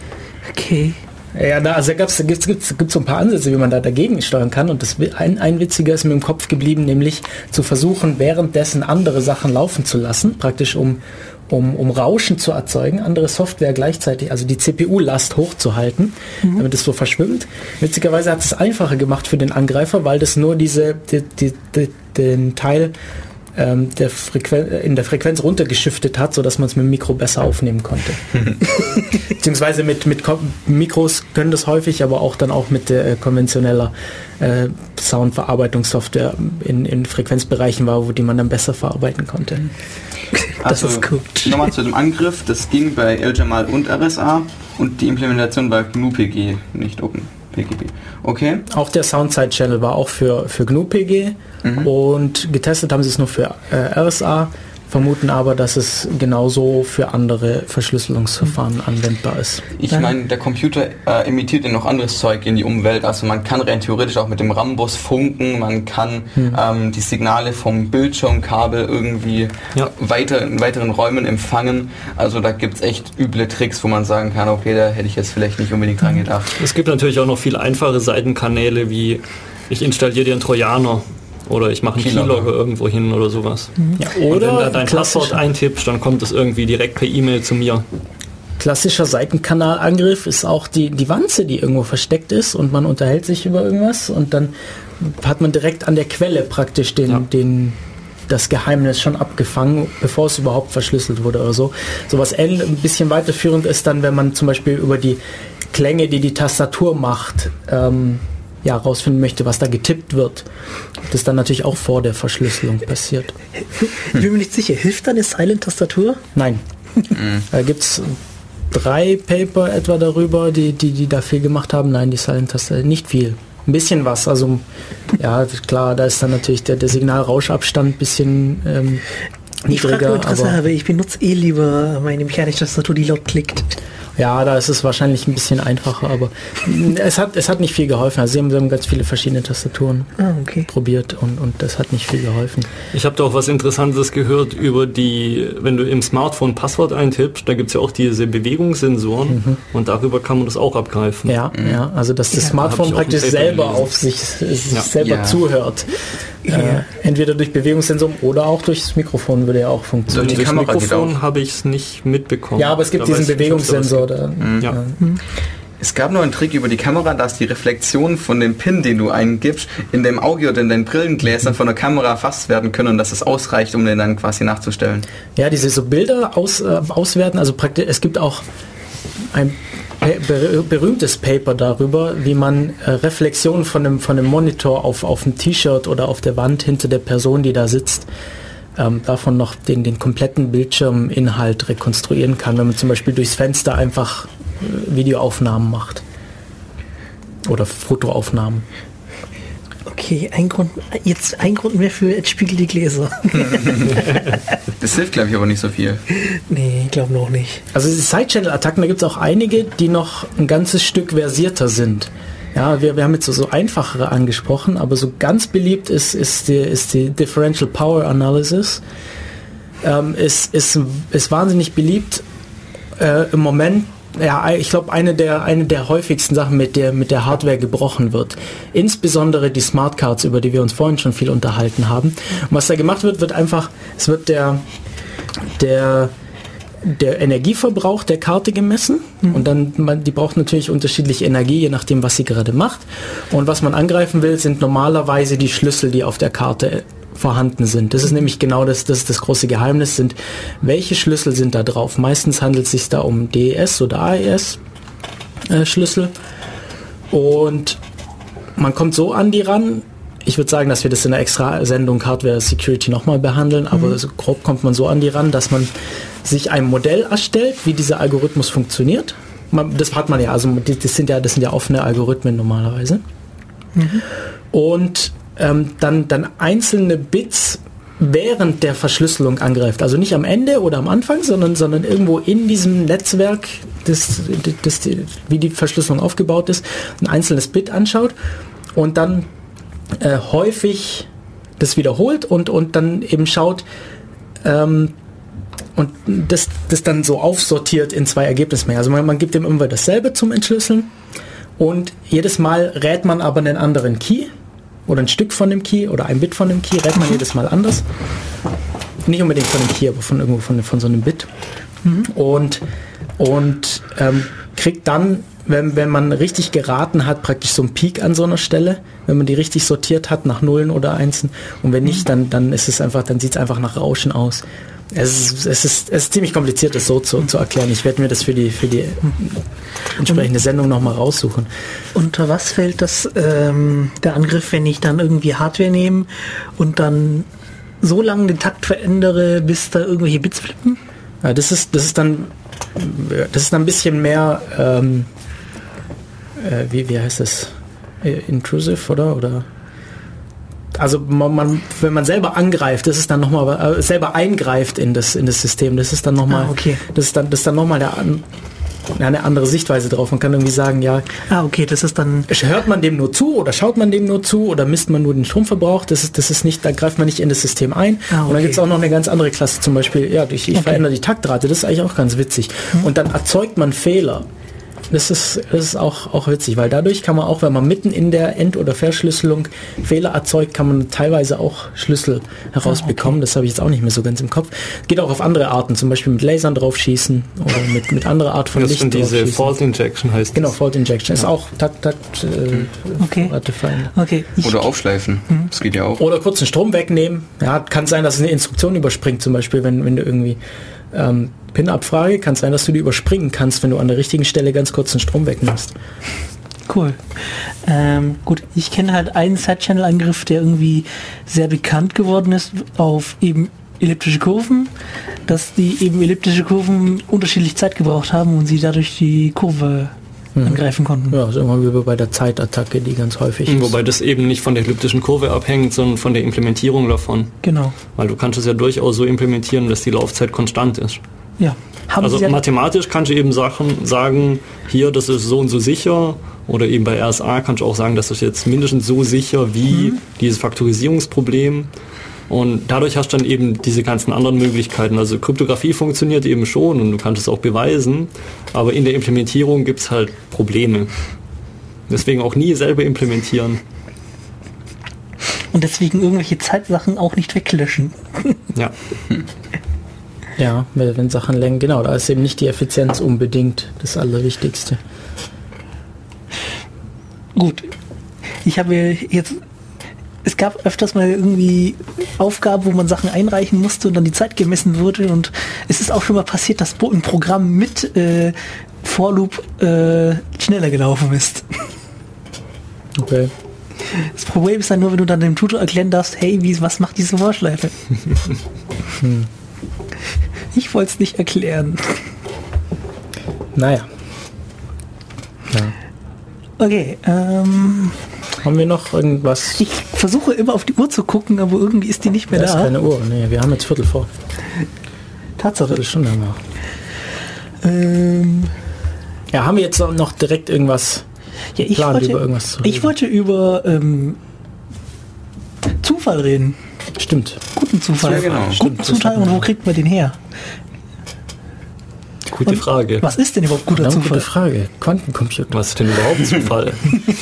Speaker 3: gibt's so ein paar Ansätze, wie man da dagegen steuern kann, und ein witziger ist mir im Kopf geblieben, nämlich zu versuchen, währenddessen andere Sachen laufen zu lassen, praktisch um Rauschen zu erzeugen, andere Software gleichzeitig, also die CPU-Last hochzuhalten, damit es so verschwimmt. Witzigerweise hat es einfacher gemacht für den Angreifer, weil das nur den Teil in der Frequenz runtergeschiftet hat, sodass man es mit dem Mikro besser aufnehmen konnte. Beziehungsweise mit Mikros können das häufig, aber auch mit konventioneller Soundverarbeitungssoftware in Frequenzbereichen war, die man dann besser verarbeiten konnte.
Speaker 2: Das ist gut. Nochmal zu dem Angriff, das ging bei El-Jamal und RSA, und die Implementation war GNU-PG, nicht OpenPGP. Okay.
Speaker 3: Auch der Sound-Side-Channel war auch für GNU-PG, und getestet haben sie es nur für RSA, vermuten aber, dass es genauso für andere Verschlüsselungsverfahren anwendbar ist.
Speaker 2: Ich meine, der Computer emittiert ja noch anderes Zeug in die Umwelt, also man kann rein theoretisch auch mit dem Rambus funken, man kann die Signale vom Bildschirmkabel irgendwie in weiteren Räumen empfangen, also da gibt es echt üble Tricks, wo man sagen kann, okay, da hätte ich jetzt vielleicht nicht unbedingt dran gedacht.
Speaker 4: Es gibt natürlich auch noch viel einfache Seitenkanäle, wie ich installiere dir einen Trojaner. Oder ich mache einen Keylogger irgendwo hin oder sowas. Ja, oder wenn du dein Passwort eintippst, dann kommt es irgendwie direkt per E-Mail zu mir.
Speaker 3: Klassischer Seitenkanalangriff ist auch die Wanze, die irgendwo versteckt ist, und man unterhält sich über irgendwas, und dann hat man direkt an der Quelle praktisch das Geheimnis schon abgefangen, bevor es überhaupt verschlüsselt wurde oder so. Sowas ein bisschen weiterführend ist dann, wenn man zum Beispiel über die Klänge, die Tastatur macht, rausfinden möchte, was da getippt wird. Das dann natürlich auch vor der Verschlüsselung passiert.
Speaker 1: Ich bin mir nicht sicher, hilft da eine Silent-Tastatur?
Speaker 3: Nein. Da gibt es 3 Paper etwa darüber, die da viel gemacht haben. Nein, die Silent-Tastatur, nicht viel. Ein bisschen was, also klar, da ist dann natürlich der Signalrauschabstand ein bisschen niedriger.
Speaker 1: Ich benutze lieber meine mechanische Tastatur, die laut klickt.
Speaker 3: Ja, da ist es wahrscheinlich ein bisschen einfacher, aber es hat nicht viel geholfen. Also sie haben ganz viele verschiedene Tastaturen probiert und das hat nicht viel geholfen.
Speaker 4: Ich habe da auch was Interessantes gehört über wenn du im Smartphone Passwort eintippst, da gibt es ja auch diese Bewegungssensoren und darüber kann man das auch abgreifen.
Speaker 3: Ja, also dass das Smartphone praktisch selber auf sich selber zuhört. Entweder durch Bewegungssensoren oder auch durchs Mikrofon würde ja auch funktionieren.
Speaker 4: Durch das Mikrofon habe ich es nicht mitbekommen.
Speaker 3: Ja, aber es gibt diesen Bewegungssensor.
Speaker 2: Es gab noch einen Trick über die Kamera, dass die Reflexion von dem Pin, den du eingibst, in dem Auge oder in den Brillengläsern von der Kamera erfasst werden können und dass es ausreicht, um den dann quasi nachzustellen.
Speaker 3: Ja, diese so Bilder auswerten, also praktisch, es gibt auch ein berühmtes Paper darüber, wie man Reflexionen von einem Monitor auf dem T-Shirt oder auf der Wand hinter der Person, die da sitzt, davon noch den kompletten Bildschirminhalt rekonstruieren kann, wenn man zum Beispiel durchs Fenster einfach Videoaufnahmen macht oder Fotoaufnahmen.
Speaker 1: Okay, ein Grund mehr für Jetzt spiegel die Gläser.
Speaker 2: Das hilft, glaube ich, aber nicht so viel.
Speaker 1: Nee, ich glaube noch nicht.
Speaker 3: Also diese Side-Channel-Attacken, da gibt es auch einige, die noch ein ganzes Stück versierter sind. Ja, wir haben jetzt so einfachere angesprochen, aber so ganz beliebt ist die Differential Power Analysis. Ist wahnsinnig beliebt im Moment. Ja, ich glaube, eine der häufigsten Sachen, mit der Hardware gebrochen wird. Insbesondere die Smartcards, über die wir uns vorhin schon viel unterhalten haben. Und was da gemacht wird einfach, es wird der Energieverbrauch der Karte gemessen und dann, die braucht natürlich unterschiedliche Energie, je nachdem, was sie gerade macht. Und was man angreifen will, sind normalerweise die Schlüssel, die auf der Karte vorhanden sind. Das ist nämlich genau das große Geheimnis, sind, welche Schlüssel sind da drauf. Meistens handelt es sich da um DES oder AES Schlüssel und man kommt so an die ran. Ich würde sagen, dass wir das in einer extra Sendung Hardware Security nochmal behandeln, aber so grob kommt man so an die ran, dass man sich ein Modell erstellt, wie dieser Algorithmus funktioniert. Das hat man ja, also das sind ja offene Algorithmen normalerweise. Und dann einzelne Bits während der Verschlüsselung angreift. Also nicht am Ende oder am Anfang, sondern irgendwo in diesem Netzwerk, wie die Verschlüsselung aufgebaut ist, ein einzelnes Bit anschaut und dann häufig das wiederholt und dann eben schaut und das dann so aufsortiert in zwei Ergebnismengen. Also man gibt dem immer dasselbe zum Entschlüsseln und jedes Mal rät man aber einen anderen Key oder ein Stück von dem Key oder ein Bit von dem Key, rät man jedes Mal anders. Nicht unbedingt von dem Key, aber von so einem Bit. Und kriegt dann, wenn man richtig geraten hat, praktisch so einen Peak an so einer Stelle, wenn man die richtig sortiert hat nach Nullen oder Einsen. Und wenn nicht, dann ist es einfach, dann sieht es einfach nach Rauschen aus. Es ist ziemlich kompliziert, das so zu erklären. Ich werde mir das für die entsprechende Sendung nochmal raussuchen.
Speaker 1: Unter was fällt der Angriff, wenn ich dann irgendwie Hardware nehme und dann so lange den Takt verändere, bis da irgendwelche Bits flippen?
Speaker 3: Ja, das ist dann ein bisschen mehr wie heißt das? Intrusive, oder? Also wenn man selber angreift, das ist dann nochmal selber eingreift in das System, das ist dann nochmal das ist dann nochmal eine andere Sichtweise drauf. Man kann irgendwie sagen, ja,
Speaker 1: das ist dann,
Speaker 3: hört man dem nur zu oder schaut man dem nur zu oder misst man nur den Stromverbrauch, das ist nicht, da greift man nicht in das System ein. Und dann gibt es auch noch eine ganz andere Klasse, zum Beispiel, ich verändere die Taktrate, das ist eigentlich auch ganz witzig. Und dann erzeugt man Fehler. Das ist auch witzig, weil dadurch kann man auch, wenn man mitten in der End- oder Verschlüsselung Fehler erzeugt, kann man teilweise auch Schlüssel herausbekommen. Das habe ich jetzt auch nicht mehr so ganz im Kopf. Geht auch auf andere Arten, zum Beispiel mit Lasern draufschießen oder mit anderer Art von Licht draufschießen.
Speaker 4: Diese Fault Injection heißt
Speaker 3: Genau, Fault Injection. Ist auch
Speaker 2: oder aufschleifen. Das geht ja auch.
Speaker 3: Oder kurz den Strom wegnehmen. Ja, kann sein, dass es eine Instruktion überspringt, zum Beispiel, wenn du irgendwie PIN-Abfrage, kann sein, dass du die überspringen kannst, wenn du an der richtigen Stelle ganz kurz den Strom wegnimmst.
Speaker 1: Cool. Gut, ich kenne halt einen Side-Channel-Angriff, der irgendwie sehr bekannt geworden ist auf eben elliptische Kurven, dass die eben elliptische Kurven unterschiedlich Zeit gebraucht haben und sie dadurch die Kurve angreifen konnten.
Speaker 3: Ja, so immer wie bei der Zeitattacke, die ganz häufig ist.
Speaker 4: Wobei das eben nicht von der elliptischen Kurve abhängt, sondern von der Implementierung davon.
Speaker 1: Genau.
Speaker 4: Weil du kannst es ja durchaus so implementieren, dass die Laufzeit konstant ist.
Speaker 1: Ja.
Speaker 4: Also mathematisch kannst du eben Sachen sagen, hier, das ist so und so sicher, oder eben bei RSA kannst du auch sagen, das ist jetzt mindestens so sicher wie dieses Faktorisierungsproblem. Und dadurch hast du dann eben diese ganzen anderen Möglichkeiten. Also Kryptographie funktioniert eben schon und du kannst es auch beweisen, aber in der Implementierung gibt es halt Probleme. Deswegen auch nie selber implementieren.
Speaker 1: Und deswegen irgendwelche Zeitsachen auch nicht weglöschen.
Speaker 4: Ja.
Speaker 3: Ja, wenn Sachen länger, genau, da ist eben nicht die Effizienz unbedingt das Allerwichtigste.
Speaker 1: Gut, ich habe jetzt, es gab öfters mal irgendwie Aufgaben, wo man Sachen einreichen musste und dann die Zeit gemessen wurde, und es ist auch schon mal passiert, dass ein Programm mit For Loop schneller gelaufen ist.
Speaker 3: Okay.
Speaker 1: Das Problem ist dann nur, wenn du dann dem Tutor erklären darfst, hey, was macht diese Vorschleife? Ich wollte es nicht erklären.
Speaker 3: Naja. Ja.
Speaker 1: Okay,
Speaker 3: haben wir noch irgendwas?
Speaker 1: ich versuche immer auf die Uhr zu gucken, aber irgendwie ist die nicht mehr
Speaker 3: Da ist
Speaker 1: da.
Speaker 3: keine Uhr. Nee, wir haben jetzt Viertel vor.
Speaker 1: Tatsache.
Speaker 3: Viertelstunde haben wir. Ja, haben wir jetzt noch direkt irgendwas
Speaker 1: Ja, ich
Speaker 3: geplant,
Speaker 1: wollte,
Speaker 3: über irgendwas zu reden?
Speaker 1: ich wollte über Zufall reden.
Speaker 3: Stimmt.
Speaker 1: Guten Zufall.
Speaker 2: Ja, genau.
Speaker 1: Guten Zufall, und wo kriegt man den her?
Speaker 4: Gute Frage.
Speaker 1: Was ist denn überhaupt guter
Speaker 3: Verdammt
Speaker 1: Zufall?
Speaker 3: gute Frage. Quantencomputer.
Speaker 4: Was ist denn überhaupt Zufall?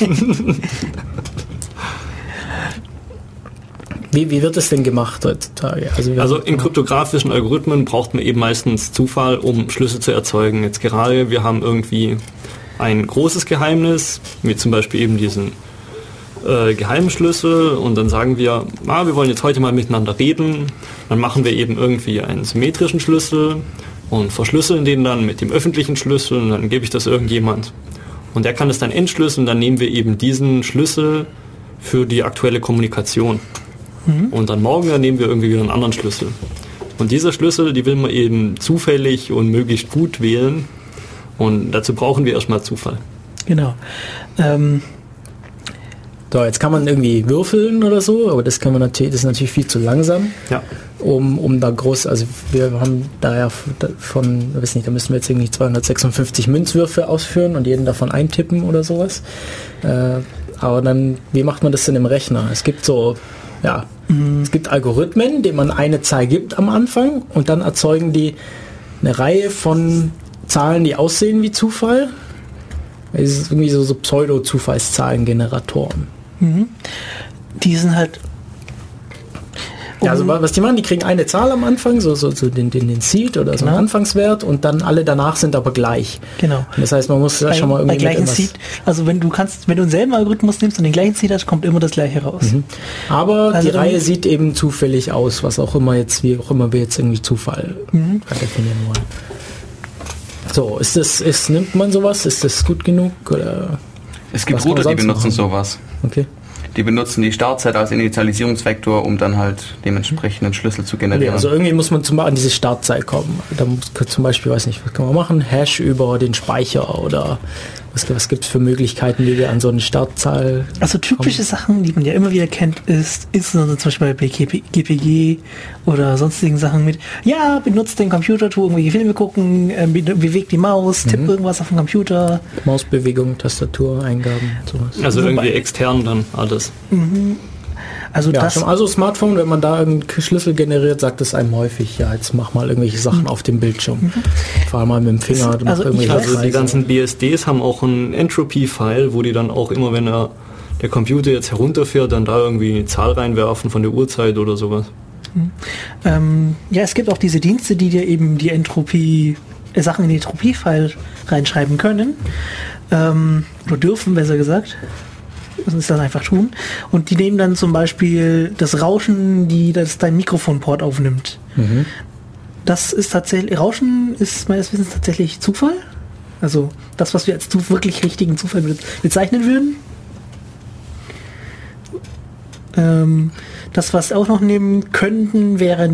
Speaker 3: Wie wird es denn gemacht heutzutage?
Speaker 4: Also in kryptografischen Algorithmen braucht man eben meistens Zufall, um Schlüsse zu erzeugen. Jetzt gerade, wir haben irgendwie ein großes Geheimnis, wie zum Beispiel eben diesen geheimen Schlüssel, und dann sagen wir, wir wollen jetzt heute mal miteinander reden. Dann machen wir eben irgendwie einen symmetrischen Schlüssel und verschlüsseln den dann mit dem öffentlichen Schlüssel, und dann gebe ich das irgendjemand. Und der kann es dann entschlüsseln, dann nehmen wir eben diesen Schlüssel für die aktuelle Kommunikation. Und dann morgen dann nehmen wir irgendwie wieder einen anderen Schlüssel. Und dieser Schlüssel, die will man eben zufällig und möglichst gut wählen. Und dazu brauchen wir erstmal Zufall.
Speaker 1: Genau.
Speaker 3: So, jetzt kann man irgendwie würfeln oder so, aber das kann man natürlich, das ist natürlich viel zu langsam,
Speaker 4: Ja.
Speaker 3: um da groß, also wir haben daher von, weiß nicht, da müssen wir jetzt irgendwie 256 Münzwürfe ausführen und jeden davon eintippen oder sowas. Aber dann, wie macht man das denn im Rechner? Es gibt so, ja, es gibt Algorithmen, denen man eine Zahl gibt am Anfang, und dann erzeugen die eine Reihe von Zahlen, die aussehen wie Zufall. Es ist irgendwie so Pseudo-Zufallszahlengeneratoren.
Speaker 1: Die sind halt.
Speaker 3: Ja, also was die machen, die kriegen eine Zahl am Anfang, so den Seed oder so einen
Speaker 1: Genau.
Speaker 3: Anfangswert, und dann alle danach sind aber gleich.
Speaker 1: Genau.
Speaker 3: Und das heißt, man muss ja schon mal
Speaker 1: bei
Speaker 3: irgendwie
Speaker 1: gleichen
Speaker 3: mit
Speaker 1: Seed, also wenn du denselben Algorithmus nimmst und den gleichen Seed hast, kommt immer das gleiche raus.
Speaker 3: aber
Speaker 1: Also
Speaker 3: die
Speaker 1: dann-
Speaker 3: Reihe sieht eben zufällig aus, was auch immer jetzt, wie auch immer wir jetzt irgendwie Zufall definieren wollen. So, nimmt man sowas? Ist das gut genug? Oder?
Speaker 2: Es gibt
Speaker 3: Was kann man
Speaker 2: Router, die
Speaker 3: sonst
Speaker 2: benutzen
Speaker 3: machen?
Speaker 2: sowas.
Speaker 3: Okay.
Speaker 2: Die benutzen die Startzeit als Initialisierungsvektor, um dann halt dementsprechend einen Schlüssel zu
Speaker 3: Okay,
Speaker 2: generieren.
Speaker 3: also irgendwie muss man an diese Startzeit kommen. Da muss zum Beispiel, weiß nicht, was kann man machen? Hash über den Speicher, oder was gibt es für Möglichkeiten, wie wir an so eine Startzahl.
Speaker 1: Also typische Sachen, die man ja immer wieder kennt, ist insbesondere zum Beispiel bei GPG oder sonstigen Sachen mit, ja, benutzt den Computer, tu irgendwelche Filme gucken, bewegt die Maus, tipp irgendwas auf dem Computer.
Speaker 3: Mausbewegung, Tastatur, Eingaben, sowas.
Speaker 4: Also
Speaker 1: Wobei-
Speaker 4: irgendwie extern dann alles.
Speaker 1: Also
Speaker 3: Ja,
Speaker 1: das,
Speaker 3: also Smartphone, wenn man da einen Schlüssel generiert, sagt es einem häufig, ja, jetzt mach mal irgendwelche Sachen auf dem Bildschirm. Fahr mal mit dem Finger, mach
Speaker 1: also ich
Speaker 3: irgendwelche
Speaker 1: weiß-
Speaker 4: Also die
Speaker 3: Kreise.
Speaker 4: ganzen BSDs haben auch einen Entropy-File, wo die dann auch immer, wenn der Computer jetzt herunterfährt, dann da irgendwie eine Zahl reinwerfen von der Uhrzeit oder sowas.
Speaker 1: ja, es gibt auch diese Dienste, die dir eben die Entropie, Sachen in die Entropie-File reinschreiben können. Oder dürfen, besser gesagt. Das ist dann einfach tun. Und die nehmen dann zum Beispiel das Rauschen, das dein Mikrofonport aufnimmt. Das ist tatsächlich, Rauschen ist meines Wissens tatsächlich Zufall. Also das, was wir als wirklich richtigen Zufall bezeichnen würden. Das, was auch noch nehmen könnten, wären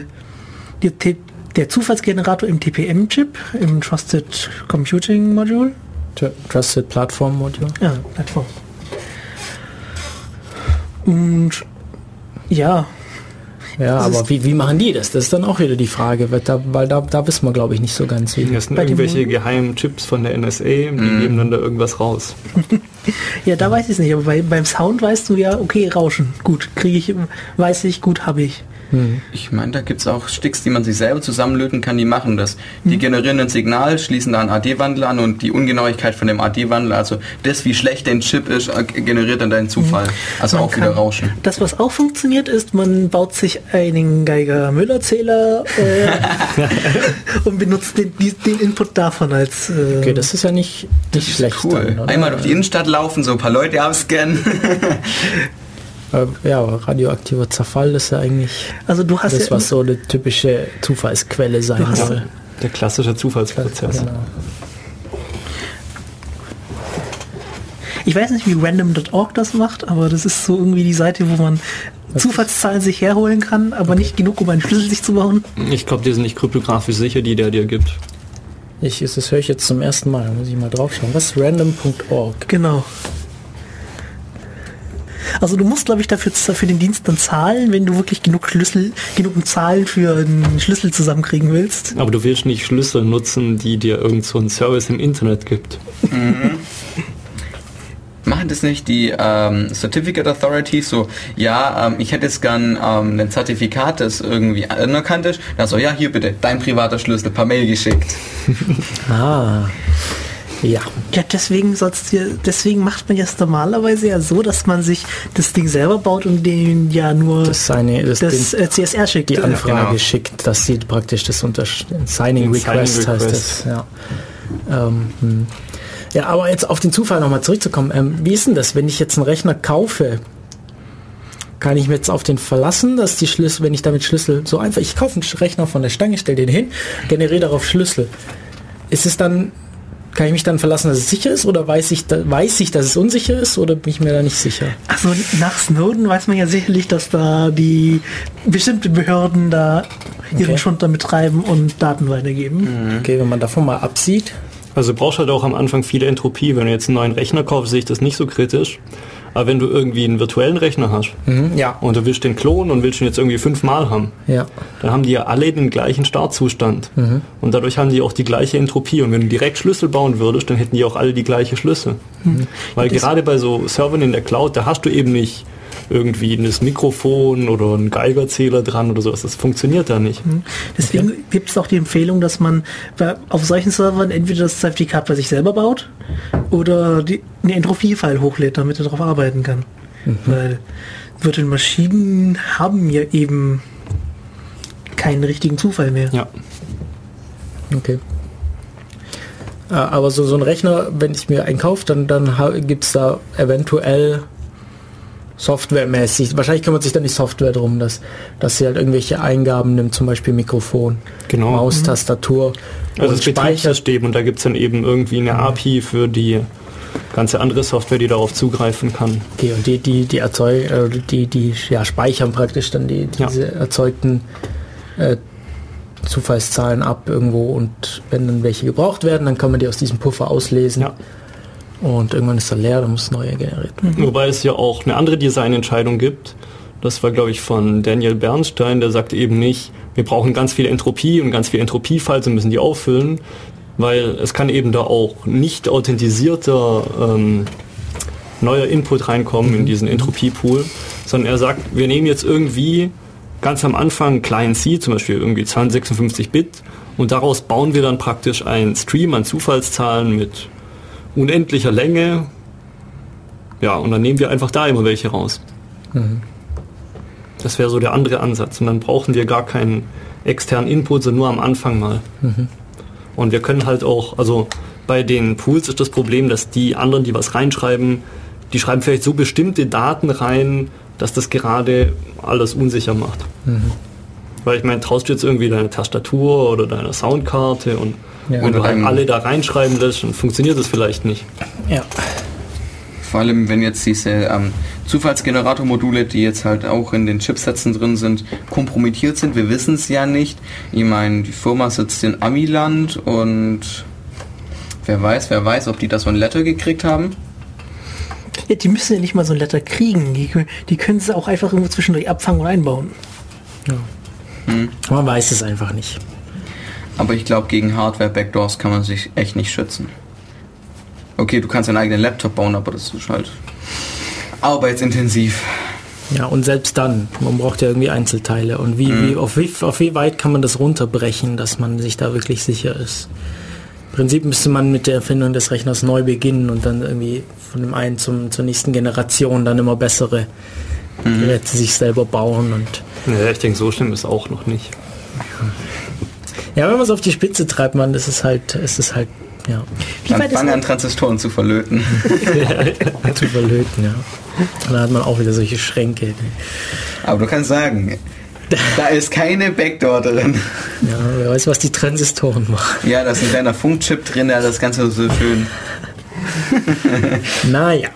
Speaker 1: der Zufallsgenerator im TPM-Chip, im Trusted Computing Module.
Speaker 3: Trusted Platform Module.
Speaker 1: Ja, Plattform. Und ja,
Speaker 3: Ja, aber wie machen die das? Das ist dann auch wieder die Frage, weil da wissen wir, glaube ich, nicht so ganz wie.
Speaker 4: Das sind irgendwelche geheimen Chips von der NSA, die geben dann da irgendwas raus.
Speaker 1: Ja, da weiß ich es nicht, aber beim Sound weißt du ja, okay, Rauschen, gut, kriege ich, weiß ich, gut, habe ich.
Speaker 2: Ich meine, da gibt es auch Sticks, die man sich selber zusammenlöten kann, die machen das. Die generieren ein Signal, schließen da einen AD-Wandler an und die Ungenauigkeit von dem AD-Wandler, also das, wie schlecht dein Chip ist, generiert dann deinen Zufall. Also
Speaker 1: Man
Speaker 2: auch wieder Rauschen.
Speaker 1: Das, was auch funktioniert, ist, man baut sich einen Geiger-Müller-Zähler und benutzt den Input davon als...
Speaker 3: Okay, das ist ja nicht schlecht.
Speaker 2: Cool.
Speaker 3: Dann,
Speaker 2: Einmal durch die Innenstadt laufen, so ein paar Leute abscannen.
Speaker 3: Ja, radioaktiver Zerfall ist ja eigentlich
Speaker 1: also du hast
Speaker 3: das, was so eine typische Zufallsquelle sein soll.
Speaker 4: Der klassische Zufallsprozess.
Speaker 3: Genau.
Speaker 1: Ich weiß nicht, wie random.org das macht, aber das ist so irgendwie die Seite, wo man Zufallszahlen sich herholen kann, aber nicht genug, um einen Schlüssel sich zu bauen.
Speaker 4: Ich glaube, die sind nicht kryptografisch sicher, die der dir gibt.
Speaker 3: Das höre ich jetzt zum ersten Mal, da muss ich mal drauf schauen. Was ist random.org?
Speaker 1: Genau. Also du musst, glaube ich, dafür den Dienst dann zahlen, wenn du wirklich genug Zahlen für einen Schlüssel zusammenkriegen willst.
Speaker 4: Aber du willst nicht Schlüssel nutzen, die dir irgend so einen Service im Internet gibt.
Speaker 2: Machen das nicht die Certificate Authorities so, ja, ich hätte jetzt gern ein Zertifikat, das irgendwie anerkannt ist. Also ja, hier bitte, dein privater Schlüssel per Mail geschickt.
Speaker 3: Ja.
Speaker 1: Ja, deswegen macht man das normalerweise ja so, dass man sich das Ding selber baut und den ja nur das CSR schickt.
Speaker 3: Die Anfrage
Speaker 2: genau.
Speaker 3: schickt, dass sie praktisch das Signing Request heißt das. Ja. Ja, aber jetzt auf den Zufall nochmal zurückzukommen. Wie ist denn das, wenn ich jetzt einen Rechner kaufe? Kann ich mir jetzt auf den verlassen, dass die Schlüssel, wenn ich damit Schlüssel so einfach, ich kaufe einen Rechner von der Stange, stelle den hin, generiere darauf Schlüssel. Ist es dann, kann ich mich dann verlassen, dass es sicher ist, oder weiß ich, dass es unsicher ist, oder bin ich mir da nicht sicher?
Speaker 1: Also nach Snowden weiß man ja sicherlich, dass da die bestimmte Behörden da ihren Schund damit treiben und Daten weitergeben.
Speaker 3: Okay, wenn man davon mal absieht.
Speaker 4: Also du brauchst halt auch am Anfang viel Entropie. Wenn du jetzt einen neuen Rechner kaufst, sehe ich das nicht so kritisch. Aber wenn du irgendwie einen virtuellen Rechner hast und du willst den klonen und willst ihn jetzt irgendwie 5-mal haben, dann haben die ja alle den gleichen Startzustand. Und dadurch haben die auch die gleiche Entropie. Und wenn du direkt Schlüssel bauen würdest, dann hätten die auch alle die gleiche Schlüssel. Weil gerade bei so Servern in der Cloud, da hast du eben nicht irgendwie ein Mikrofon oder einen Geigerzähler dran oder sowas. Das funktioniert da nicht.
Speaker 1: Deswegen gibt es auch die Empfehlung, dass man auf solchen Servern entweder das Zertifikat bei sich selber baut oder einen Entropie-File hochlädt, damit er darauf arbeiten kann. Weil virtuelle Maschinen haben ja eben keinen richtigen Zufall mehr.
Speaker 4: Ja.
Speaker 3: Okay. Aber so ein Rechner, wenn ich mir einen kaufe, dann gibt es da eventuell softwaremäßig, wahrscheinlich kümmert sich dann die Software darum, dass sie halt irgendwelche Eingaben nimmt, zum Beispiel Mikrofon, Maus, Tastatur
Speaker 4: also das Betriebssystem, und da gibt es dann eben irgendwie eine API für die ganze andere Software, die darauf zugreifen kann.
Speaker 3: Okay, und die speichern praktisch dann diese erzeugten Zufallszahlen ab irgendwo, und wenn dann welche gebraucht werden, dann kann man die aus diesem Puffer auslesen. Ja. Und irgendwann ist er leer, dann muss neue generiert werden.
Speaker 4: Wobei es ja auch eine andere Designentscheidung gibt. Das war, glaube ich, von Daniel Bernstein, der sagte eben nicht, wir brauchen ganz viel Entropie und ganz viel Entropie-Files und müssen die auffüllen, weil es kann eben da auch nicht authentisierter neuer Input reinkommen in diesen Entropie-Pool, sondern er sagt, wir nehmen jetzt irgendwie ganz am Anfang Client C, zum Beispiel irgendwie 256 Bit, und daraus bauen wir dann praktisch einen Stream an Zufallszahlen mit unendlicher Länge, ja, und dann nehmen wir einfach da immer welche raus. Das wäre so der andere Ansatz, und dann brauchen wir gar keinen externen Input, sondern nur am Anfang mal. Und wir können halt auch, also bei den Pools ist das Problem, dass die anderen, die was reinschreiben, die schreiben vielleicht so bestimmte Daten rein, dass das gerade alles unsicher macht. Weil ich meine, traust du jetzt irgendwie deine Tastatur oder deine Soundkarte, und wenn du halt alle da reinschreiben lässt, dann funktioniert das vielleicht nicht.
Speaker 3: Ja.
Speaker 2: Vor allem, wenn jetzt diese Zufallsgenerator-Module, die jetzt halt auch in den Chipsätzen drin sind, kompromittiert sind. Wir wissen es ja nicht. Ich meine, die Firma sitzt in Amiland, und wer weiß, ob die da so ein Letter gekriegt haben.
Speaker 1: Ja, die müssen ja nicht mal so ein Letter kriegen. Die können sie auch einfach irgendwo zwischendurch abfangen und einbauen.
Speaker 3: Man weiß es einfach nicht.
Speaker 2: Aber ich glaube, gegen Hardware-Backdoors kann man sich echt nicht schützen. Okay, du kannst deinen eigenen Laptop bauen, aber das ist halt arbeitsintensiv.
Speaker 3: Ja, und selbst dann, man braucht ja irgendwie Einzelteile. Und auf wie weit kann man das runterbrechen, dass man sich da wirklich sicher ist? Im Prinzip müsste man mit der Erfindung des Rechners neu beginnen und dann irgendwie von dem einen zur nächsten Generation dann immer bessere Geräte sich selber bauen. Und
Speaker 4: ja, ich denke, so schlimm ist auch noch nicht.
Speaker 3: ja, wenn man es auf die Spitze treibt, man, ist es halt, ja.
Speaker 2: Dann fangen an, Transistoren zu verlöten.
Speaker 3: Zu verlöten, ja. Und dann hat man auch wieder solche Schränke.
Speaker 2: Aber du kannst sagen, da ist keine Backdoor drin.
Speaker 3: Ja, wer weiß, was die Transistoren machen.
Speaker 2: Ja, da ist ein kleiner Funkchip drin, der das Ganze so schön...
Speaker 3: Naja.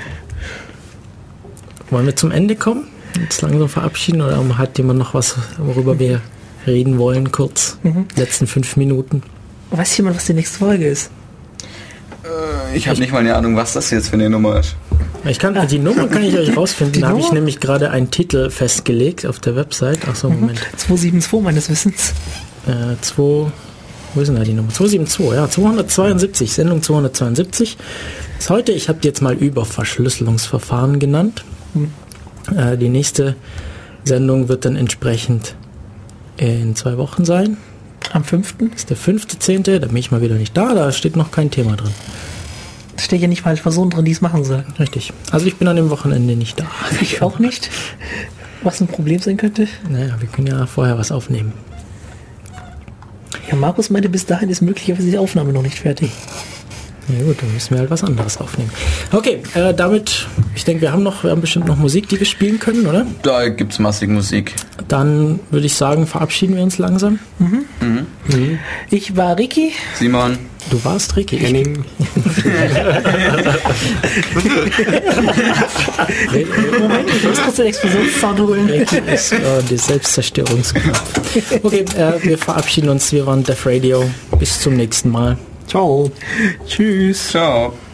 Speaker 3: Wollen wir zum Ende kommen? Jetzt langsam verabschieden oder hat jemand noch was, worüber wir reden wollen, kurz? Letzten 5 Minuten.
Speaker 1: Weiß jemand, was die nächste Folge ist?
Speaker 2: Ich habe nicht mal eine Ahnung, was das jetzt für eine Nummer ist.
Speaker 3: Die Nummer kann ich euch rausfinden. Da habe ich nämlich gerade einen Titel festgelegt auf der Website. Achso, Moment.
Speaker 1: 272 meines Wissens.
Speaker 3: Wo ist denn da die Nummer? 272, ja, 272, Sendung 272. Ist heute, ich habe die jetzt mal Überverschlüsselungsverfahren genannt. Die nächste Sendung wird dann entsprechend in 2 Wochen sein.
Speaker 1: Am 5.
Speaker 3: Das ist der 5.10., da bin ich mal wieder nicht da steht noch kein Thema drin.
Speaker 1: Da steht ja nicht mal Personen drin, die es machen sollen.
Speaker 3: Richtig. Also ich bin an dem Wochenende nicht da.
Speaker 1: Ich auch nicht. Was ein Problem sein könnte.
Speaker 3: Naja, wir können ja vorher was aufnehmen.
Speaker 1: Ja, Markus meinte, bis dahin ist möglicherweise die Aufnahme noch nicht fertig.
Speaker 3: Ja gut, dann müssen wir halt was anderes aufnehmen. Okay, damit, ich denke, wir haben bestimmt noch Musik, die wir spielen können, oder?
Speaker 2: Da gibt's massig Musik.
Speaker 3: Dann würde ich sagen, verabschieden wir uns langsam.
Speaker 1: Ich war Ricky.
Speaker 2: Simon.
Speaker 3: Du warst Ricky.
Speaker 4: Henning.
Speaker 1: Moment, ich muss kurz den Explosionssound holen.
Speaker 3: Ricky ist die Selbstzerstörungskraft. Okay, wir verabschieden uns. Wir waren Def Radio. Bis zum nächsten Mal.
Speaker 4: Ciao.
Speaker 1: Tschüss.
Speaker 2: Ciao.